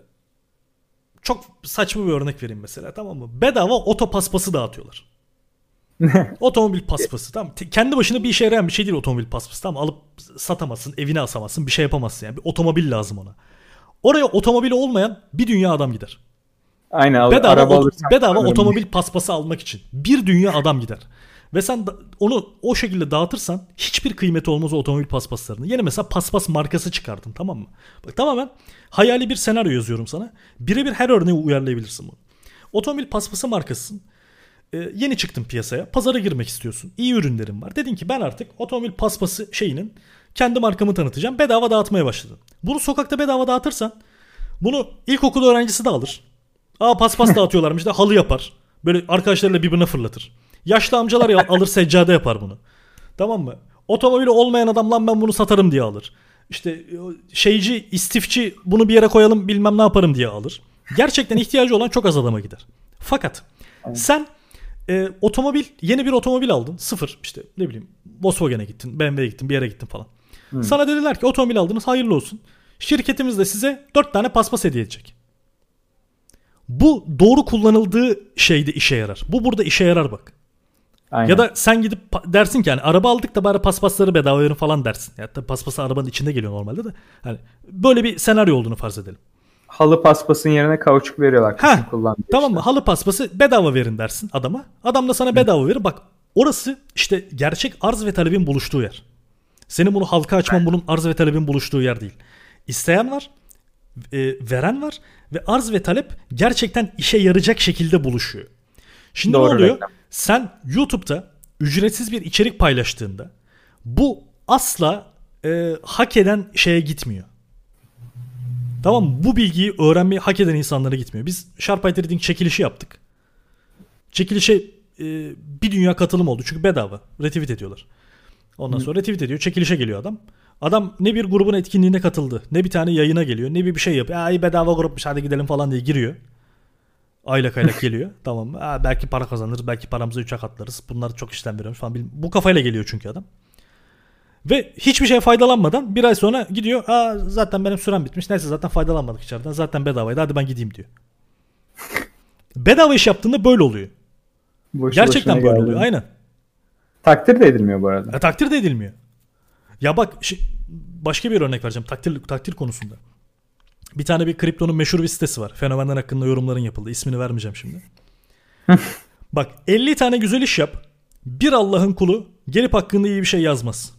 S1: çok saçma bir örnek vereyim mesela, tamam mı? Bedava oto paspası dağıtıyorlar. Otomobil paspası, tamam. Kendi başına bir işe yarayan bir şey değil otomobil paspası, tamam. Alıp satamazsın, evine asamazsın, bir şey yapamazsın yani. Bir otomobil lazım ona. Oraya otomobili olmayan bir dünya adam gider.
S2: Aynen.
S1: Bedava, araba ot- bedava otomobil paspası almak için bir dünya adam gider. Ve sen da, onu o şekilde dağıtırsan hiçbir kıymeti olmaz o otomobil paspaslarının. Yine mesela paspas markası çıkardın, tamam mı? Bak tamamen hayali bir senaryo yazıyorum sana. Birebir her örneği uyarlayabilirsin bunu. Otomobil paspası markasısın. Ee, yeni çıktın piyasaya. Pazara girmek istiyorsun. İyi ürünlerin var. Dedin ki ben artık otomobil paspası şeyinin kendi markamı tanıtacağım. Bedava dağıtmaya başladın. Bunu sokakta bedava dağıtırsan bunu ilkokul öğrencisi de alır. Aa paspas dağıtıyorlarmış da halı yapar. Böyle arkadaşlarıyla birbirine fırlatır. Yaşlı amcalar ya, alır seccade yapar bunu. Tamam mı? Otomobili olmayan adam lan ben bunu satarım diye alır. İşte şeyci, istifçi bunu bir yere koyalım bilmem ne yaparım diye alır. Gerçekten ihtiyacı olan çok az adama gider. Fakat sen e, otomobil, yeni bir otomobil aldın. Sıfır işte ne bileyim Volkswagen'e gittin, B M W'ye gittin, bir yere gittin falan. Hmm. Sana dediler ki otomobil aldınız, hayırlı olsun. Şirketimiz de size dört tane paspas hediye edecek. Bu doğru kullanıldığı şeyde işe yarar. Bu burada işe yarar bak. Aynen. Ya da sen gidip dersin ki yani araba aldık da bari paspasları bedava verin falan dersin. Ya da paspası arabanın içinde geliyor normalde de. Hani böyle bir senaryo olduğunu farz edelim.
S2: Halı paspasın yerine kauçuk veriyorlar.
S1: Ha, tamam mı? Işte. Halı paspası bedava verin dersin adama. Adam da sana bedava verir. Bak orası işte gerçek arz ve talebin buluştuğu yer. Senin bunu halka açman bunun arz ve talebin buluştuğu yer değil. İsteyen var, e, veren var ve arz ve talep gerçekten işe yarayacak şekilde buluşuyor. Şimdi doğru ne oluyor? Reklam. Sen YouTube'da ücretsiz bir içerik paylaştığında bu asla e, hak eden şeye gitmiyor. Tamam mı? Bu bilgiyi öğrenmeyi hak eden insanlara gitmiyor. Biz Sharpay Trading çekilişi yaptık. Çekilişe e, bir dünya katılım oldu. Çünkü bedava. Retweet ediyorlar. Ondan sonra retweet ediyor. Çekilişe geliyor adam. Adam ne bir grubun etkinliğine katıldı, ne bir tane yayına geliyor, ne bir bir şey yapıyor. Ay bedava grupmuş hadi gidelim falan diye giriyor. Aylak aylak geliyor. Tamam mı? Aa, belki para kazanırız, belki paramızı üçe katlarız. Bunlar çok işlem veriyormuş falan. Bu kafayla geliyor çünkü adam. Ve hiçbir şeye faydalanmadan bir ay sonra gidiyor. Aa, zaten benim sürem bitmiş. Neyse zaten faydalanmadık içeriden. Zaten bedavaydı. Hadi ben gideyim diyor. Bedava iş yaptığında böyle oluyor. Boşu gerçekten böyle geldim. Oluyor. Aynen.
S2: Takdir de edilmiyor bu arada.
S1: E, takdir de edilmiyor. Ya bak başka bir örnek vereceğim takdir takdir konusunda. Bir tane bir kriptonun meşhur bir sitesi var. Fenomenler hakkında yorumların yapıldı. İsmini vermeyeceğim şimdi. Bak elli tane güzel iş yap. Bir Allah'ın kulu gelip hakkında iyi bir şey yazmaz.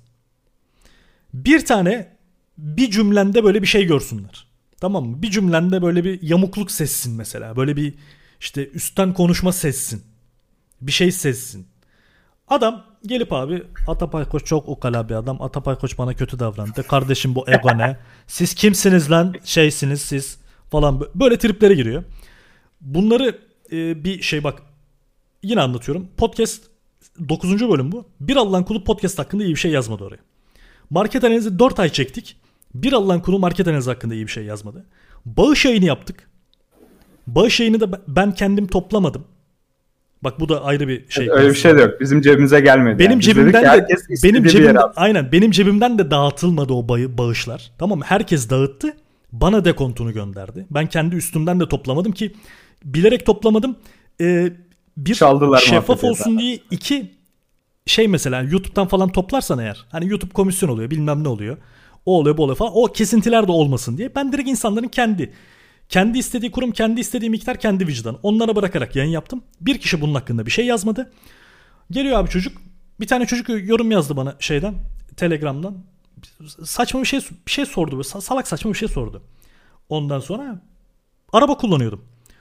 S1: Bir tane bir cümlende böyle bir şey görsünler. Tamam mı? Bir cümlende böyle bir yamukluk sezsin mesela. Böyle bir işte üstten konuşma sezsin. Bir şey sezsin. Adam gelip abi Atapay Koç çok ukala bir adam. Atapay Koç bana kötü davrandı. Kardeşim bu ego ne? Siz kimsiniz lan? Şeysiniz siz falan. Böyle triplere giriyor. Bunları e, bir şey bak. Yine anlatıyorum. Podcast dokuzuncu bölüm bu. Bir Allah'ın kulu podcast hakkında iyi bir şey yazmadı oraya. Market analizi dört ay çektik. Bir Allah'ın kulu market analizi hakkında iyi bir şey yazmadı. Bağış yayını yaptık. Bağış yayını da ben kendim toplamadım. Bak bu da ayrı bir şey.
S2: Öyle bir şey de yok. Bizim cebimize gelmedi.
S1: Benim yani. Cebimden de benim cebimden aynen benim cebimden de dağıtılmadı o bağışlar. Tamam mı? Herkes dağıttı. Bana dekontunu gönderdi. Ben kendi üstümden de toplamadım ki bilerek toplamadım. Ee, bir çaldılar şeffaf olsun diye iki şey mesela YouTube'dan falan toplarsan eğer hani YouTube komisyon oluyor bilmem ne oluyor. O oluyor bu oluyor falan. O kesintiler de olmasın diye. Ben direkt insanların kendi Kendi istediği kurum, kendi istediği miktar, kendi vicdan. Onlara bırakarak yayın yaptım. Bir kişi bunun hakkında bir şey yazmadı. Geliyor abi çocuk. Bir tane çocuk yorum yazdı bana şeyden, Telegram'dan. Saçma bir şey bir şey sordu. Salak saçma bir şey sordu. Ondan sonra araba kullanıyordum.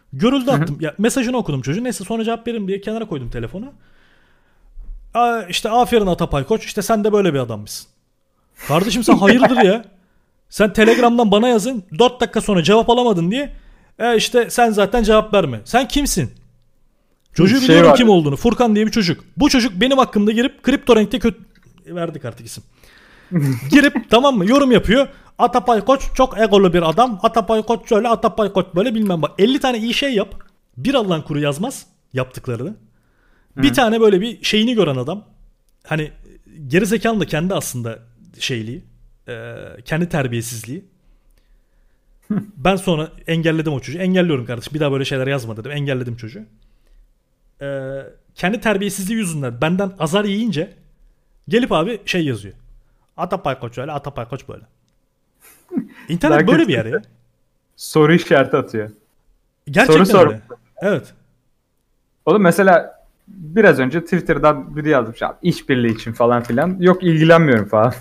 S1: Görüldü attım. Ya mesajını okudum çocuğun. Neyse sonra cevap veririm diye kenara koydum telefonu. Aa, işte aferin Atapay Koç. İşte sen de böyle bir adammışsın. Kardeşim sen hayırdır ya? Sen Telegram'dan bana yazın. dört dakika sonra cevap alamadın diye. E işte sen zaten cevap verme. Sen kimsin? Çocuğu şey biliyorum var. Kim olduğunu. Furkan diye bir çocuk. Bu çocuk benim hakkımda girip CryptoRank'te kötü... Verdik artık isim. Girip tamam mı yorum yapıyor. Atapay Koç çok egolu bir adam. Atapay Koç şöyle, Atapay Koç böyle bilmem bak. elli tane iyi şey yap. Bir Allah'ın kuru yazmaz yaptıklarını. Hı. Bir tane böyle bir şeyini gören adam. Hani gerizekanın da kendi aslında şeyliği. E, kendi terbiyesizliği. Ben sonra engelledim o çocuğu. Engelliyorum kardeşim. Bir daha böyle şeyler yazma dedim. Engelledim çocuğu. E, kendi terbiyesizliği yüzünden benden azar yiyince gelip abi şey yazıyor. Atapay Koç öyle, Atapay Koç böyle. İnternet böyle bir yer ya.
S2: Soru işareti atıyor.
S1: Gerçekten soru öyle. Sor. Evet.
S2: Oğlum mesela biraz önce Twitter'dan biri yazmış abi işbirliği için falan filan. Yok ilgilenmiyorum falan.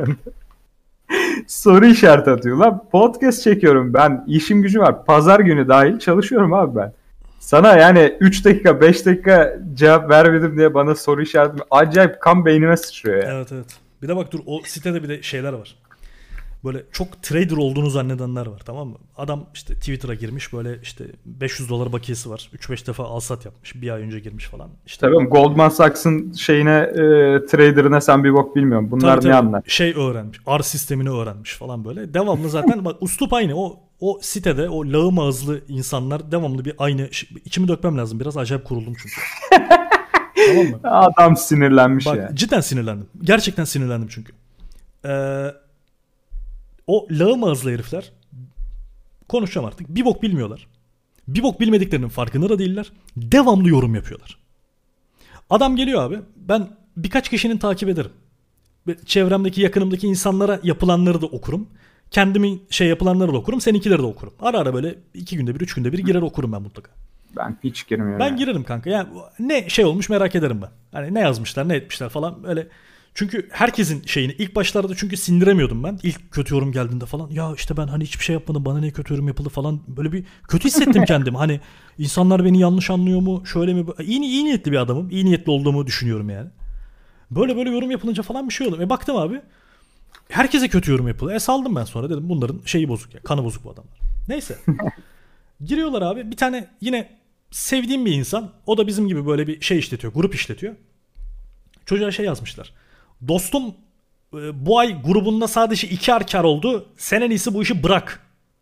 S2: Soru işareti atıyor lan. Podcast çekiyorum ben. İşim gücüm var. Pazar günü dahil çalışıyorum abi ben. Sana yani üç dakika beş dakika cevap vermedim diye bana soru işareti acayip kan beynime sıçrıyor ya.
S1: Evet evet. Bir de bak dur o sitede bir de şeyler var. Böyle çok trader olduğunu zannedenler var, tamam mı? Adam işte Twitter'a girmiş böyle işte beş yüz dolar bakiyesi var. üç beş defa alsat yapmış. Bir ay önce girmiş falan. İşte
S2: tabii Goldman Sachs'ın şeyine e, trader'ına sen bir bok bilmiyorsun. Bunlar tabii, ne tabii. Anlar?
S1: Şey öğrenmiş. R sistemini öğrenmiş falan böyle. Devamlı zaten bak uslup aynı. O o sitede o lağım ağızlı insanlar devamlı bir aynı. İçimi dökmem lazım biraz. Acayip kuruldum çünkü. Tamam mı?
S2: Adam sinirlenmiş
S1: bak,
S2: ya.
S1: Cidden sinirlendim. Gerçekten sinirlendim çünkü. Eee O lağım ağızlı herifler konuşacağım artık. Bir bok bilmiyorlar. Bir bok bilmediklerinin farkında da değiller. Devamlı yorum yapıyorlar. Adam geliyor abi. Ben birkaç kişinin takip ederim. Çevremdeki, yakınımdaki insanlara yapılanları da okurum. Kendimin şey yapılanları da okurum. Seninkileri de okurum. Ara ara böyle iki günde bir, üç günde bir girer okurum ben mutlaka.
S2: Ben hiç girmiyorum.
S1: Ben
S2: yani.
S1: girerim kanka. Yani ne şey olmuş merak ederim ben. Hani ne yazmışlar, ne etmişler falan öyle. Çünkü herkesin şeyini ilk başlarda çünkü sindiremiyordum ben. İlk kötü yorum geldiğinde falan ya işte ben hani hiçbir şey yapmadım bana ne kötü yorum yapıldı falan böyle bir kötü hissettim kendimi. Hani insanlar beni yanlış anlıyor mu şöyle mi? İyi, iyi niyetli bir adamım. İyi niyetli olduğumu düşünüyorum yani. Böyle böyle yorum yapılınca falan bir şey oldu. E baktım abi herkese kötü yorum yapıldı. E saldım ben sonra dedim bunların şeyi bozuk ya. Kanı bozuk bu adamlar. Neyse. Giriyorlar abi bir tane yine sevdiğim bir insan. O da bizim gibi böyle bir şey işletiyor. Grup işletiyor. Çocuğa şey yazmışlar. Dostum bu ay grubunda sadece iki ar kar oldu. Sen en iyisi bu işi bırak.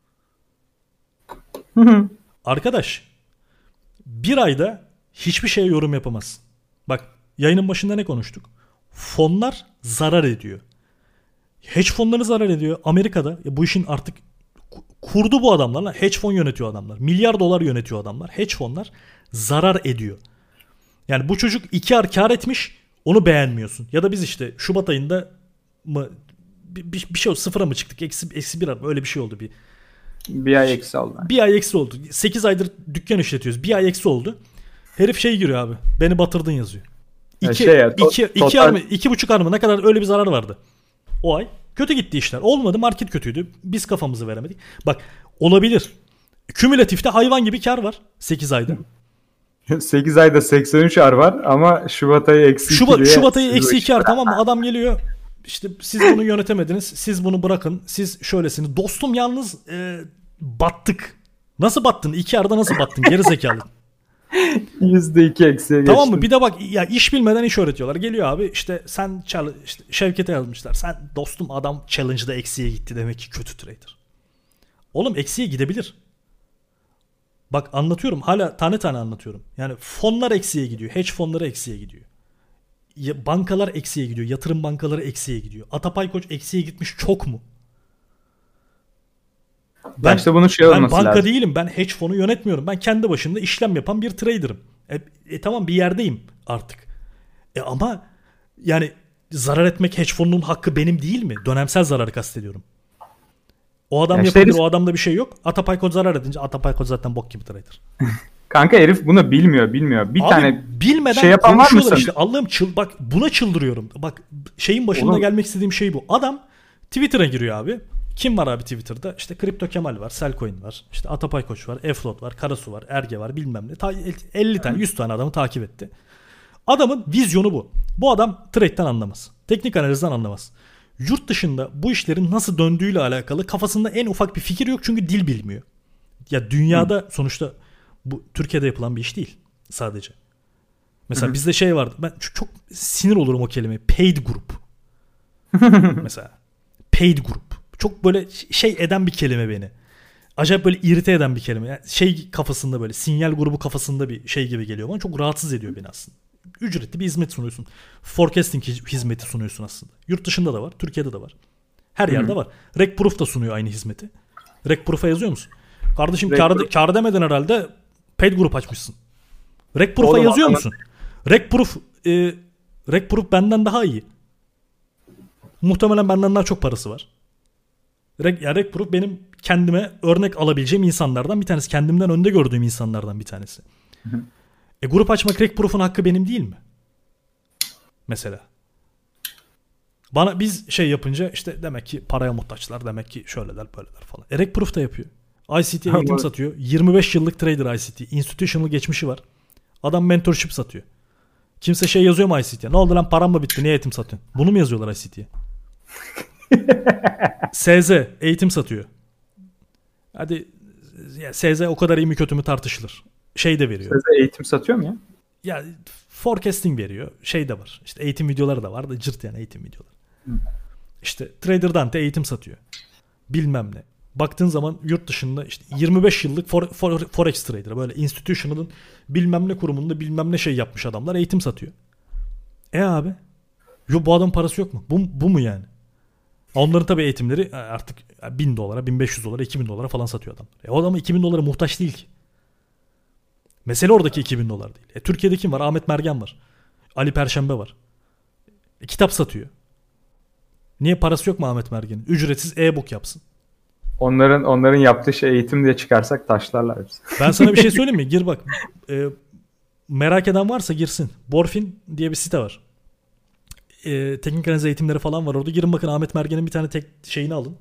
S1: Arkadaş bir ayda hiçbir şeye yorum yapamazsın. Bak yayının başında ne konuştuk? Fonlar zarar ediyor. Hedge fonları zarar ediyor. Amerika'da ya bu işin artık kurdu bu adamlar. Hedge fon yönetiyor adamlar. Milyar dolar yönetiyor adamlar. Hedge fonlar zarar ediyor. Yani bu çocuk iki ar kar etmiş. Onu beğenmiyorsun. Ya da biz işte Şubat ayında mı bir, bir, bir şey oldu. Sıfıra mı çıktık? Eksi, eksi bir ar öyle bir şey oldu. Bir,
S2: bir ay eksi oldu.
S1: Bir ay eksi oldu. sekiz aydır dükkan işletiyoruz. Bir ay eksi oldu. Herif şey giriyor abi. Beni batırdın yazıyor. İki, şey ya, to- iki, total... iki, ar mı, iki buçuk ar mı ne kadar öyle bir zarar vardı. O ay. Kötü gitti işler. Olmadı market kötüydü. Biz kafamızı veremedik. Bak olabilir. Kümülatifte hayvan gibi kar var. sekiz ayda.
S2: sekiz ayda seksen üç ar var ama Şubat ayı eksi iki
S1: Şubat,
S2: diye.
S1: Şubat ayı eksi iki ar tamam mı? Adam geliyor işte siz bunu yönetemediniz. Siz bunu bırakın. Siz şöylesiniz. Dostum yalnız e, battık. Nasıl battın? iki arda nasıl battın? Geri zekalı.
S2: yüzde iki eksiye geçtim.
S1: Tamam mı? Bir de bak ya iş bilmeden iş öğretiyorlar. Geliyor abi işte sen işte Şevket'e yazmışlar. Sen dostum adam challenge'da eksiye gitti demek ki kötü trader. Oğlum eksiye gidebilir. Bak anlatıyorum hala tane tane anlatıyorum. Yani fonlar eksiye gidiyor. Hedge fonları eksiye gidiyor. Ya, bankalar eksiye gidiyor. Yatırım bankaları eksiye gidiyor. Atapay Koç eksiye gitmiş çok mu? Ben,
S2: işte bunu şey
S1: ben banka
S2: lazım.
S1: değilim. Ben hedge fonu yönetmiyorum. Ben kendi başımda işlem yapan bir trader'ım. E, e, tamam bir yerdeyim artık. E, ama yani zarar etmek hedge fonunun hakkı benim değil mi? Dönemsel zararı kastediyorum. O adam ya yapabilir. Herif... O adamda bir şey yok. Atapay Koç zarar edince Atapay Koç zaten bok gibi trader.
S2: Kanka herif bunu bilmiyor, bilmiyor. Bir
S1: abi,
S2: tane
S1: bilmeden
S2: şey yapan var mısın?
S1: Işte. Allah'ım çıl bak buna çıldırıyorum. Bak şeyin başında
S2: Oğlum.
S1: gelmek istediğim şey bu. Adam Twitter'a giriyor abi. Kim var abi Twitter'da? İşte Kripto Kemal var, Selcoin var, işte Atapay Koç var, Eflot var, Karasu var, Erge var, bilmem ne. Ta- elli tane, yüz tane adamı takip etti. Adamın vizyonu bu. Bu adam trade'den anlamaz. Teknik analizden anlamaz. Yurt dışında bu işlerin nasıl döndüğüyle alakalı kafasında en ufak bir fikir yok çünkü dil bilmiyor. Ya dünyada Hı. sonuçta bu Türkiye'de yapılan bir iş değil sadece. Mesela Hı. bizde şey vardı. Ben çok sinir olurum o kelimeye. Paid group. Mesela paid group. Çok böyle şey eden bir kelime beni. Acayip böyle irite eden bir kelime. Yani şey kafasında böyle sinyal grubu kafasında bir şey gibi geliyor bana. Çok rahatsız ediyor beni aslında. Ücretli bir hizmet sunuyorsun. Forecasting hizmeti sunuyorsun aslında. Yurt dışında da var. Türkiye'de de var. Her yerde Hı-hı. var. Rekproof da sunuyor aynı hizmeti. Rekproof'a yazıyor musun? Kardeşim kâr, kâr demeden herhalde paid group açmışsın. Rekproof'a yazıyor musun? Rekproof e, Rekproof benden daha iyi. Muhtemelen benden daha çok parası var. Rek, ya Rekproof benim kendime örnek alabileceğim insanlardan bir tanesi. Kendimden önde gördüğüm insanlardan bir tanesi. Hı-hı. E grup açmak Rekproof'un hakkı benim değil mi? Mesela. Bana biz şey yapınca işte demek ki paraya muhtaçlar, demek ki şöyleler böyleler falan. E Rekproof da yapıyor. I C T eğitim satıyor. yirmi beş yıllık trader I C T. Institutional geçmişi var. Adam mentorship satıyor. Kimse şey yazıyor mu I C T'ye? Ne oldu lan, param mı bitti? Niye eğitim satıyorsun? Bunu mu yazıyorlar I C T'ye? S Z eğitim satıyor. Hadi ya S Z o kadar iyi mi kötü mü tartışılır. Şey de veriyor.
S2: S Z eğitim satıyor mu ya?
S1: Ya forecasting veriyor. Şey de var. İşte eğitim videoları da var da cırt yani eğitim videoları. Hı. İşte Trader Dante eğitim satıyor. Bilmem ne. Baktığın zaman yurt dışında işte yirmi beş yıllık for, for, forex trader, böyle institutional'ın bilmem ne kurumunda bilmem ne şey yapmış adamlar eğitim satıyor. E abi. Yo, bu adamın parası yok mu? Bu, bu mu yani? Onların tabii eğitimleri artık bin dolara, bin beş yüz dolara, iki bin dolara falan satıyor adam. E o adam iki bin dolara muhtaç değil ki. Mesele oradaki iki bin dolar değil. E Türkiye'de kim var? Ahmet Mergen var. Ali Perşembe var. E kitap satıyor. Niye parası yok mu Ahmet Mergen'in? Ücretsiz e-book yapsın.
S2: Onların onların yaptığı şey eğitim diye çıkarsak taşlarlar bizi.
S1: Ben sana bir şey söyleyeyim mi? Gir bak. E, merak eden varsa girsin. Borfin diye bir site var. E, teknik analiz eğitimleri falan var orada. Girin bakın, Ahmet Mergen'in bir tane tek şeyini alın.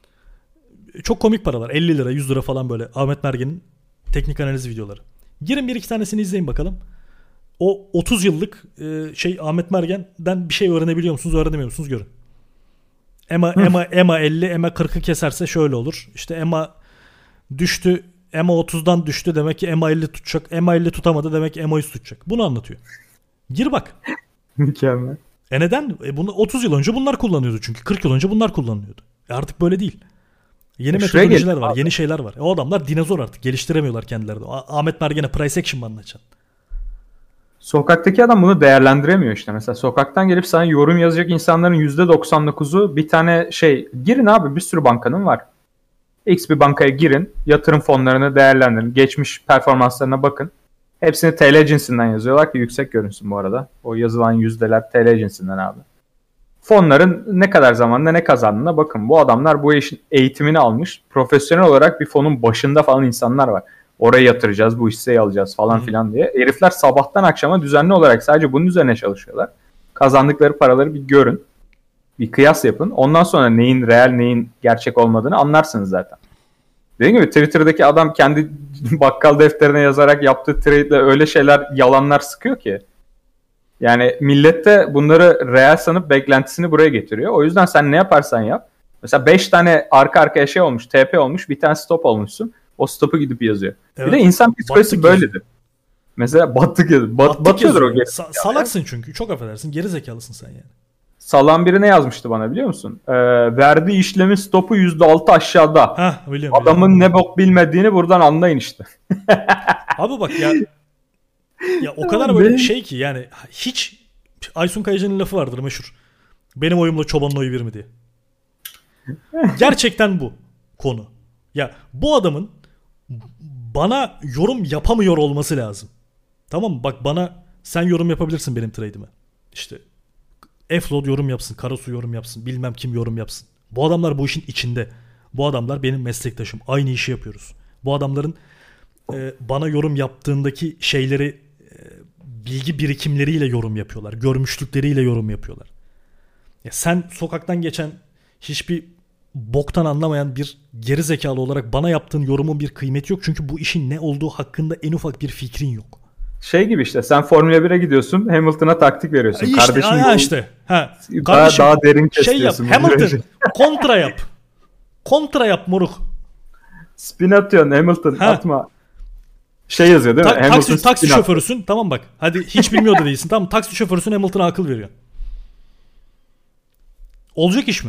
S1: Çok komik paralar. elli lira, yüz lira falan böyle. Ahmet Mergen'in teknik analiz videoları. Girin bir iki tanesini izleyin bakalım. O otuz yıllık e, şey Ahmet Mergen'den bir şey öğrenebiliyor musunuz, öğrenemiyor musunuz görün. EMA, EMA, EMA elli, EMA kırkı keserse şöyle olur. İşte EMA düştü, EMA otuzdan düştü, demek ki EMA elli tutacak. EMA elli tutamadı, demek ki EMA yüz tutacak. Bunu anlatıyor. Gir bak.
S2: Mükemmel.
S1: E neden? E bunu otuz yıl önce bunlar kullanıyordu çünkü. kırk yıl önce bunlar kullanılıyordu. E artık böyle değil. Yeni e metodolojiler var, abi. Yeni şeyler var. E o adamlar dinozor artık. Geliştiremiyorlar kendilerini. Ahmet Mergen'e price action mı anlatacaksın?
S2: Sokaktaki adam bunu değerlendiremiyor işte. Mesela sokaktan gelip sana yorum yazacak insanların yüzde doksan dokuzu bir tane şey. Girin abi, bir sürü bankanın var. X bir bankaya girin. Yatırım fonlarını değerlendirin. Geçmiş performanslarına bakın. Hepsini T L cinsinden yazıyorlar ki yüksek görünsün bu arada. O yazılan yüzdeler T L cinsinden abi. Fonların ne kadar zamanda ne kazandığına bakın. Bu adamlar bu işin eğitimini almış. Profesyonel olarak bir fonun başında falan insanlar var. Oraya yatıracağız, bu hisseyi alacağız falan hmm. filan diye. Herifler sabahtan akşama düzenli olarak sadece bunun üzerine çalışıyorlar. Kazandıkları paraları bir görün. Bir kıyas yapın. Ondan sonra neyin reel, neyin gerçek olmadığını anlarsınız zaten. Dediğim gibi Twitter'daki adam kendi bakkal defterine yazarak yaptığı trade'le öyle şeyler, yalanlar sıkıyor ki. Yani millet de bunları reel sanıp beklentisini buraya getiriyor. O yüzden sen ne yaparsan yap. Mesela beş tane arka arkaya şey olmuş, T P olmuş, bir tane stop olmuşsun. O stop'u gidip yazıyor. Evet. Bir de insan psikolojisi böyledir. Yazıyor. Mesela battık yazıyor. Bat, battık batıyordur yazıyor. O.
S1: Sa- salaksın çünkü. Çok affedersin. Geri zekalısın sen yani.
S2: Salan biri ne yazmıştı bana biliyor musun? Ee, verdiği işlemin stopu yüzde altı aşağıda.
S1: Heh, biliyorum,
S2: adamın
S1: biliyorum.
S2: ne bok bilmediğini buradan anlayın işte.
S1: Abi bak ya. Ya o kadar böyle şey ki yani hiç, Aysun Kayıcı'nın lafı vardır meşhur. Benim oyumla çobanın oyu bir mi diye. Gerçekten bu konu. Ya bu adamın bana yorum yapamıyor olması lazım. Tamam mı? Bak bana sen yorum yapabilirsin benim trade'ime. İşte Eflot yorum yapsın, Karasu yorum yapsın, bilmem kim yorum yapsın. Bu adamlar bu işin içinde. Bu adamlar benim meslektaşım. Aynı işi yapıyoruz. Bu adamların e, bana yorum yaptığındaki şeyleri e, bilgi birikimleriyle yorum yapıyorlar. Görmüşlükleriyle yorum yapıyorlar. Ya sen sokaktan geçen hiçbir boktan anlamayan bir geri zekalı olarak bana yaptığın yorumun bir kıymeti yok. Çünkü bu işin ne olduğu hakkında en ufak bir fikrin yok.
S2: Şey gibi işte sen Formula bire gidiyorsun, Hamilton'a taktik veriyorsun.
S1: İşte,
S2: Kardeşim
S1: ha işte. Ha.
S2: Daha,
S1: Kardeşim,
S2: daha derin kes
S1: şey yap,
S2: diyorsun.
S1: Hamilton kontra yap. Kontra yap moruk.
S2: Spin atıyorsun Hamilton,
S1: ha.
S2: atma. Şey yazıyor değil mi?
S1: Ta-
S2: Hamilton
S1: taksi, taksi şoförüsün, tamam bak. Hadi hiç bilmiyor da değilsin, tamam. Taksi şoförüsün, Hamilton'a akıl veriyor. Olacak iş mi?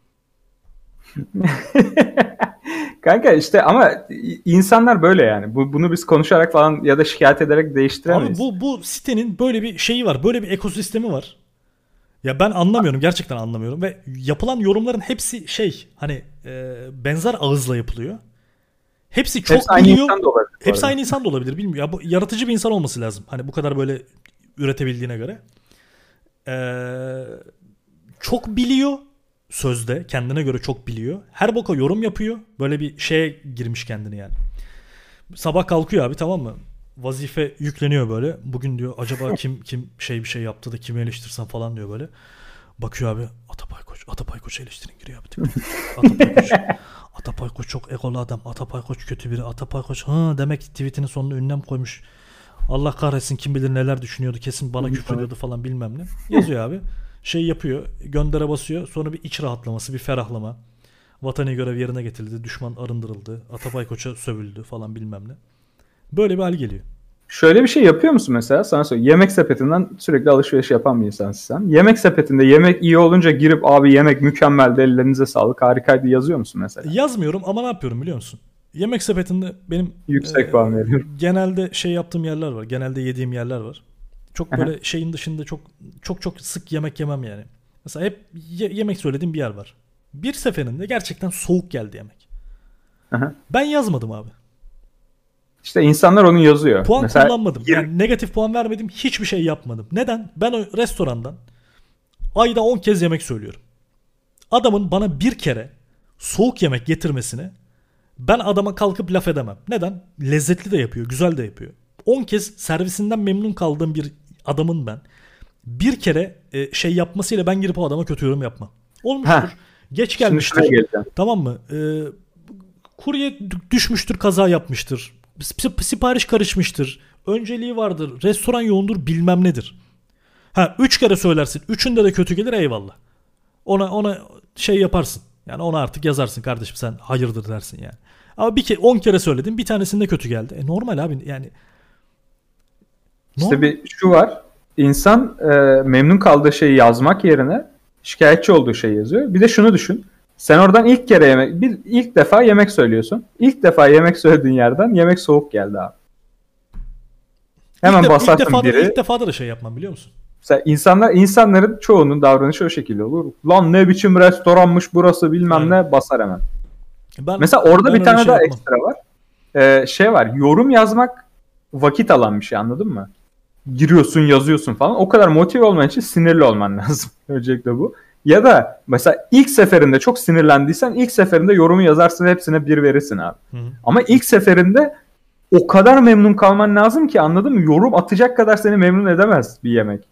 S2: Kanka işte ama insanlar böyle yani. Bu, bunu biz konuşarak falan ya da şikayet ederek değiştiremeyiz.
S1: Abi bu bu sitenin böyle bir şeyi var. Böyle bir ekosistemi var. Ya ben anlamıyorum. Gerçekten anlamıyorum. Ve yapılan yorumların hepsi şey hani e, benzer ağızla yapılıyor. Hepsi çok
S2: hepsi
S1: biliyor.
S2: Aynı insan da olabilir,
S1: hepsi aynı insan da olabilir. Bilmiyorum. Ya bu yaratıcı bir insan olması lazım. Hani bu kadar böyle üretebildiğine göre. Ee, çok biliyor. Sözde kendine göre çok biliyor. Her boka yorum yapıyor. Böyle bir şeye girmiş kendini yani. Sabah kalkıyor abi, tamam mı? Vazife yükleniyor böyle. Bugün diyor acaba kim kim şey bir şey yaptı da kimi eleştirsem falan diyor böyle. Bakıyor abi, Atapay Koç. Atapay Koç eleştirin giriyor abi. Atapay Koç. Atapay Koç çok egolu adam. Atapay Koç kötü biri. Atapay Koç ha demek tweetinin sonuna ünlem koymuş. Allah kahretsin, kim bilir neler düşünüyordu. Kesin bana küfrediyordu falan bilmem ne. Yazıyor abi. Şey yapıyor. Göndere basıyor. Sonra bir iç rahatlaması, bir ferahlama. Vatani görev yerine getirildi. Düşman arındırıldı. Atapay Koç'a sövüldü falan bilmem ne. Böyle bir hal geliyor.
S2: Şöyle bir şey yapıyor musun mesela? Sana söyleyeyim. Yemek sepetinden sürekli alışveriş yapan bir insansın sen. Yemek sepetinde yemek iyi olunca girip abi yemek mükemmeldi, ellerinize sağlık, harikaydı yazıyor musun mesela?
S1: Yazmıyorum ama ne yapıyorum biliyor musun? Yemek sepetinde benim
S2: yüksek
S1: e,
S2: puan veriyorum.
S1: Genelde şey yaptığım yerler var. Genelde yediğim yerler var. Çok böyle şeyin dışında çok çok çok sık yemek yemem yani. Mesela hep ye- yemek söylediğim bir yer var. Bir seferinde gerçekten soğuk geldi yemek.
S2: Aha.
S1: Ben yazmadım abi.
S2: İşte insanlar onu yazıyor.
S1: Puan
S2: mesela,
S1: kullanmadım. Yani negatif puan vermedim. Hiçbir şey yapmadım. Neden? Ben o restorandan ayda on kez yemek söylüyorum. Adamın bana bir kere soğuk yemek getirmesine ben adama kalkıp laf edemem. Neden? Lezzetli de yapıyor, güzel de yapıyor. on kez servisinden memnun kaldığım bir adamın ben bir kere e, şey yapmasıyla ben girip o adama kötü yorum yapmam. Olmuştur. Heh. Geç gelmiştir. Tamam mı? E, kurye düşmüştür, kaza yapmıştır. Sipariş karışmıştır. Önceliği vardır. Restoran yoğundur, bilmem nedir. Ha üç kere söylersin. Üçünde de kötü gelir, eyvallah. Ona ona şey yaparsın. Yani ona artık yazarsın, kardeşim sen hayırdır dersin yani. Ama bir kere on kere söyledim, bir tanesinde kötü geldi. E normal abi yani.
S2: İşte normal. Bir şu var. İnsan e, memnun kaldığı şeyi yazmak yerine şikayetçi olduğu şeyi yazıyor. Bir de şunu düşün. Sen oradan ilk kere yemek, bir ilk defa yemek söylüyorsun. İlk defa yemek söylediğin yerden yemek soğuk geldi abi. Hemen
S1: ilk
S2: basarsın
S1: ilk defada,
S2: biri.
S1: İlk defada da şey yapmam biliyor musun?
S2: Mesela insanlar, insanların çoğunun davranışı o şekilde olur. Lan ne biçim restoranmış burası bilmem evet. ne basar hemen. Ben, Mesela orada ben bir tane şey daha yapmam. Ekstra var. Ee, şey var, yorum yazmak vakit alan bir şey, anladın mı? Giriyorsun, yazıyorsun falan. O kadar motive olman için sinirli olman lazım. Öncelikle bu. Ya da mesela ilk seferinde çok sinirlendiysen ilk seferinde yorumu yazarsın, hepsine bir verirsin abi. Hı hı. Ama ilk seferinde o kadar memnun kalman lazım ki, anladın mı? Yorum atacak kadar seni memnun edemez bir yemek.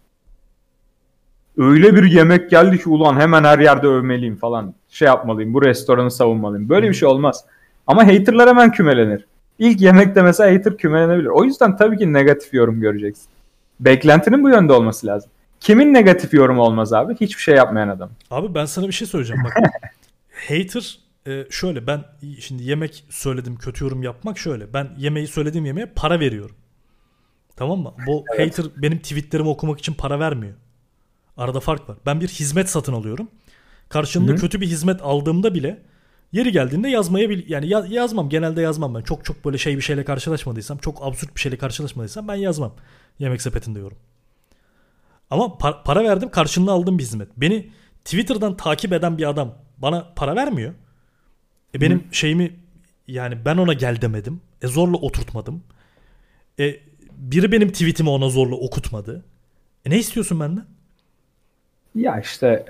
S2: Öyle bir yemek geldi ki ulan hemen her yerde övmeliyim falan. Şey yapmalıyım, bu restoranı savunmalıyım. Böyle bir şey olmaz. Ama haterlar hemen kümelenir. İlk yemekte mesela hater kümelenebilir. O yüzden tabii ki negatif yorum göreceksin. Beklentinin bu yönde olması lazım. Kimin negatif yorumu olmaz abi? Hiçbir şey yapmayan adam.
S1: Abi ben sana bir şey söyleyeceğim bak. Hater e, şöyle, ben şimdi yemek söyledim, kötü yorum yapmak şöyle. Ben yemeği söylediğim yemeğe para veriyorum. Tamam mı? Bu evet. Hater benim tweetlerimi okumak için para vermiyor. Arada fark var. Ben bir hizmet satın alıyorum. Karşılığında Hı-hı. kötü bir hizmet aldığımda bile yeri geldiğinde yazmaya bil yani yaz, yazmam. Genelde yazmam ben. Çok çok böyle şey bir şeyle karşılaşmadıysam, çok absürt bir şeyle karşılaşmadıysam ben yazmam. Yemek sepetinde yorum. Ama par- para verdim, karşılığında aldığım bir hizmet. Beni Twitter'dan takip eden bir adam bana para vermiyor. E benim Hı. şeyimi, yani ben ona gel demedim. E zorla oturtmadım. E biri benim tweetimi ona zorla okutmadı. E ne istiyorsun benden?
S2: Ya işte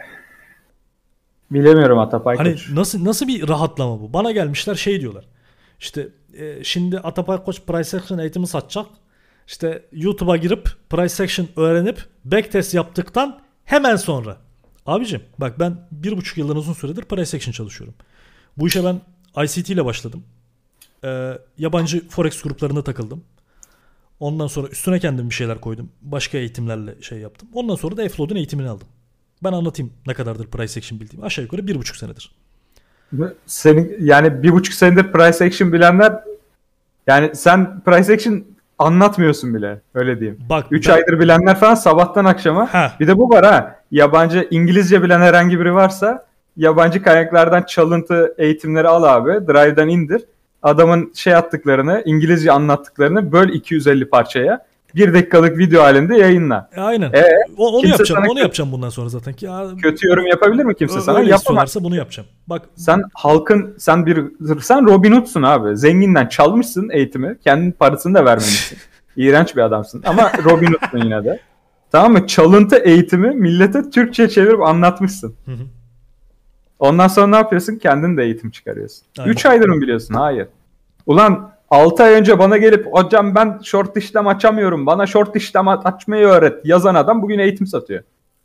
S2: bilemiyorum Atapay
S1: hani
S2: Koç.
S1: Nasıl nasıl bir rahatlama bu? Bana gelmişler şey diyorlar. İşte e, şimdi Atapay Koç Price Action eğitimi satacak. İşte YouTube'a girip Price Action öğrenip backtest yaptıktan hemen sonra Abicim bak ben bir buçuk yıldan uzun süredir price action çalışıyorum. Bu işe ben I C T ile başladım. Ee, yabancı forex gruplarına takıldım. Ondan sonra üstüne kendim bir şeyler koydum. Başka eğitimlerle şey yaptım. Ondan sonra da F-Load'un eğitimini aldım. Ben anlatayım ne kadardır price action bildiğim. Aşağı yukarı bir buçuk senedir.
S2: Senin yani bir buçuk senedir price action bilenler, yani sen price action anlatmıyorsun bile, öyle diyeyim.
S1: Bak,
S2: üç
S1: ben...
S2: aydır bilenler falan sabahtan akşama. Heh. Bir de bu var ha. Yabancı İngilizce bilen herhangi biri varsa yabancı kaynaklardan çalıntı eğitimleri al abi. Drive'dan indir. Adamın şey attıklarını, İngilizce anlattıklarını böl iki yüz elli parçaya. Bir dakikalık video halinde yayınla.
S1: E, aynen. E, o, onu yapacağım. Onu yapacağım bundan sonra zaten ki. Ya,
S2: kötü yorum yapabilir mi kimse sana?
S1: Öyle istiyorlarsa bunu yapacağım. Bak
S2: sen halkın sen bir sen Robin Hood'sun abi. Zenginden çalmışsın eğitimi. Kendin parasını da vermemişsin. İğrenç bir adamsın ama Robin Hood'sun yine de. Tamam mı? Çalıntı eğitimi millete Türkçe çevirip anlatmışsın. Hı hı. Ondan sonra ne yapıyorsun? Kendin de eğitim çıkarıyorsun. üç aydır mı biliyorsun? Hayır. Ulan altı ay önce bana gelip hocam ben short işlem açamıyorum, bana short işlem açmayı öğret yazan adam bugün eğitim satıyor.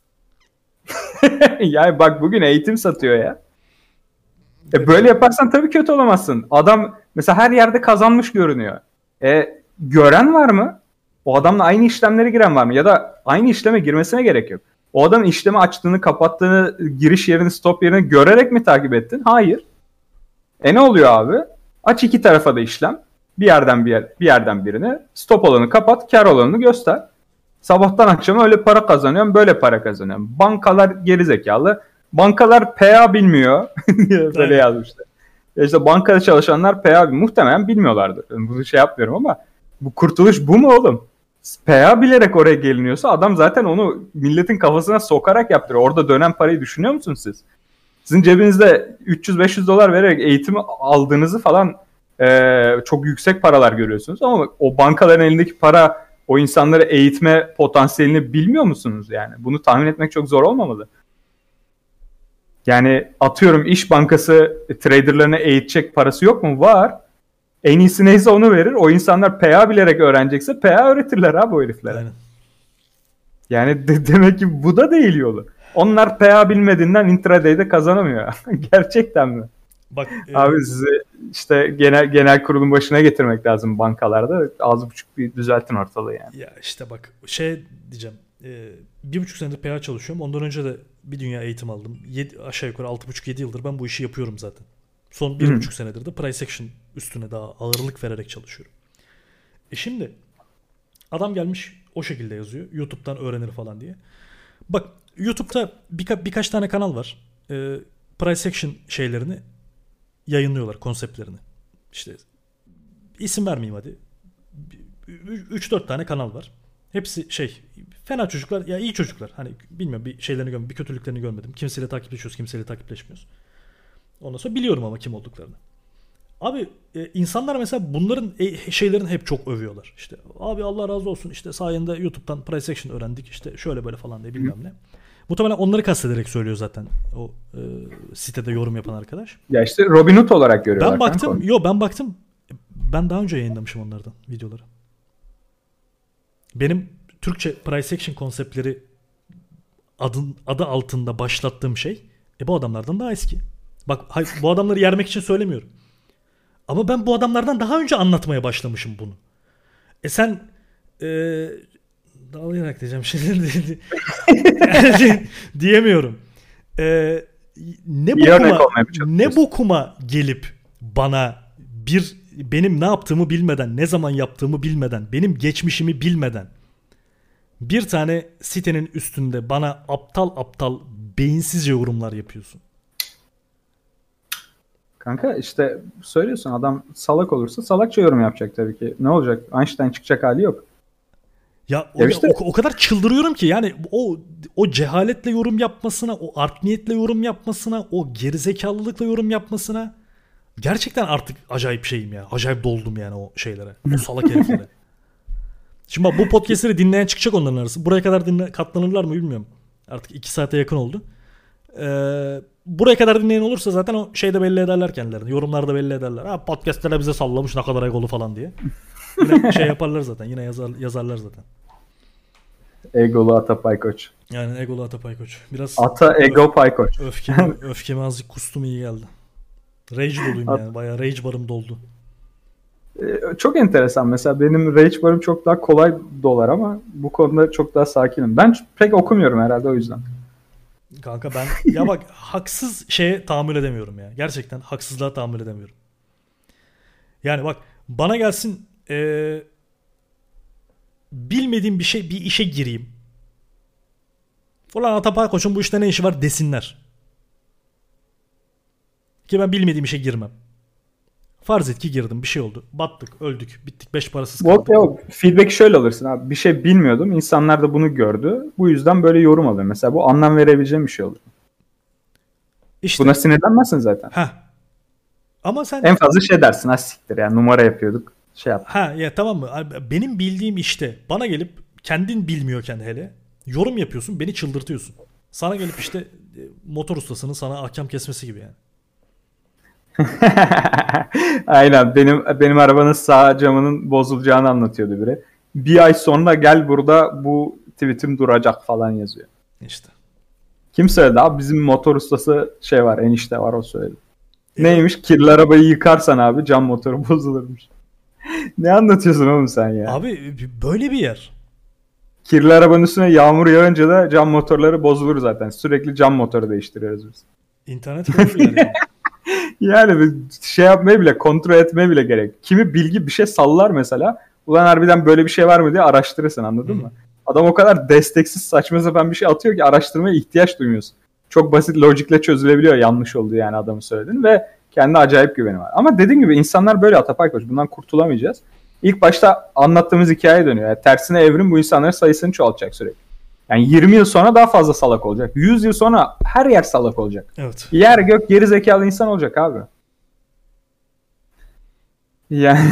S2: Yani bak bugün eğitim satıyor ya. E böyle yaparsan tabii kötü olamazsın. Adam mesela her yerde kazanmış görünüyor. E gören var mı? O adamla aynı işlemlere giren var mı? Ya da aynı işleme girmesine gerek yok. O adamın işlemi açtığını, kapattığını, giriş yerini, stop yerini görerek mi takip ettin? Hayır. E ne oluyor abi? Aç iki tarafa da işlem. Bir yerden bir yer, bir yerden birini. Stop olanı kapat, kar olanını göster. Sabahtan akşama öyle para kazanıyorum, böyle para kazanıyorum. Bankalar gerizekalı. Bankalar P A bilmiyor. Böyle yazmışlar. İşte bankada çalışanlar P A muhtemelen bilmiyorlardır. Bunu şey yapmıyorum ama bu kurtuluş bu mu oğlum? P A bilerek oraya geliniyorsa adam zaten onu milletin kafasına sokarak yaptırıyor. Orada dönen parayı düşünüyor musunuz siz? Sizin cebinizde üç yüz beş yüz dolar vererek eğitimi aldığınızı falan e, çok yüksek paralar görüyorsunuz. Ama o bankaların elindeki para o insanları eğitme potansiyelini bilmiyor musunuz yani? Bunu tahmin etmek çok zor olmamalı. Yani atıyorum İş Bankası traderlarını eğitecek parası yok mu? Var. En iyisi neyse onu verir. O insanlar P A bilerek öğrenecekse P A öğretirler abi o heriflere. Aynen. Yani de- demek ki bu da değil yolu. Onlar P A bilmediğinden intraday'de kazanamıyor. Gerçekten mi? Bak, abi e... sizi işte genel genel kurulun başına getirmek lazım bankalarda. Az buçuk bir düzeltin ortalığı yani.
S1: Ya işte bak şey diyeceğim. E, bir buçuk senedir P A çalışıyorum. Ondan önce de bir dünya eğitim aldım. Yedi, aşağı yukarı altı buçuk yedi yıldır ben bu işi yapıyorum zaten. Son bir buçuk senedir de price action üstüne daha ağırlık vererek çalışıyorum. E şimdi adam gelmiş o şekilde yazıyor. YouTube'dan öğrenir falan diye. Bak YouTube'da birka- birkaç tane kanal var. E, price action şeylerini yayınlıyorlar, konseptlerini. İşte isim vermeyeyim hadi. üç dört tane kanal var. Hepsi şey fena çocuklar ya iyi çocuklar. Hani bilmiyorum bir şeylerini görmedim, bir kötülüklerini görmedim. Kimseyle takipleşiyoruz, kimseyle takipleşmiyoruz. Ondan sonra biliyorum ama kim olduklarını. Abi e, insanlar mesela bunların e, şeylerini hep çok övüyorlar. İşte abi Allah razı olsun işte sayende YouTube'dan price action öğrendik işte şöyle böyle falan diye bilmem ne. Muhtemelen onları kastederek söylüyor zaten o e, sitede yorum yapan arkadaş.
S2: Ya işte Robin Hood olarak görüyorlar.
S1: Ben baktım. Yo ben baktım. Ben daha önce yayınlamışım onlardan videoları. Benim Türkçe price action konseptleri adın, adı altında başlattığım şey e, bu adamlardan daha eski. Bak hayır, bu adamları yermek için söylemiyorum. Ama ben bu adamlardan daha önce anlatmaya başlamışım bunu. E sen e, dağlayarak diyeceğim şimdi diyemiyorum. E, ne bokuma, ne bokuma gelip bana bir benim ne yaptığımı bilmeden, ne zaman yaptığımı bilmeden, benim geçmişimi bilmeden bir tane sitenin üstünde bana aptal aptal beyinsizce yorumlar yapıyorsun.
S2: Kanka işte söylüyorsun adam salak olursa salakça yorum yapacak tabii ki. Ne olacak? Einstein çıkacak hali yok.
S1: Ya, o, ya işte, o, o kadar çıldırıyorum ki yani o o cehaletle yorum yapmasına, o art niyetle yorum yapmasına, o gerizekalılıkla yorum yapmasına gerçekten artık acayip şeyim ya. Acayip doldum yani o şeylere. O salak heriflere. Şimdi bak bu podcast'leri dinleyen çıkacak onların arası. Buraya kadar dinle, katlanırlar mı bilmiyorum. Artık iki saate yakın oldu. Eee Buraya kadar dinleyen olursa zaten o şeyde belli ederler kendilerini. Yorumlarda belli ederler. Ha podcast'lere bize sallamış ne kadar egolu falan diye. Yine şey yaparlar zaten. Yine yazar, yazarlar zaten.
S2: Egolu Ata Paykoç.
S1: Yani egolu Atapay Koç. Biraz
S2: Ata Ego Paykoç.
S1: öfkemi, öfkemi azıcık kustum, iyi geldi. Rage doluyum
S2: At-
S1: yani. Bayağı rage barım doldu.
S2: Ee, Çok enteresan. Mesela benim rage barım çok daha kolay dolar ama bu konuda çok daha sakinim. Ben pek okumuyorum herhalde o yüzden.
S1: Kanka ben ya bak, haksız şeye tahammül edemiyorum ya. Gerçekten haksızlığa tahammül edemiyorum. Yani bak, bana gelsin eee, bilmediğim bir şey, bir işe gireyim. Ulan Atapay Koç'un bu işte ne işi var desinler. Ki ben bilmediğim işe girmem. Farz et ki girdim, bir şey oldu. Battık, öldük, bittik, beş parasız
S2: Yok
S1: kaldık.
S2: yok. Feedback şöyle alırsın abi. Bir şey bilmiyordum. İnsanlar da bunu gördü. Bu yüzden böyle yorum alıyor. Mesela bu anlam verebileceğim bir şey olur.
S1: İşte
S2: Buna sinirlenmezsin zaten.
S1: ha. Ama sen
S2: En fazla şey dersin. Ha siktir yani numara yapıyorduk. Şey yap.
S1: ha ya tamam mı? Abi, benim bildiğim işte bana gelip kendin bilmiyorken hele yorum yapıyorsun, beni çıldırtıyorsun. Sana gelip işte e, motor ustasının sana ahkam kesmesi gibi yani.
S2: Aynen. Benim benim arabanın sağ camının bozulacağını anlatıyordu biri. Bir ay sonra gel burada bu tweetim duracak falan yazıyor.
S1: İşte.
S2: Kim söyledi abi? Bizim motor ustası şey var. Enişte var, o söyledi.
S1: E,
S2: Neymiş? Kirli arabayı yıkarsan abi cam motoru bozulurmuş. Ne anlatıyorsun oğlum sen ya?
S1: Abi böyle bir yer.
S2: Kirli arabanın üstüne yağmur yağınca da cam motorları bozulur zaten. Sürekli cam motoru değiştiriyoruz biz.
S1: İnternet kafe yani.
S2: Yani bir şey yapmaya bile, kontrol etmeye bile gerek. Kimi bilgi bir şey sallar mesela. Ulan harbiden böyle bir şey var mı diye araştırırsın, anladın
S1: Hı.
S2: mı? Adam o kadar desteksiz, saçma sapan bir şey atıyor ki araştırmaya ihtiyaç duymuyorsun. Çok basit lojikle çözülebiliyor yanlış olduğu yani adamı söylediğin ve kendi acayip güveni var. Ama dediğim gibi insanlar böyle Atapay Koç. Bundan kurtulamayacağız. İlk başta anlattığımız hikaye dönüyor. Yani tersine evrim bu insanların sayısını çoğaltacak sürekli. Yani yirmi yıl sonra daha fazla salak olacak. yüz yıl sonra her yer salak olacak.
S1: Evet.
S2: Yer gök geri zekalı insan olacak abi. Yani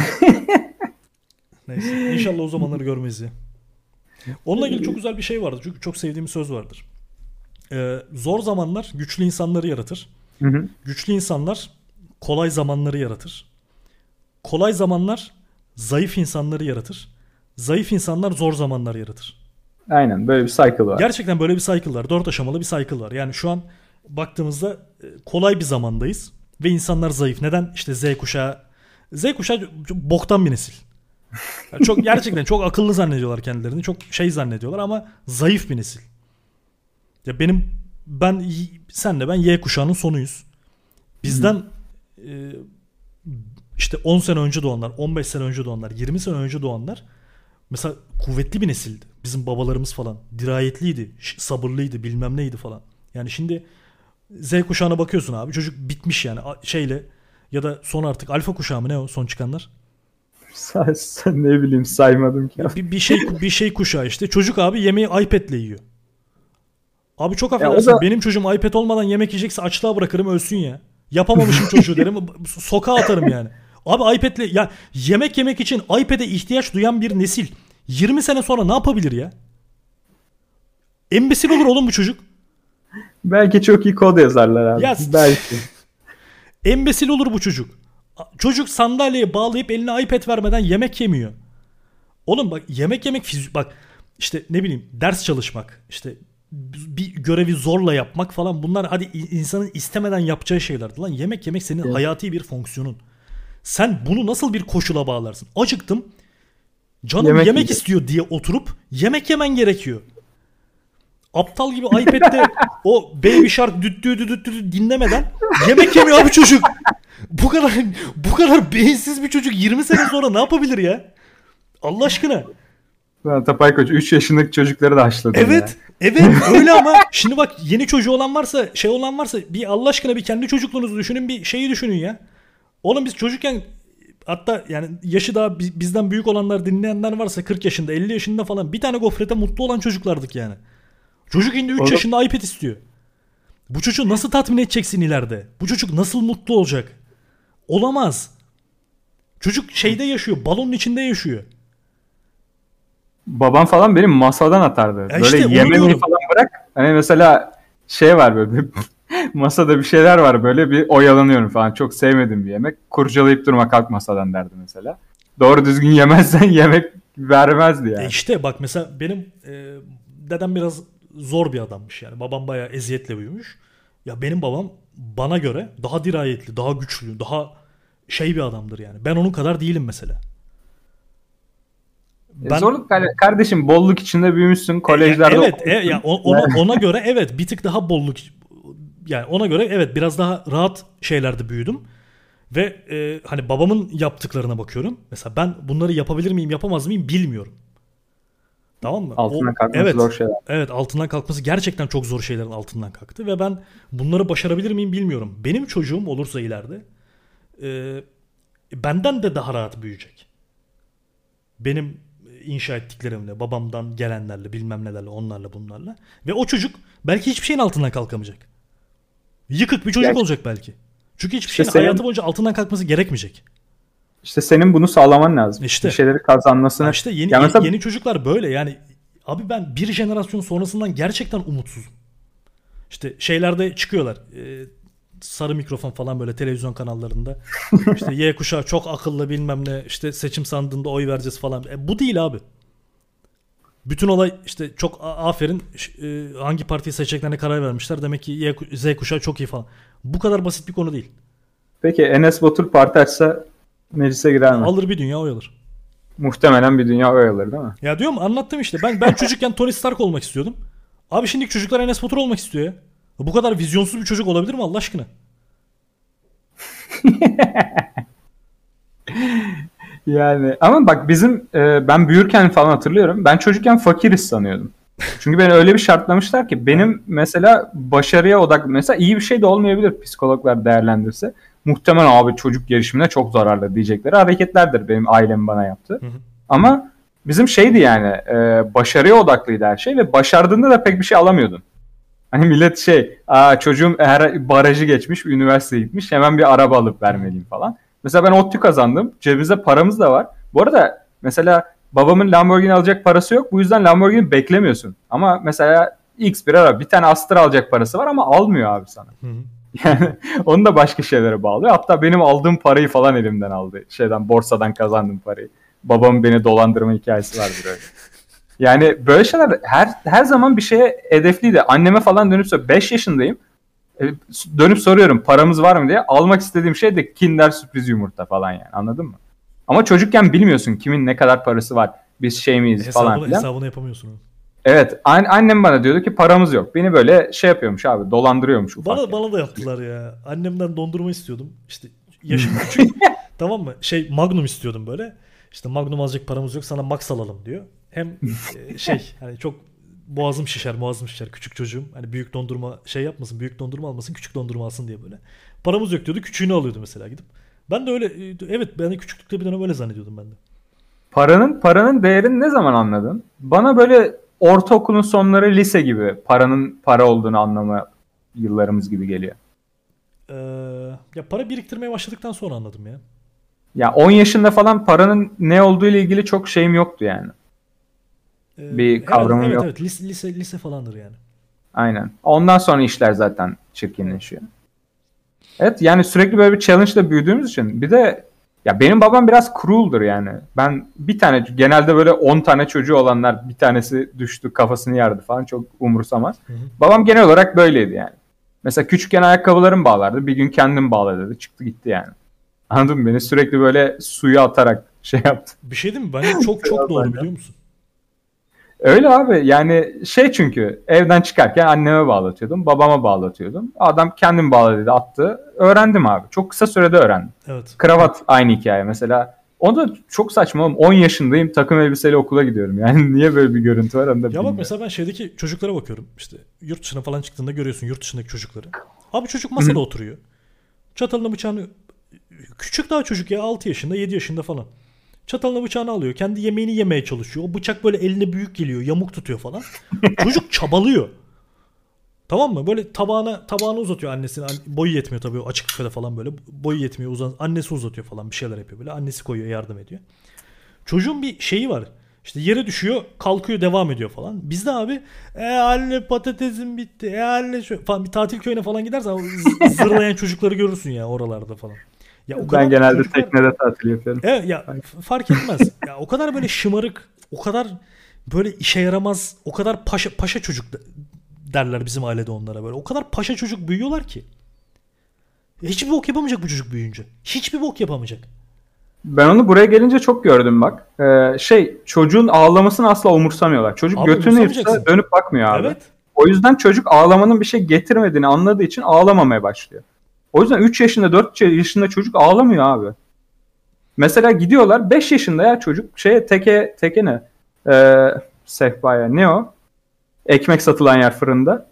S1: Neyse. İnşallah o zamanları görmeyiz ya. Onunla ilgili çok güzel bir şey vardı. Çünkü çok sevdiğim bir söz vardır. Ee, zor zamanlar güçlü insanları yaratır.
S2: Hı hı.
S1: Güçlü insanlar kolay zamanları yaratır. Kolay zamanlar zayıf insanları yaratır. Zayıf insanlar zor zamanlar yaratır.
S2: Aynen böyle bir cycle var.
S1: Gerçekten böyle bir cycle var. Dört aşamalı bir cycle var. Yani şu an baktığımızda e, kolay bir zamandayız. Ve insanlar zayıf. Neden? İşte Z kuşağı. Z kuşağı çok boktan bir nesil. Yani çok gerçekten çok akıllı zannediyorlar kendilerini. Çok şey zannediyorlar ama zayıf bir nesil. Ya benim ben y- senle ben Y kuşağının sonuyuz. Bizden e, işte on sene önce doğanlar, on beş sene önce doğanlar, yirmi sene önce doğanlar mesela kuvvetli bir nesildi. Bizim babalarımız falan dirayetliydi, ş- sabırlıydı, bilmem neydi falan. Yani şimdi Z kuşağına bakıyorsun abi, çocuk bitmiş yani A- şeyle, ya da son artık alfa kuşağı mı ne o son çıkanlar?
S2: Sen, sen ne bileyim saymadım ki.
S1: Bir, bir şey bir şey kuşağı işte. Çocuk abi yemeği iPad'le yiyor. Abi çok
S2: Ya o
S1: affedersin.
S2: da-
S1: Benim çocuğum iPad olmadan yemek yiyecekse açlığa bırakırım ölsün ya. Yapamamışım çocuğu derim. Sokağa atarım yani. Abi iPad'le ya, yemek yemek için iPad'e ihtiyaç duyan bir nesil yirmi sene sonra ne yapabilir ya? Embesil olur oğlum bu çocuk.
S2: Belki çok iyi kod yazarlar abi.
S1: Ya-
S2: Belki.
S1: Embesil olur bu çocuk. Çocuk sandalyeye bağlayıp eline iPad vermeden yemek yemiyor. Oğlum bak, yemek yemek fizik, bak işte ne bileyim ders çalışmak, işte bir görevi zorla yapmak falan, bunlar hadi insanın istemeden yapacağı şeylerdi lan. Yemek yemek senin
S2: Evet.
S1: hayati bir fonksiyonun. Sen bunu nasıl bir koşula bağlarsın? Acıktım. Canım
S2: Yemek
S1: yemek,
S2: yiyeceğim.
S1: istiyor diye oturup yemek yemen gerekiyor. Aptal gibi iPad'de o Baby Shark düt düt düt düt düt dinlemeden yemek yemiyor abi çocuk. Bu kadar bu kadar beyinsiz bir çocuk yirmi sene sonra ne yapabilir ya? Allah aşkına.
S2: Atapay Koç üç yaşındaki çocukları da haşladı.
S1: Evet. Evet öyle ama şimdi bak, yeni çocuğu olan varsa, şey olan varsa, bir Allah aşkına bir kendi çocukluğunuzu düşünün, bir şeyi düşünün ya. Oğlum biz çocukken, hatta yani yaşı daha bi- bizden büyük olanlar, dinleyenler varsa kırk yaşında elli yaşında falan, bir tane gofrete mutlu olan çocuklardık yani. Çocuk şimdi üç
S2: Oğlum-
S1: yaşında iPad istiyor. Bu çocuğu nasıl tatmin edeceksin ileride? Bu çocuk nasıl mutlu olacak? Olamaz. Çocuk şeyde yaşıyor, balonun içinde yaşıyor.
S2: Babam falan benim masadan atardı. Böyle
S1: işte onu
S2: yemeği
S1: diyorum.
S2: falan bırak. Hani mesela şey var böyle masada bir şeyler var, böyle bir oyalanıyorum falan. Çok sevmediğim bir yemek. Kurcalayıp durma, kalk masadan derdi mesela. Doğru düzgün yemezsen yemek vermezdi yani.
S1: E işte bak mesela benim e, dedem biraz zor bir adammış yani. Babam bayağı eziyetle büyümüş. Ya benim babam bana göre daha dirayetli, daha güçlü, daha şey bir adamdır yani. Ben onun kadar değilim mesela.
S2: Ben, Zorluk kardeşim, bolluk içinde büyümüşsün kolejlerde.
S1: Evet, e, ya ona ona göre evet bir tık daha bolluk, yani ona göre evet biraz daha rahat şeylerde büyüdüm. Ve e, hani babamın yaptıklarına bakıyorum. Mesela ben bunları yapabilir miyim, yapamaz mıyım bilmiyorum. Tamam mı?
S2: Altından kalkması
S1: evet,
S2: zor şeyler.
S1: Evet, altından kalkması gerçekten çok zor şeylerin altından kalktı ve ben bunları başarabilir miyim bilmiyorum. Benim çocuğum olursa ileride e, benden de daha rahat büyüyecek. Benim inşa ettiklerimle, babamdan gelenlerle, bilmem nelerle, onlarla, bunlarla. Ve o çocuk belki hiçbir şeyin altından kalkamayacak. Yıkık bir çocuk Gerçi, olacak belki. Çünkü hiçbir işte şeyin senin, hayatı boyunca altından kalkması gerekmeyecek.
S2: İşte senin bunu sağlaman lazım.
S1: İşte.
S2: Bir şeyleri kazanmasını.
S1: İşte yeni, yani mesela, yeni çocuklar böyle yani. Abi ben bir jenerasyon sonrasından gerçekten umutsuzum. İşte şeylerde çıkıyorlar. E, sarı mikrofon falan böyle televizyon kanallarında. İşte Y kuşağı çok akıllı bilmem ne. İşte seçim sandığında oy vereceğiz falan. E, bu değil abi. Bütün olay işte çok aferin e, hangi partiyi seçeceklerine karar vermişler. Demek ki Y, Z kuşağı çok iyi falan. Bu kadar basit bir konu değil.
S2: Peki Enes Batur parti açsa meclise girer mi?
S1: Alır, bir dünya oy alır.
S2: Muhtemelen bir dünya oy alır değil mi?
S1: Ya diyorum, anlattım işte. Ben ben çocukken Tony Stark olmak istiyordum. Abi şimdiki çocuklar Enes Batur olmak istiyor ya. Bu kadar vizyonsuz bir çocuk olabilir mi Allah aşkına?
S2: Yani ama bak bizim e, ben büyürken falan hatırlıyorum. Ben çocukken fakiriz sanıyordum. Çünkü beni öyle bir şartlamışlar ki benim mesela başarıya odaklı, mesela iyi bir şey de olmayabilir psikologlar değerlendirse. Muhtemelen abi çocuk gelişimine çok zararlı diyecekleri hareketlerdir benim ailem bana yaptı. Hı hı. Ama bizim şeydi yani e, başarıya odaklıydı her şey ve başardığında da pek bir şey alamıyordun. Hani millet şey, aa çocuğum her barajı geçmiş, üniversiteye gitmiş, hemen bir araba alıp vermeliyim falan. Mesela ben ODTÜ kazandım. Cebimizde paramız da var. Bu arada mesela babamın Lamborghini alacak parası yok. Bu yüzden Lamborghini beklemiyorsun. Ama mesela X bir araba, bir tane Astra alacak parası var ama almıyor abi sana. Hı hı. Yani onu da başka şeylere bağlıyor. Hatta benim aldığım parayı falan elimden aldı. Şeyden, borsadan kazandım parayı. Babamın beni dolandırma hikayesi vardır öyle. Yani böyle şeyler her her zaman bir şeye hedefliydi. Anneme falan dönüp sor, beş yaşındayım. Dönüp soruyorum paramız var mı diye. Almak istediğim şey de Kinder sürpriz yumurta falan yani, anladın mı? Ama çocukken bilmiyorsun kimin ne kadar parası var. Biz şey miyiz
S1: hesabını,
S2: falan filan.
S1: Hesabını yapamıyorsun.
S2: Evet, an- annem bana diyordu ki paramız yok. Beni böyle şey yapıyormuş abi, dolandırıyormuş ufak.
S1: Bana,
S2: yani.
S1: bana da yaptılar ya. Annemden dondurma istiyordum. İşte yaşım küçük. Tamam mı? Şey Magnum istiyordum böyle. İşte Magnum alacak paramız yok, sana Max alalım diyor. Hem e, şey hani çok boğazım şişer, boğazım şişer küçük çocuğum. Hani büyük dondurma şey yapmasın, büyük dondurma almasın, küçük dondurma alsın diye böyle. Paramız yok diyordu, küçüğünü alıyordu mesela gidip. Ben de öyle, evet ben de küçüklükte bir dönem öyle zannediyordum ben de.
S2: Paranın paranın değerini ne zaman anladın? Bana böyle ortaokulun sonları, lise gibi paranın para olduğunu anlama yıllarımız gibi geliyor.
S1: Ee, ya para biriktirmeye başladıktan sonra anladım ya.
S2: Ya on yaşında falan paranın ne olduğu ile ilgili çok şeyim yoktu yani.
S1: Ee,
S2: bir kavramım
S1: evet,
S2: yok.
S1: Evet, lise, lise, lise falandır yani.
S2: Aynen. Ondan sonra işler zaten çirkinleşiyor. Evet yani sürekli böyle bir challenge ile büyüdüğümüz için. Bir de ya benim babam biraz cruel'dur yani. Ben bir tane, genelde böyle on tane çocuğu olanlar bir tanesi düştü kafasını yardı falan, çok umursamaz. Hı hı. Babam genel olarak böyleydi yani. Mesela küçükken ayakkabılarımı bağlardı. Bir gün kendim bağla dedi. Çıktı gitti yani. Anladın mı? Beni sürekli böyle suya atarak şey yaptı.
S1: Bir şey değil mi? Bence çok çok doğru, biliyor musun?
S2: Öyle abi yani şey, çünkü evden çıkarken anneme bağlatıyordum, babama bağlatıyordum. Adam kendim bağla dedi, attı. Öğrendim abi. Çok kısa sürede öğrendim.
S1: Evet.
S2: Kravat aynı hikaye mesela. O da çok saçma oğlum. on yaşındayım, takım elbiseyle okula gidiyorum. Yani niye böyle bir görüntü var onu da bilmiyorum.
S1: Ya bak mesela ben şeydeki çocuklara bakıyorum. İşte yurt dışına falan çıktığında görüyorsun yurt dışındaki çocukları. Abi çocuk masada oturuyor. Çatalını bıçağını, küçük daha çocuk ya, altı yaşında yedi yaşında falan. Çatalını bıçağını alıyor. Kendi yemeğini yemeye çalışıyor. O bıçak böyle eline büyük geliyor. Yamuk tutuyor falan. Çocuk çabalıyor. Tamam mı? Böyle tabağına tabağını uzatıyor annesine. Boyu yetmiyor tabii, o açık büfede falan böyle. Boyu yetmiyor. Uzan, annesi uzatıyor falan. Bir şeyler yapıyor böyle. Annesi koyuyor, yardım ediyor. Çocuğun bir şeyi var. İşte yere düşüyor, kalkıyor, devam ediyor falan. Bizde abi e anne patatesim bitti. E anne şu falan, bir tatil köyüne falan gidersen zırlayan çocukları görürsün ya oralarda falan.
S2: Ya o ben genelde çocuklar, teknede tatil yapıyorum.
S1: Evet ya, fark etmez. Ya o kadar böyle şımarık, o kadar böyle işe yaramaz, o kadar paşa, paşa çocuk derler bizim ailede onlara böyle. O kadar paşa çocuk büyüyorlar ki. Hiçbir bok yapamayacak bu çocuk büyüyünce. Hiçbir bok yapamayacak.
S2: Ben onu buraya gelince çok gördüm bak. Ee, şey çocuğun ağlamasını asla umursamıyorlar. Çocuk
S1: Abi
S2: götünü yırtsa
S1: umursamayacaksın.
S2: dönüp bakmıyor abi.
S1: Evet.
S2: O yüzden çocuk ağlamanın bir şey getirmediğini anladığı için ağlamamaya başlıyor. O yüzden üç yaşında dört yaşında çocuk ağlamıyor abi. Mesela gidiyorlar beş yaşında ya çocuk şeye teke teke ne? Ee, sehpaya ne o? Ekmek satılan yer fırında.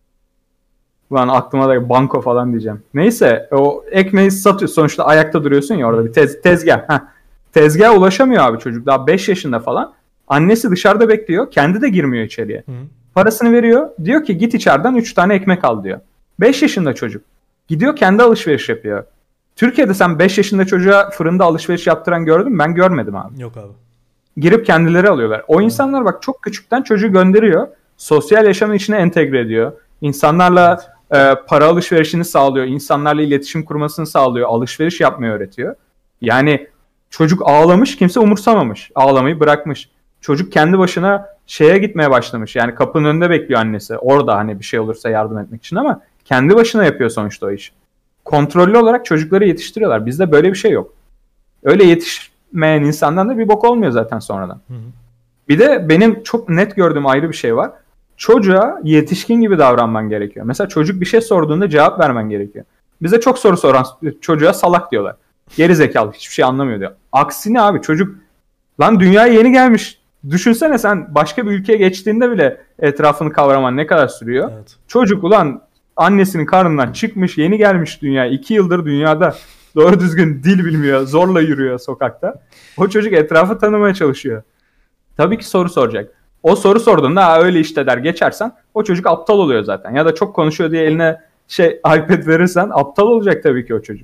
S2: Ulan aklıma da banko falan diyeceğim. Neyse o ekmeği satıyor. Sonuçta ayakta duruyorsun ya orada bir tez, tezgah. Heh. Tezgaha ulaşamıyor abi çocuk. Daha beş yaşında falan. Annesi dışarıda bekliyor. Kendi de girmiyor içeriye. Hı. Parasını veriyor. Diyor ki git içeriden üç tane ekmek al diyor. beş yaşında çocuk. Gidiyor kendi alışveriş yapıyor. Türkiye'de sen beş yaşında çocuğa fırında alışveriş yaptıran gördün mü? Ben görmedim abi.
S1: Yok abi.
S2: Girip kendileri alıyorlar. O insanlar bak çok küçükten çocuğu gönderiyor. Sosyal yaşamın içine entegre ediyor. İnsanlarla evet. e, para alışverişini sağlıyor. İnsanlarla iletişim kurmasını sağlıyor. Alışveriş yapmayı öğretiyor. Yani çocuk ağlamış, kimse umursamamış. Ağlamayı bırakmış. Çocuk kendi başına şeye gitmeye başlamış. Yani kapının önünde bekliyor annesi. Orada hani bir şey olursa yardım etmek için ama kendi başına yapıyor sonuçta o işi. Kontrollü olarak çocukları yetiştiriyorlar. Bizde böyle bir şey yok. Öyle yetişmeyen insandan da bir bok olmuyor zaten sonradan. Hı hı. Bir de benim çok net gördüğüm ayrı bir şey var. Çocuğa yetişkin gibi davranman gerekiyor. Mesela çocuk bir şey sorduğunda cevap vermen gerekiyor. Bize çok soru soran çocuğa salak diyorlar. Geri zekalı, hiçbir şey anlamıyor diyor. Aksine abi çocuk lan dünyaya yeni gelmiş. Düşünsene sen başka bir ülkeye geçtiğinde bile etrafını kavraman ne kadar sürüyor. Evet. Çocuk ulan annesinin karnından çıkmış, yeni gelmiş dünyaya. iki yıldır dünyada doğru düzgün dil bilmiyor. Zorla yürüyor sokakta. O çocuk etrafı tanımaya çalışıyor. Tabii ki soru soracak. O soru sorduğunda ha öyle işte der geçersen o çocuk aptal oluyor zaten. Ya da çok konuşuyor diye eline şey iPad verirsen aptal olacak tabii ki o çocuk.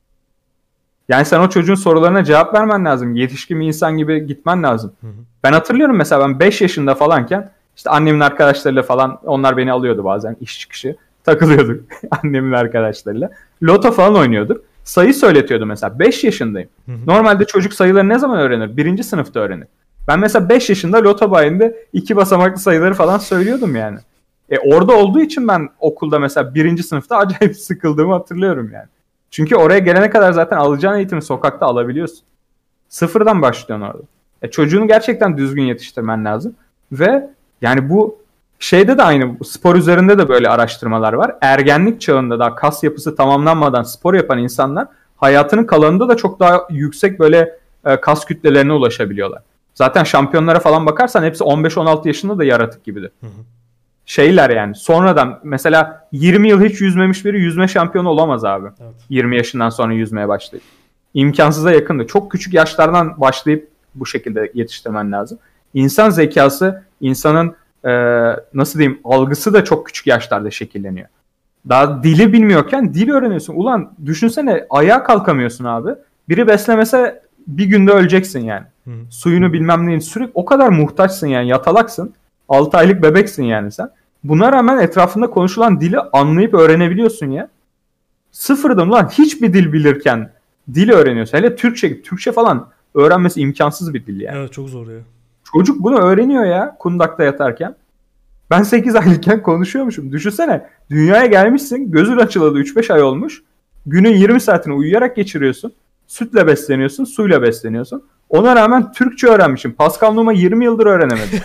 S2: Yani sen o çocuğun sorularına cevap vermen lazım. Yetişkin bir insan gibi gitmen lazım. Hı hı. Ben hatırlıyorum mesela ben beş yaşında falanken işte annemin arkadaşlarıyla falan onlar beni alıyordu bazen iş çıkışı. Takılıyorduk annemin arkadaşlarıyla. Loto falan oynuyorduk. Sayı söyletiyordu mesela. beş yaşındayım. Hı hı. Normalde çocuk sayıları ne zaman öğrenir? Birinci sınıfta öğrenir. Ben mesela beş yaşında loto bayinde iki basamaklı sayıları falan söylüyordum yani. E orada olduğu için ben okulda mesela birinci sınıfta acayip sıkıldığımı hatırlıyorum yani. Çünkü oraya gelene kadar zaten alacağın eğitimi sokakta alabiliyorsun. Sıfırdan başlıyorsun orada. E çocuğunu gerçekten düzgün yetiştirmen lazım. Ve yani bu şeyde de aynı, spor üzerinde de böyle araştırmalar var. Ergenlik çağında daha kas yapısı tamamlanmadan spor yapan insanlar hayatının kalanında da çok daha yüksek böyle e, kas kütlelerine ulaşabiliyorlar. Zaten şampiyonlara falan bakarsan hepsi on beş on altı yaşında da yaratık gibidir. Hı hı. Şeyler yani sonradan mesela yirmi yıl hiç yüzmemiş biri yüzme şampiyonu olamaz abi. Evet. yirmi yaşından sonra yüzmeye başlayıp. İmkansıza yakındı. Çok küçük yaşlardan başlayıp bu şekilde yetiştirmen lazım. İnsan zekası, insanın e, nasıl diyeyim algısı da çok küçük yaşlarda şekilleniyor. Daha dili bilmiyorken dil öğreniyorsun. Ulan düşünsene ayağa kalkamıyorsun abi. Biri beslemese bir günde öleceksin yani. Hı. Suyunu bilmem neyin sürekli o kadar muhtaçsın yani yatalaksın. altı aylık bebeksin yani sen. Buna rağmen etrafında konuşulan dili anlayıp öğrenebiliyorsun ya. Sıfırdım lan hiçbir dil bilirken dil öğreniyorsun. Hele Türkçe, Türkçe falan öğrenmesi imkansız bir dil yani.
S1: Evet çok zor ya.
S2: Çocuk bunu öğreniyor ya kundakta yatarken. Ben sekiz aylıkken konuşuyormuşum. Düşünsene dünyaya gelmişsin gözün açılalı üç beş ay olmuş. Günün yirmi saatini uyuyarak geçiriyorsun. Sütle besleniyorsun, suyla besleniyorsun. Ona rağmen Türkçe öğrenmişim. Pascal Numa yirmi yıldır öğrenemedim.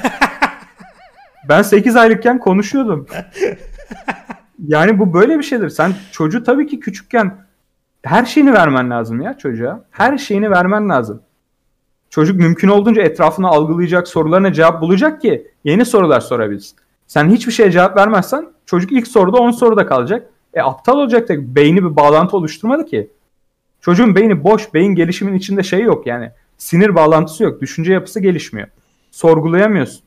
S2: Ben sekiz aylıkken konuşuyordum. Yani bu böyle bir şeydir. Sen çocuğu tabii ki küçükken her şeyini vermen lazım ya çocuğa. Her şeyini vermen lazım. Çocuk mümkün olduğunca etrafını algılayacak, sorularına cevap bulacak ki yeni sorular sorabilsin. Sen hiçbir şeye cevap vermezsen çocuk ilk soruda on soruda kalacak. E aptal olacak da beyni bir bağlantı oluşturmadı ki. Çocuğun beyni boş, beyin gelişimin içinde şey yok yani. Sinir bağlantısı yok, düşünce yapısı gelişmiyor. Sorgulayamıyorsun.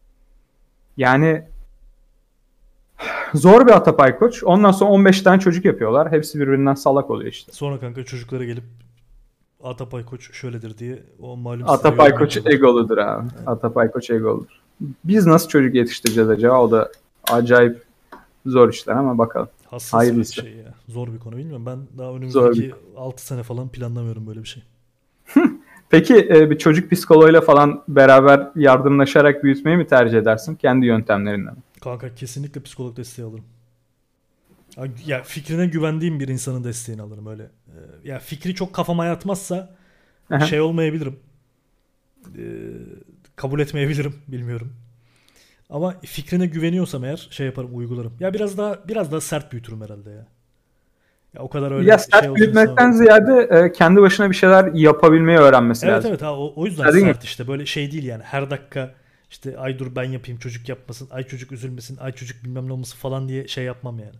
S2: Yani zor bir Atapay Koç. Ondan sonra on beş tane çocuk yapıyorlar. Hepsi birbirinden salak oluyor işte.
S1: Sonra kanka çocuklara gelip Atapay Koç şöyledir diye o malum
S2: Atapay Koç egoludur abi. Evet. Atapay Koç egoludur. Biz nasıl çocuk yetiştireceğiz acaba? O da acayip zor işler ama bakalım.
S1: Hassas Hayırlısı. Bir şey ya. Zor bir konu bilmiyorum. Ben daha önümüzdeki altı sene falan planlamıyorum böyle bir şey.
S2: Peki e, bir çocuk psikoloğuyla falan beraber yardımlaşarak büyütmeyi mi tercih edersin? Kendi yöntemlerinden mi?
S1: Kanka kesinlikle psikolog desteği alırım. Ya ya fikrine güvendiğim bir insanın desteğini alırım öyle. Ee, Ya fikri çok kafama yatmazsa
S2: Aha.
S1: şey olmayabilirim. Ee, Kabul etmeyebilirim, bilmiyorum. Ama fikrine güveniyorsam eğer şey yaparım, uygularım. Ya biraz daha biraz daha sert büyütürüm herhalde ya. Ya o kadar öyle
S2: Ya sert
S1: şey olsun
S2: büyütmekten
S1: istemem.
S2: ziyade e, kendi başına bir şeyler yapabilmeyi öğrenmesi
S1: Evet
S2: lazım.
S1: evet ha o, o yüzden
S2: Dedin ya,
S1: sert işte. Böyle şey değil yani. Her dakika işte ay dur ben yapayım çocuk yapmasın. Ay çocuk üzülmesin. Ay çocuk bilmem ne olmasın falan diye şey yapmam yani.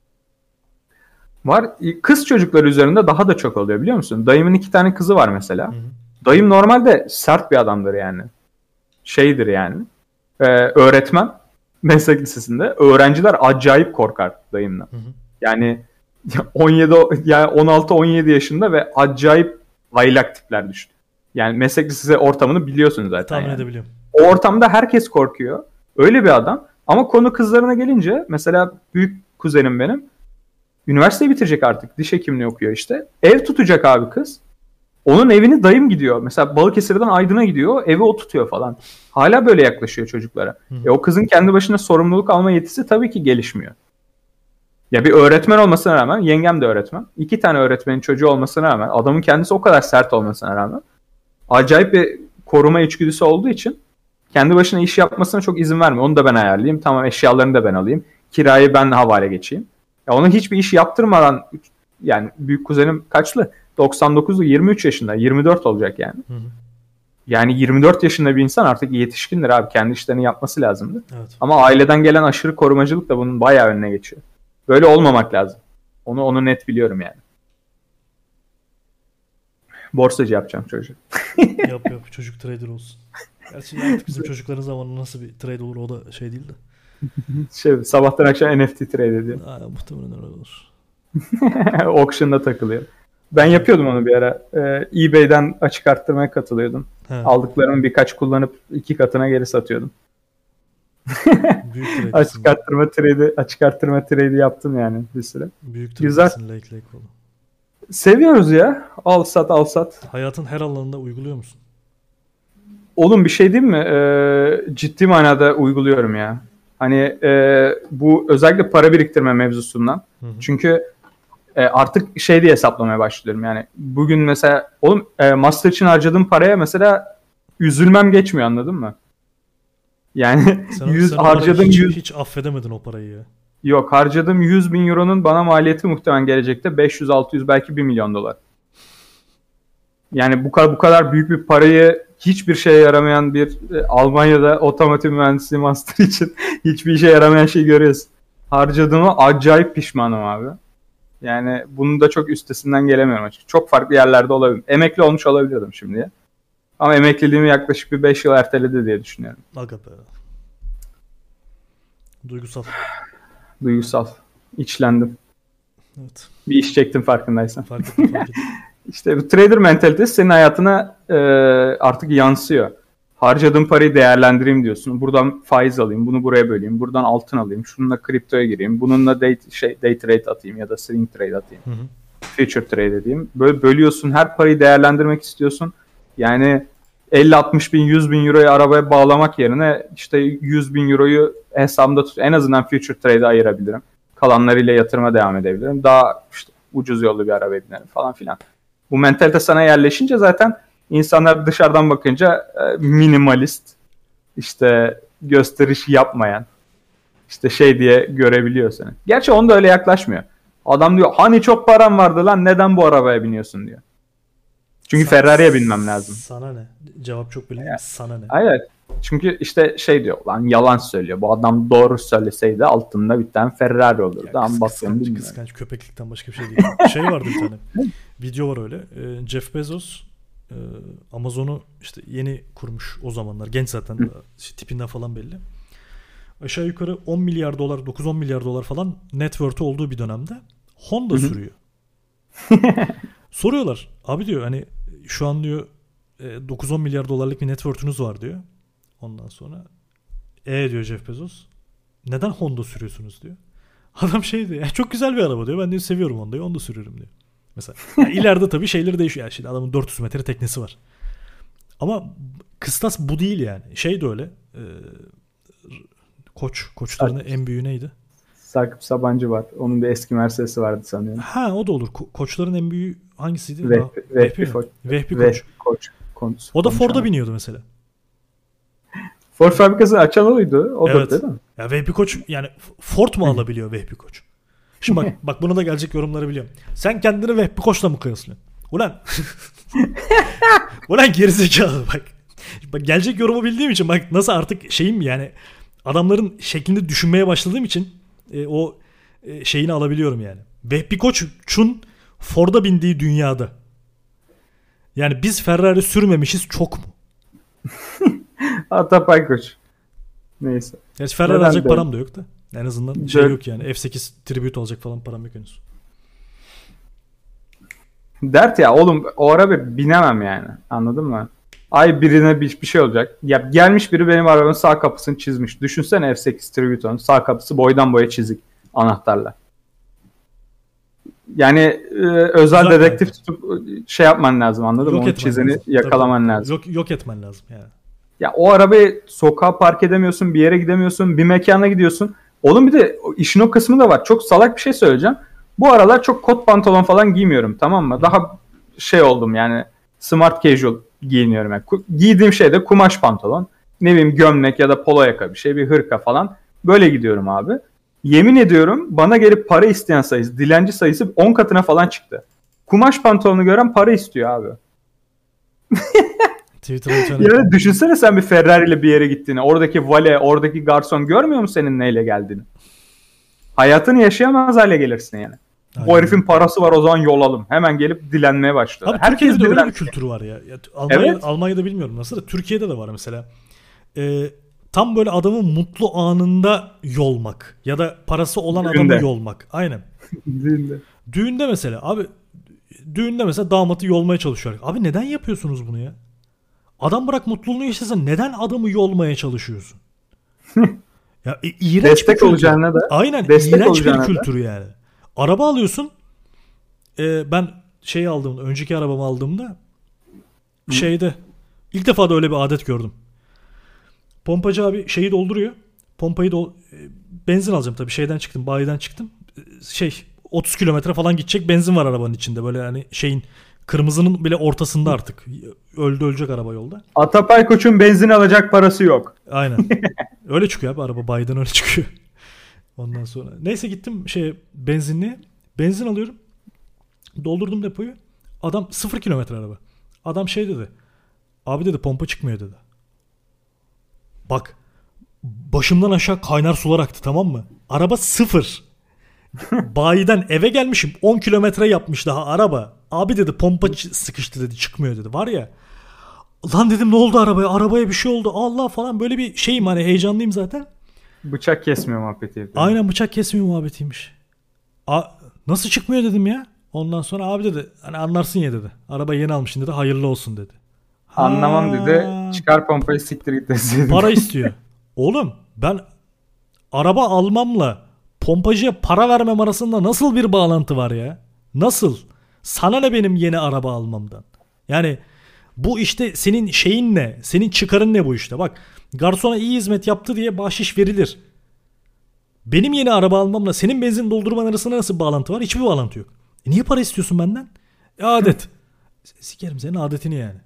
S2: var. Kız çocukları üzerinde daha da çok oluyor biliyor musun? Dayımın iki tane kızı var mesela.
S1: Hı hı.
S2: Dayım normalde sert bir adamdır yani. Şeydir yani. Ee, öğretmen meslek lisesinde. Öğrenciler acayip korkar dayımdan.
S1: Hı hı.
S2: Yani on yedi yani on altı on yedi yaşında ve acayip aylak tipler düştü. Yani meslek lisesi ortamını biliyorsunuz zaten.
S1: Tahmin
S2: yani.
S1: edebiliyorum.
S2: O ortamda herkes korkuyor. Öyle bir adam. Ama konu kızlarına gelince mesela büyük kuzenim benim üniversiteyi bitirecek artık. Diş hekimliği okuyor işte. Ev tutacak abi kız. Onun evini dayım gidiyor. Mesela Balıkesir'den Aydın'a gidiyor. Evi o tutuyor falan. Hala böyle yaklaşıyor çocuklara.
S1: Hı.
S2: E o kızın kendi başına sorumluluk alma yetisi tabii ki gelişmiyor. Ya bir öğretmen olmasına rağmen, yengem de öğretmen. İki tane öğretmenin çocuğu olmasına rağmen, adamın kendisi o kadar sert olmasına rağmen acayip bir koruma içgüdüsü olduğu için kendi başına iş yapmasına çok izin vermiyor. Onu da ben ayarlayayım. Tamam eşyalarını da ben alayım. Kirayı ben havale geçeyim. Ya ona hiçbir iş yaptırmadan yani büyük kuzenim kaçlı? doksan dokuzlu yirmi üç yaşında. yirmi dört olacak yani.
S1: Hı hı.
S2: Yani yirmi dört yaşında bir insan artık yetişkindir abi. Kendi işlerini yapması lazımdı.
S1: Evet.
S2: Ama aileden gelen aşırı korumacılık da bunun bayağı önüne geçiyor. Böyle olmamak lazım. Onu onu net biliyorum yani. Borsacı yapacağım çocuğu.
S1: Yap yap çocuk trader olsun. Gerçi artık bizim çocukların zamanı nasıl bir trade olur o da şey değil de.
S2: Şey, sabahtan akşam N F T trade ediyor.
S1: Aa, muhtemelen öyle olur.
S2: Auction'da takılıyor. Ben yapıyordum onu bir ara. Ee, eBay'den açık arttırmaya katılıyordum.
S1: He,
S2: Aldıklarımı birkaç kullanıp iki katına geri satıyordum.
S1: büyük trader'sın.
S2: Açık arttırma trade'i, açık arttırma trade'i yaptım yani bir süre.
S1: Büyük
S2: Güzel.
S1: trader'sın Lake Lake falan.
S2: Seviyoruz ya. Al sat al sat.
S1: Hayatın her alanında uyguluyor musun?
S2: Oğlum bir şey diyeyim mi? Ee, ciddi manada uyguluyorum ya. Hani e, bu özellikle para biriktirme mevzusundan.
S1: Hı hı.
S2: Çünkü e, artık şey diye hesaplamaya başlıyorum. Yani bugün mesela oğlum e, master için harcadığım paraya mesela üzülmem geçmiyor anladın mı? Yani
S1: Sen,
S2: yüz
S1: sen o parayı
S2: harcadığım
S1: hiç,
S2: yüz
S1: hiç affedemedin o parayı ya.
S2: yok harcadığım yüz bin euronun bana maliyeti muhtemelen gelecekte beş yüz altı yüz belki bir milyon dolar. Yani bu kadar bu kadar büyük bir parayı hiçbir şeye yaramayan bir e, Almanya'da otomotiv mühendisliği master için hiçbir işe yaramayan şey görüyorsun. Harcadığıma acayip pişmanım abi. Yani bunun da çok üstesinden gelemiyorum açıkçası. Çok farklı yerlerde olabilirim. Emekli olmuş olabilirdim şimdiye. Ama emekliliğimi yaklaşık bir beş yıl erteledi diye düşünüyorum.
S1: Aga be. Duygusal.
S2: Duygusal. İçlendim.
S1: Evet.
S2: Bir iş çektim farkındaysan.
S1: Fark ettim fark ettim.
S2: İşte bu trader mentalitesi senin hayatına e, artık yansıyor. Harcadığım parayı değerlendireyim diyorsun. Buradan faiz alayım, bunu buraya böleyim, buradan altın alayım, şununla kriptoya gireyim, bununla day, şey, day trade atayım ya da swing trade atayım.
S1: Hı hı.
S2: Future trade edeyim. Böyle bölüyorsun, her parayı değerlendirmek istiyorsun. Yani elli altmış bin, yüz bin euroyu arabaya bağlamak yerine işte yüz bin euroyu hesabımda tut. En azından future trade'e ayırabilirim. Kalanlarıyla yatırıma devam edebilirim. Daha işte ucuz yollu bir arabaya binerim falan filan. Bu mentalite sana yerleşince zaten insanlar dışarıdan bakınca minimalist, işte gösteriş yapmayan, işte şey diye görebiliyor seni. Gerçi onda öyle yaklaşmıyor. Adam diyor hani çok param vardı lan neden bu arabaya biniyorsun diyor. Çünkü
S1: Sa-
S2: Ferrari'ye binmem lazım.
S1: Sana ne? Cevap çok belli.
S2: Evet.
S1: Sana ne?
S2: Evet. Çünkü işte şey diyor lan yalan söylüyor. Bu adam doğru söyleseydi altında bir tane Ferrari olurdu.
S1: Ya
S2: Ama
S1: kıs-
S2: bakıyorum
S1: kıskanç,
S2: bilmiyorum.
S1: kıskanç köpeklikten başka bir şey değil. Şey vardı bir tane. Video var öyle. Ee, Jeff Bezos e, Amazon'u işte yeni kurmuş o zamanlar. Genç zaten.
S2: Hı.
S1: İşte tipinden falan belli. Aşağı yukarı on milyar dolar, dokuz on milyar dolar falan net worth'ü olduğu bir dönemde Honda
S2: Hı-hı.
S1: sürüyor. Soruyorlar. Abi diyor hani şu an diyor dokuz on milyar dolarlık bir net worth'ünüz var diyor. Ondan sonra e diyor Jeff Bezos. Neden Honda sürüyorsunuz diyor. Adam şey diyor. Çok güzel bir araba diyor. Ben diyor seviyorum Honda'yı. Honda sürüyorum diyor. Mesela yani ileride tabii şeyleri değişiyor. Yani şimdi adamın dört yüz metre teknesi var. Ama kıstas bu değil yani. Şey de öyle. E, Koç. Koçların
S2: Sakıp.
S1: en büyüğü neydi?
S2: Sakıp Sabancı var. Onun bir eski Mercedes'i vardı sanıyorum.
S1: Ha o da olur. Ko- Koçların en büyüğü hangisiydi?
S2: Vehbi, Vehbi,
S1: Vehbi,
S2: Koç.
S1: Vehbi Koç.
S2: Vehbi Koç. Konusu,
S1: O da Ford'a
S2: konuşalım.
S1: biniyordu mesela.
S2: Ford fabrikasını açan oydu. O
S1: Evet.
S2: da değil mi?
S1: Ya Vehbi Koç yani Ford mu alabiliyor Vehbi Koç? Şimdi bak bak buna da gelecek yorumları biliyorum. Sen kendini Vehbi Koç'la mı kıyaslıyorsun? Ulan. Ulan gerizekalı bak. Bak gelecek yorumu bildiğim için bak nasıl artık şeyim yani adamların şeklinde düşünmeye başladığım için e, o e, şeyini alabiliyorum yani. Vehbi Koç'un Ford'a bindiği dünyada. Yani biz Ferrari sürmemişiz çok mu?
S2: Atapay Koç. Neyse.
S1: Gerçi Ferrari
S2: Neden
S1: alacak
S2: de-
S1: param da yok da. En azından şey
S2: Dört-
S1: yok yani. F sekiz Tribute alacak falan param yok henüz.
S2: Dert ya oğlum o araba binemem yani. Anladın mı? Ay birine bir, bir şey olacak. Ya gelmiş biri benim arabamın sağ kapısını çizmiş. Düşünsene F sekiz Tribute'un sağ kapısı boydan boya çizik anahtarla. Yani e, özel
S1: Güzel
S2: dedektif
S1: kanka.
S2: tutup şey yapman lazım anladın mı?
S1: Yok
S2: Onun
S1: etmen
S2: çizeni
S1: lazım.
S2: yakalaman
S1: Tabii,
S2: lazım.
S1: Yok, yok etmen lazım yani.
S2: Ya o arabayı sokağa park edemiyorsun, bir yere gidemiyorsun, bir mekana gidiyorsun. Oğlum bir de işin o kısmı da var. Çok salak bir şey söyleyeceğim. Bu aralar çok kot pantolon falan giymiyorum, tamam mı? Daha şey oldum yani smart casual giyiniyorum. Yani. Giydiğim şey de kumaş pantolon. Ne bileyim gömlek ya da polo yaka bir şey, bir hırka falan. Böyle gidiyorum abi. Yemin ediyorum bana gelip para isteyen sayısı, dilenci sayısı on katına falan çıktı. Kumaş pantolonu gören para istiyor abi.
S1: Twitter'a bir tane
S2: Yani düşünsene sen bir Ferrari ile bir yere gittiğini. Oradaki vale, oradaki garson görmüyor mu senin neyle geldiğini? Hayatını yaşayamaz hale gelirsin yani.
S1: Aynen.
S2: Bu herifin parası var o zaman yol alalım. Hemen gelip dilenmeye başlıyor.
S1: Abi Türkiye'de de öyle
S2: dilen-
S1: bir kültür var ya. ya Almanya,
S2: Evet.
S1: Almanya'da bilmiyorum nasıl da Türkiye'de de var mesela. Ee, tam böyle adamın mutlu anında yolmak ya da parası olan
S2: Düğünde.
S1: adamı yolmak. Aynen. Düğünde mesela abi düğünde mesela damatı yolmaya çalışıyor. Abi neden yapıyorsunuz bunu ya? Adam bırak mutluluğunu yaşasın. Neden adamı yolmaya çalışıyorsun? Ya e, iğrenç
S2: Destek
S1: bir kültür.
S2: olacağına da-
S1: Aynen
S2: destek
S1: iğrenç bir
S2: olacağına da-
S1: kültür yani. Araba alıyorsun. Ee, ben şey aldığımda önceki arabamı aldığımda
S2: Hı.
S1: şeyde ilk defa da öyle bir adet gördüm. Pompacı abi şeyi dolduruyor. Pompayı dol e, benzin alacağım tabii şeyden çıktım bayiden çıktım. E, Şey otuz kilometre falan gidecek benzin var arabanın içinde böyle yani şeyin kırmızının bile ortasında artık. Öldü ölecek araba yolda.
S2: Atapay Koç'un benzin alacak parası yok.
S1: Aynen. Öyle çıkıyor abi araba bayiden öyle çıkıyor. Ondan sonra neyse gittim şey benzinliğe. Benzin alıyorum. Doldurdum depoyu. Adam sıfır kilometre araba. Adam şey dedi. Abi dedi pompa çıkmıyor dedi. Bak başımdan aşağı kaynar sular aktı tamam mı? Araba sıfır. Bayiden eve gelmişim. on kilometre yapmış daha araba. Abi dedi pompa ç- sıkıştı dedi çıkmıyor dedi. Var ya. Lan dedim ne oldu arabaya? Arabaya bir şey oldu. Allah falan böyle bir şeyim hani heyecanlıyım zaten.
S2: Bıçak kesmiyor muhabbeti yapıyor.
S1: Aynen bıçak kesmiyor muhabbetiymiş. A- nasıl çıkmıyor dedim ya. Ondan sonra abi dedi hani anlarsın ya dedi. Araba yeni almışsın dedi hayırlı olsun dedi. Ha,
S2: Anlamam dedi. Çıkar pompayı siktir git deseydin.
S1: para istiyor. Oğlum ben araba almamla pompacıya para vermem arasında nasıl bir bağlantı var ya? Nasıl? Sana ne benim yeni araba almamdan? Yani bu işte senin şeyin ne? Senin çıkarın ne bu işte? Bak garsona iyi hizmet yaptı diye bahşiş verilir. Benim yeni araba almamla senin benzin doldurman arasında nasıl bir bağlantı var? Hiçbir bağlantı yok. E niye para istiyorsun benden? E adet. Sikerim senin adetini yani.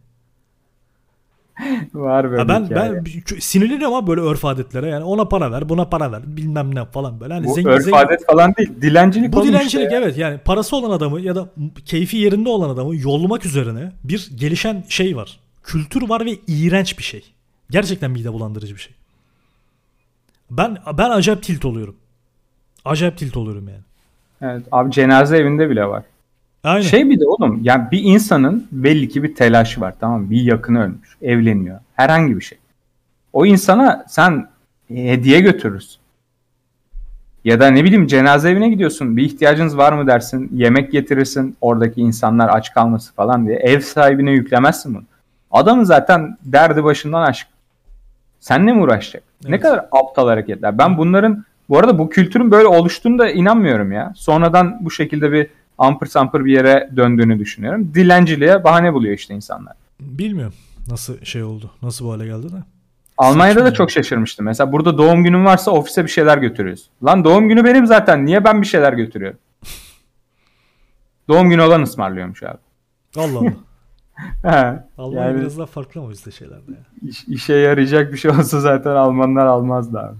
S2: Var böyle
S1: Ha ben
S2: hikaye.
S1: ben sinirleniyorum abi böyle örf adetlere yani ona para ver buna para ver bilmem ne falan böyle hani
S2: Bu
S1: zengin,
S2: örf
S1: zengin-
S2: adet falan değil. Dilencilik
S1: bu
S2: olmuş
S1: dilencilik
S2: işte ya.
S1: evet yani parası olan adamı ya da keyfi yerinde olan adamı yollamak üzerine bir gelişen şey var. Kültür var ve iğrenç bir şey. Gerçekten mide bulandırıcı bir şey. Ben ben acayip tilt oluyorum. Acayip tilt oluyorum yani.
S2: Evet, abi cenaze evinde bile var.
S1: Aynen.
S2: Şey bir de oğlum yani bir insanın belli ki bir telaşı var tamam mı? Bir yakını ölmüş, evleniyor. Herhangi bir şey. O insana sen hediye götürürsün. Ya da ne bileyim cenaze evine gidiyorsun. Bir ihtiyacınız var mı dersin. Yemek getirirsin. Oradaki insanlar aç kalması falan diye. Ev sahibine yüklemezsin bunu. Adamın zaten derdi başından aşk. Seninle mi uğraşacak?
S1: Evet.
S2: Ne kadar aptal hareketler. Ben bunların bu arada bu kültürün böyle oluştuğunu da inanmıyorum ya. Sonradan bu şekilde bir ampır sampır bir yere döndüğünü düşünüyorum. Dilenciliğe bahane buluyor işte insanlar.
S1: Bilmiyorum. Nasıl şey oldu? Nasıl bu hale geldi de?
S2: Almanya'da
S1: Saçma
S2: da
S1: ya.
S2: çok şaşırmıştım. Mesela burada doğum günün varsa ofise bir şeyler götürüyorsun. Lan doğum günü benim zaten. Niye ben bir şeyler götürüyorum? Doğum günü olan ısmarlıyormuş abi.
S1: Allah Allah.
S2: He,
S1: Almanya
S2: yani
S1: biraz daha farklı ama bizde şeylerde ya.
S2: iş- işe yarayacak bir şey olsa zaten Almanlar almazdı abi.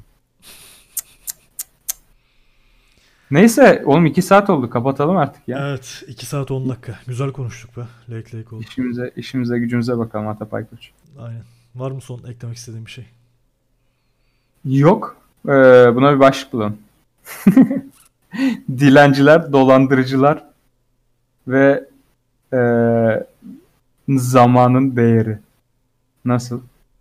S2: Neyse oğlum iki saat oldu. Kapatalım artık ya.
S1: Evet, iki saat on dakika. Güzel konuştuk be. Lake Lake oldu.
S2: İşimize, işimize gücümüze bakalım Atapay Koç.
S1: Aynen. Var mı son eklemek istediğin bir şey?
S2: Yok. Ee, buna bir başlık bulalım. Dilenciler, dolandırıcılar ve ee, zamanın değeri. Nasıl?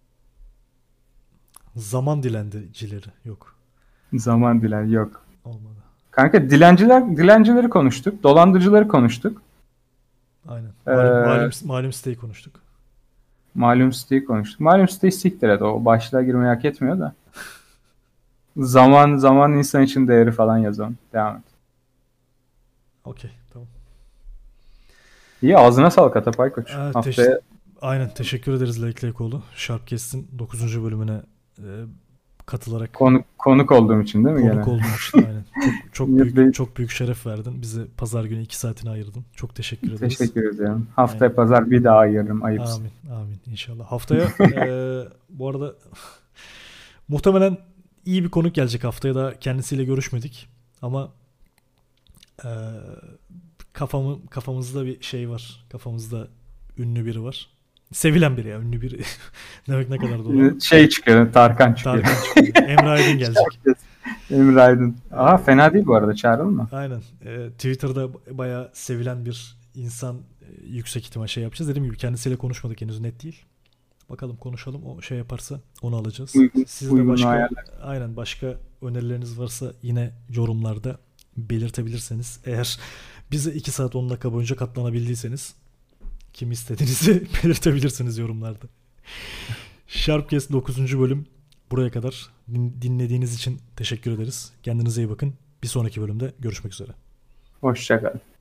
S1: Zaman dilencileri yok.
S2: Zaman dilen yok.
S1: Olmadı.
S2: Kanka dilenciler, dilencileri konuştuk. Dolandırıcıları konuştuk.
S1: Aynen.
S2: Ee,
S1: Malum, malum, malum siteyi konuştuk.
S2: Malum siteyi konuştuk. Malum siteyi siktir et. O başlığa girmeyi hak etmiyor da. Zaman, zaman insan için değeri falan yazalım. Devam et.
S1: Okey, tamam.
S2: İyi ağzına sağlık Atapay Koç.
S1: Evet,
S2: Haftaya
S1: teş- Aynen teşekkür ederiz Lake Lake oldu. Sharpcast'in dokuzuncu bölümüne e, katılarak
S2: konuk, konuk olduğum için değil mi
S1: konuk
S2: gene?
S1: olduğun için aynen. Çok, çok
S2: Yok,
S1: büyük
S2: be-
S1: çok büyük şeref verdin. Bize pazar günü iki saatini ayırdın. Çok teşekkür ederiz.
S2: Teşekkür ederim. Haftaya
S1: Aynen.
S2: pazar bir daha ayırırım. Ayıpsın.
S1: Amin. Amin inşallah. Haftaya e, bu arada muhtemelen iyi bir konuk gelecek. Haftaya da kendisiyle görüşmedik. Ama e, kafamı kafamızda bir şey var. Kafamızda ünlü biri var. Sevilen biri ya. Ünlü biri. Demek ne kadar doğru.
S2: Şey çıkıyor. Tarkan çıkıyor.
S1: Tarkan çıkıyor. Emre Aydın gelecek.
S2: Emre Aydın. Aha fena değil bu arada. Çağıralım mı?
S1: Aynen. E, Twitter'da bayağı sevilen bir insan, e, yüksek ihtimal şey yapacağız. Dediğim gibi kendisiyle konuşmadık, henüz net değil. Bakalım konuşalım. O şey yaparsa onu alacağız.
S2: Uygun,
S1: Siz de
S2: uygun
S1: başka
S2: ayarlar.
S1: aynen başka önerileriniz varsa yine yorumlarda belirtebilirseniz. Eğer bize iki saat on dakika boyunca katlanabildiyseniz kim istediğinizi belirtebilirsiniz yorumlarda. Sharpcast dokuzuncu bölüm buraya kadar. Din- dinlediğiniz için teşekkür ederiz. Kendinize iyi bakın. Bir sonraki bölümde görüşmek üzere.
S2: Hoşça kal.